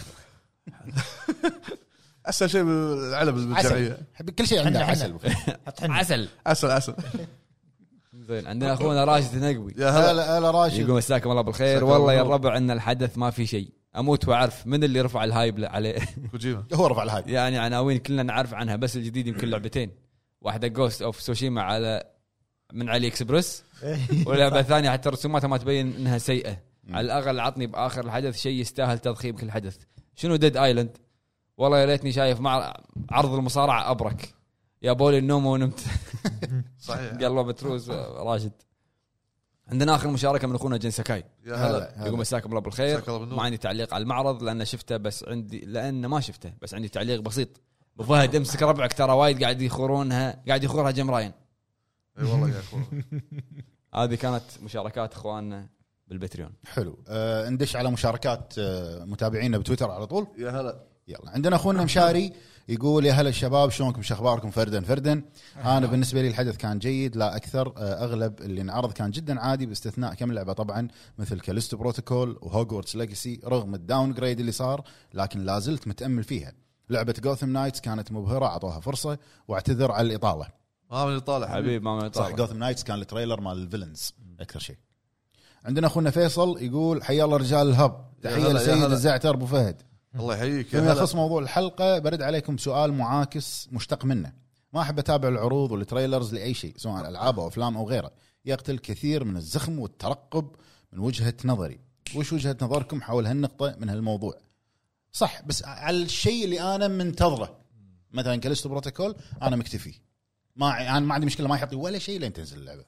اسهل شيء بالعلب البجعيه. حب كل شيء عنده حنا- عسل. حط حنا. عسل. عسل عسل. زين عندنا اخونا راشد النقوي. يا هلا. هلا هلا راشد. يقول مساكم الله بالخير. مساك والله يا الله الربع ان الحدث ما في شيء اموت واعرف من اللي رفع الهايب عليه. كوجيما. هو رفع الهايب. يعني عناوين كلنا نعرف عنها بس الجديد يمكن لعبتين. واحده جوست اوف سوشيما على من علي اكسبرس ولعبه ثانيه حتى رسوماتها ما تبين انها سيئه. على الاقل عطني باخر الحدث شيء يستاهل تضخيم كل حدث. شنو ديد ايلاند؟ والله يا ليتني شايف مع عرض المصارعه ابرك يا بولي النوم ونمت. صحيح. قال له بتروز راشد. عندنا اخر مشاركه من اخونا جن سكاي. يا هلا. يقول مساكم الله بالخير. مساك الله بالنور. ما عندي تعليق على المعرض لان شفته بس عندي لان ما شفته بس عندي تعليق بسيط. ابو فهد امسك ربعك ترى وايد قاعد يخورونها قاعد يخورها جيم راين. اي والله يا اخوان. هذه كانت مشاركات اخواننا بالبتريون. حلو. آه ندش على مشاركات آه متابعينا بتويتر على طول. يا هلا. يلا عندنا اخونا مشاري يقول يا هلا الشباب شلونكم شو اخباركم فردا فردا. انا بالنسبه لي الحدث كان جيد لا اكثر. آه اغلب اللي انعرض كان جدا عادي باستثناء كم لعبه طبعا مثل كاليستو بروتوكول وهوغورتس ليجاسي رغم الداون جريد اللي صار لكن لا زلت متامل فيها. لعبه جوثم نايتس كانت مبهره اعطوها فرصه واعتذر على الاطاله. ما من يطالع حبيب ما صح جوثم نايتس كان التريلر مال الفيلنز اكثر شيء. عندنا اخونا فيصل يقول حيا الله رجال الهب. يا تحيه هلا، يا لسيد هلا. الزعتر ابو فهد. الله يحييك. يا فيما هلا. يخص موضوع الحلقه برد عليكم سؤال معاكس مشتق منه. ما احب اتابع العروض والتريلرز لاي شيء سواء العاب او افلام او غيره. يقتل كثير من الزخم والترقب من وجهه نظري. وش وجهه نظركم حول هالنقطه من هالموضوع؟ صح بس على الشيء اللي انا منتظره مثلا كاليستو بروتوكول انا مكتفي. ما انا ما عندي مشكله ما يحطي ولا شيء لين تنزل اللعبه.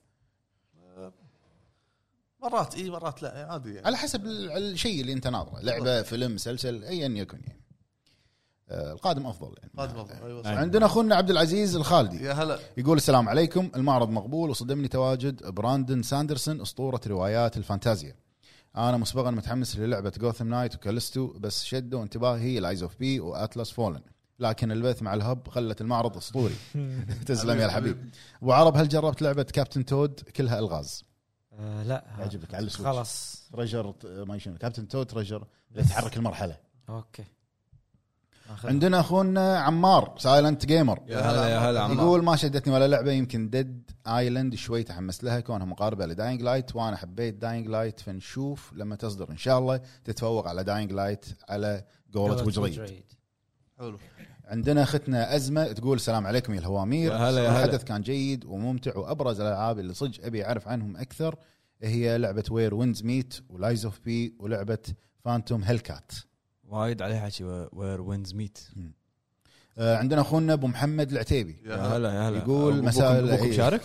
مرات اي مرات لا عادي يعني. على حسب الشيء اللي انت ناظره لعبه فيلم مسلسل ايا يكن يعني. آه القادم افضل يعني. قادم أفضل. ايوه صح. عندنا اخونا عبد العزيز الخالدي يا هلا. يقول السلام عليكم. المعرض مقبول وصدمني تواجد براندن ساندرسون اسطوره روايات الفانتازيا. انا مسبقا متحمس للعبه جوثم نايت وكاليستو بس شدوا انتباهي لايز اوف بي واتلس فولن لكن البث مع الهب خلت المعرض اسطوري. تسلم يا الحبيب. ابو عرب هل جربت لعبه كابتن تود كلها الغاز؟ آه لا يعجبك على السويتش خلاص تريجر ما يشنو كابتن تود تريجر اللي تحرك المرحله. اوكي. عندنا اخونا عمار سايلنت جيمر يا هلا يا هلا عمار. يقول ما شدتني ولا لعبه يمكن ديد ايلاند شوي تحمست لها كونها مقاربه لداينج لايت وانا حبيت داينج لايت فنشوف لما تصدر ان شاء الله تتفوق على داينج لايت على قولة وجريد. حلو. عندنا اختنا ازمه تقول السلام عليكم يا الهوامير. يا هلا يا هلا. الحدث كان جيد وممتع وابرز الالعاب اللي صدق ابي اعرف عنهم اكثر هي لعبه وير وينز ميت ولايز اوف بي ولعبه فانتوم هيلكات. وايد عليه حكي وير وينز ميت. آه عندنا اخونا ابو محمد العتيبي يا هلا يا هلا. يقول مساء ال مشارك.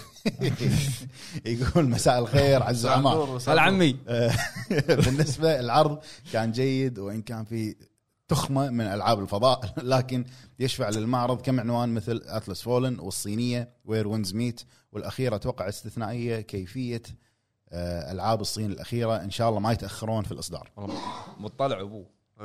يقول مساء الخير على الزعماء. هلا عمي. بالنسبه العرض كان جيد وان كان في تخمه من العاب الفضاء لكن يشفع للمعرض كم عنوان مثل اتلس فولن والصينيه وير وينز ميت والاخيره اتوقع استثنائيه كيفيه العاب الصين الاخيره ان شاء الله ما يتاخرون في الاصدار. مطلع ابوه.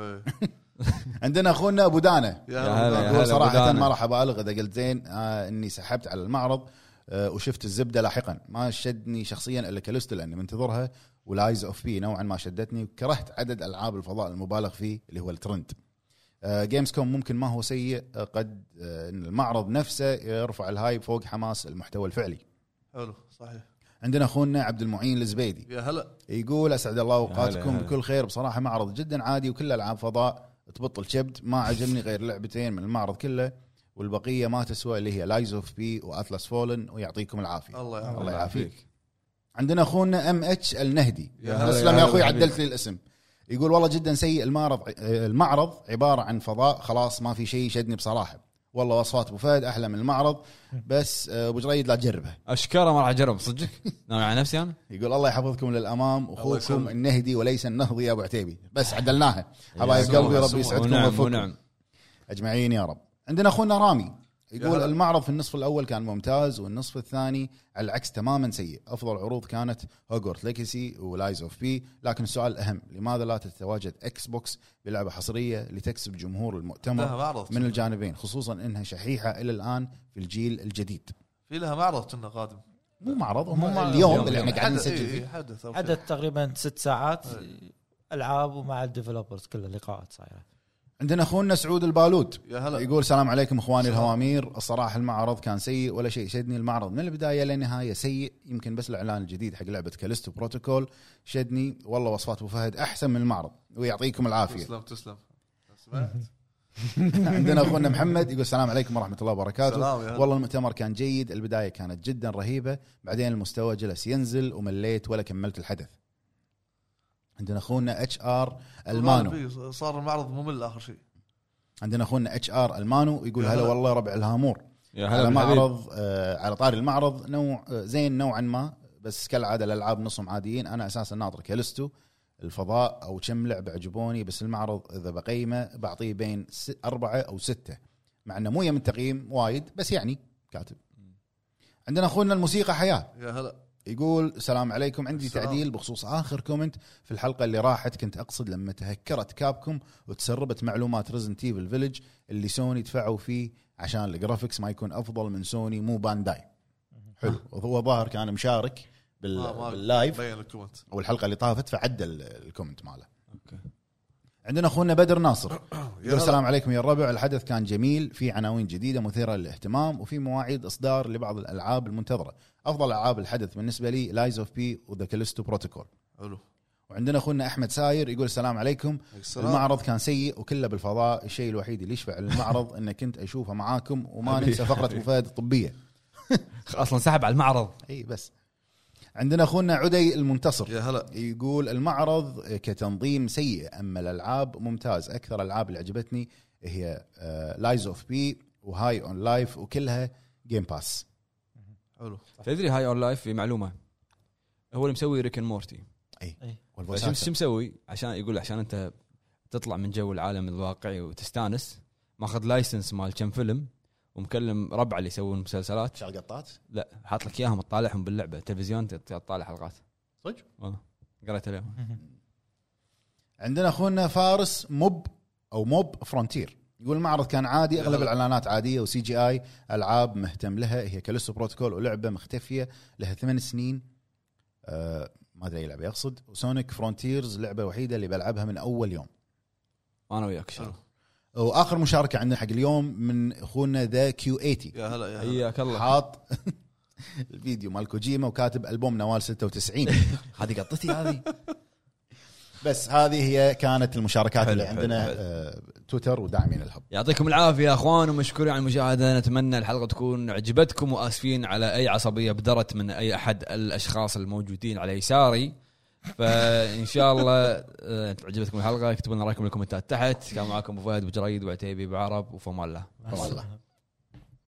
عندنا اخونا ابو دانا يا هلا يا يقول هلا صراحه ما راح ابالغ اذا قلت زين آه اني سحبت على المعرض آه وشفت الزبده لاحقا ما شدني شخصيا الا كاليستو لاني منتظرها ولايز اوف بي نوعا ما شدتني وكرهت عدد العاب الفضاء المبالغ فيه اللي هو الترند. آه جيمز كوم ممكن ما هو سيء آه قد آه ان المعرض نفسه يرفع الهايب فوق حماس المحتوى الفعلي. حلو صحيح. عندنا اخونا عبد المعين الزبيدي يا هلا. يقول اسعد الله اوقاتكم هلا. بكل خير. بصراحه معرض جدا عادي وكل العاب فضاء تبطل شبد ما عجبني غير لعبتين من المعرض كله والبقيه ما تسوى اللي هي لايز اوف بي واتلس فولن ويعطيكم العافيه. الله يعافيك. الله يعافيك. عندنا اخونا ام اتش النهدي يا هلا اسلم يا يا اخوي هلا عدلت لي الاسم. يقول والله جدا سيء المعرض المعرض عباره عن فضاء خلاص ما في شيء شدني بصراحه والله وصفات ابو فهد احلى من المعرض، بس آه، ابو جريد لا تجربها. اشكره ما راح اجرب صدقك ناوي على نفسي انا. يقول الله يحفظكم للامام، اخوكم يسلمك. النهدي وليس النهضي يا ابو عتيبي. بس عدلناها حبايب يسلمك. قلبي، ربي يسعدكم ونعم ويوفقكم ونعم. اجمعين يا رب. عندنا اخونا رامي يقول هلا. المعرض في النصف الاول كان ممتاز والنصف الثاني على العكس تماما سيء. افضل عروض كانت هوجورت ليجاسي ولايز اوف بي، لكن السؤال الاهم لماذا لا تتواجد اكس بوكس بلعبه حصريه لتكسب جمهور لا المؤتمر معرض من الجانبين، خصوصا انها شحيحه الى الان في الجيل الجديد. في لها معرض كنا قادم مو معرض، مو هم معرض. اليوم اليوم. اللي احنا قاعدين حدث- نسجل إيه، فيه. إيه، حدث أو شيء. عدد تقريبا ست ساعات العاب ومع الديفلوبرز كلها لقاءات صايره. عندنا اخونا سعود البالود يا هلا. يقول السلام عليكم اخواني سلام. الهوامير. الصراحه المعرض كان سيء ولا شيء شدني. المعرض من البدايه للنهايه سيء، يمكن بس الاعلان الجديد حق لعبه كاليستو بروتوكول شدني. والله وصفات ابو فهد احسن من المعرض ويعطيكم العافيه. تسلم تسلم. سمعت. عندنا اخونا محمد يقول السلام عليكم ورحمه الله وبركاته. سلام يا هلا. والله المؤتمر كان جيد، البدايه كانت جدا رهيبه، بعدين المستوى جلس ينزل ومليت ولا كملت الحدث. عندنا اخونا اتش ار المانو صار المعرض ممل اخر شيء. عندنا اخونا اتش ار المانو يقول يا هلا هلا. والله ربع الهامور يا على هلا بالحبيب. معرض آه على طاري المعرض نوع آه زين نوعا ما، بس كالعاده الالعاب نصهم عاديين. انا اساسا ناطر كاليستو الفضاء او كم لعبه عجبوني، بس المعرض اذا بقيمه بعطيه بين س- أربعة او ستة، مع انه مو يم التقييم وايد بس يعني كاتب. عندنا اخونا الموسيقى حياه يا هلا. يقول السلام عليكم، عندي السلام. تعديل بخصوص اخر كومنت في الحلقه اللي راحت. كنت اقصد لما تهكرت كابكم وتسربت معلومات ريزنت ايفل فيلج اللي سوني دفعوا فيه عشان الجرافيكس ما يكون افضل من سوني مو بانداي. حلو، وهو ظاهر كان مشارك بال... ما- ما باللايف بين الكومنت. او الحلقه اللي طافت فعدل الكومنت ماله. أوكي. عندنا اخونا بدر ناصر يا يقول هلا. السلام عليكم يا الربع، الحدث كان جميل، في عناوين جديده مثيره للاهتمام وفي مواعيد اصدار لبعض الالعاب المنتظره. افضل العاب الحدث بالنسبه لي لايز اوف بي وذا كاليستو بروتوكول. حلو. وعندنا اخونا احمد ساير يقول السلام عليكم، السلام. المعرض كان سيء وكله بالفضاء، الشيء الوحيد اللي يشفع للمعرض انه كنت اشوفه معاكم، وما ننسى فقره ابو فهد الطبيه. اصلا سحب على المعرض. اي بس. عندنا اخونا عدي المنتصر يا هلا. يقول المعرض كتنظيم سيء، اما الالعاب ممتاز. اكثر الالعاب اللي عجبتني هي لايز اوف بي وهاي اون لايف وكلها جيم باس. حلو. تدري هاي اون لايف في معلومه، هو اللي مسوي ريك اند مورتي. اي أي. شو شو مسوي عشان يقول عشان انت تطلع من جو العالم الواقعي وتستانس، ماخذ لايسنس مال كم فيلم ومكلم ربع اللي يسوون مسلسلات. شال قطات لا حاط لك اياهم تطالعهم باللعبه تلفزيون تطالع حلقات صدق. والله قريت اليوم. عندنا اخونا فارس موب او موب فرونتير يقول المعرض كان عادي، اغلب الاعلانات عاديه وسي جي اي، العاب مهتم لها هي كاليستو بروتوكول ولعبه مختفيه لها ثمان سنين آه ما ادري اي لعبه يقصد، وسونيك فرونتيرز لعبه وحيده اللي بلعبها من اول يوم. انا وياك شو واخر مشاركه عندنا حق اليوم من اخونا ذا كيو ثمانين يا هلا. يا هلا. حياك الله. حاط الفيديو مال كوجيما وكاتب البوم نوال ستة وتسعين. هذه قطتي هذه. بس هذه هي كانت المشاركات حلو، اللي حلو، عندنا حلو. آه تويتر وداعمين الهب. يعطيكم العافيه يا اخوان ومشكورين على المشاهده. نتمنى الحلقه تكون عجبتكم واسفين على اي عصبيه بدرت من اي احد الاشخاص الموجودين على يساري. فان شاء الله آه، عجبتكم الحلقه، اكتبوا لنا رايكم بالكومنتات تحت. كان معاكم ابو فهد ابو جريد وعتيبي بعرب وفما الله. والله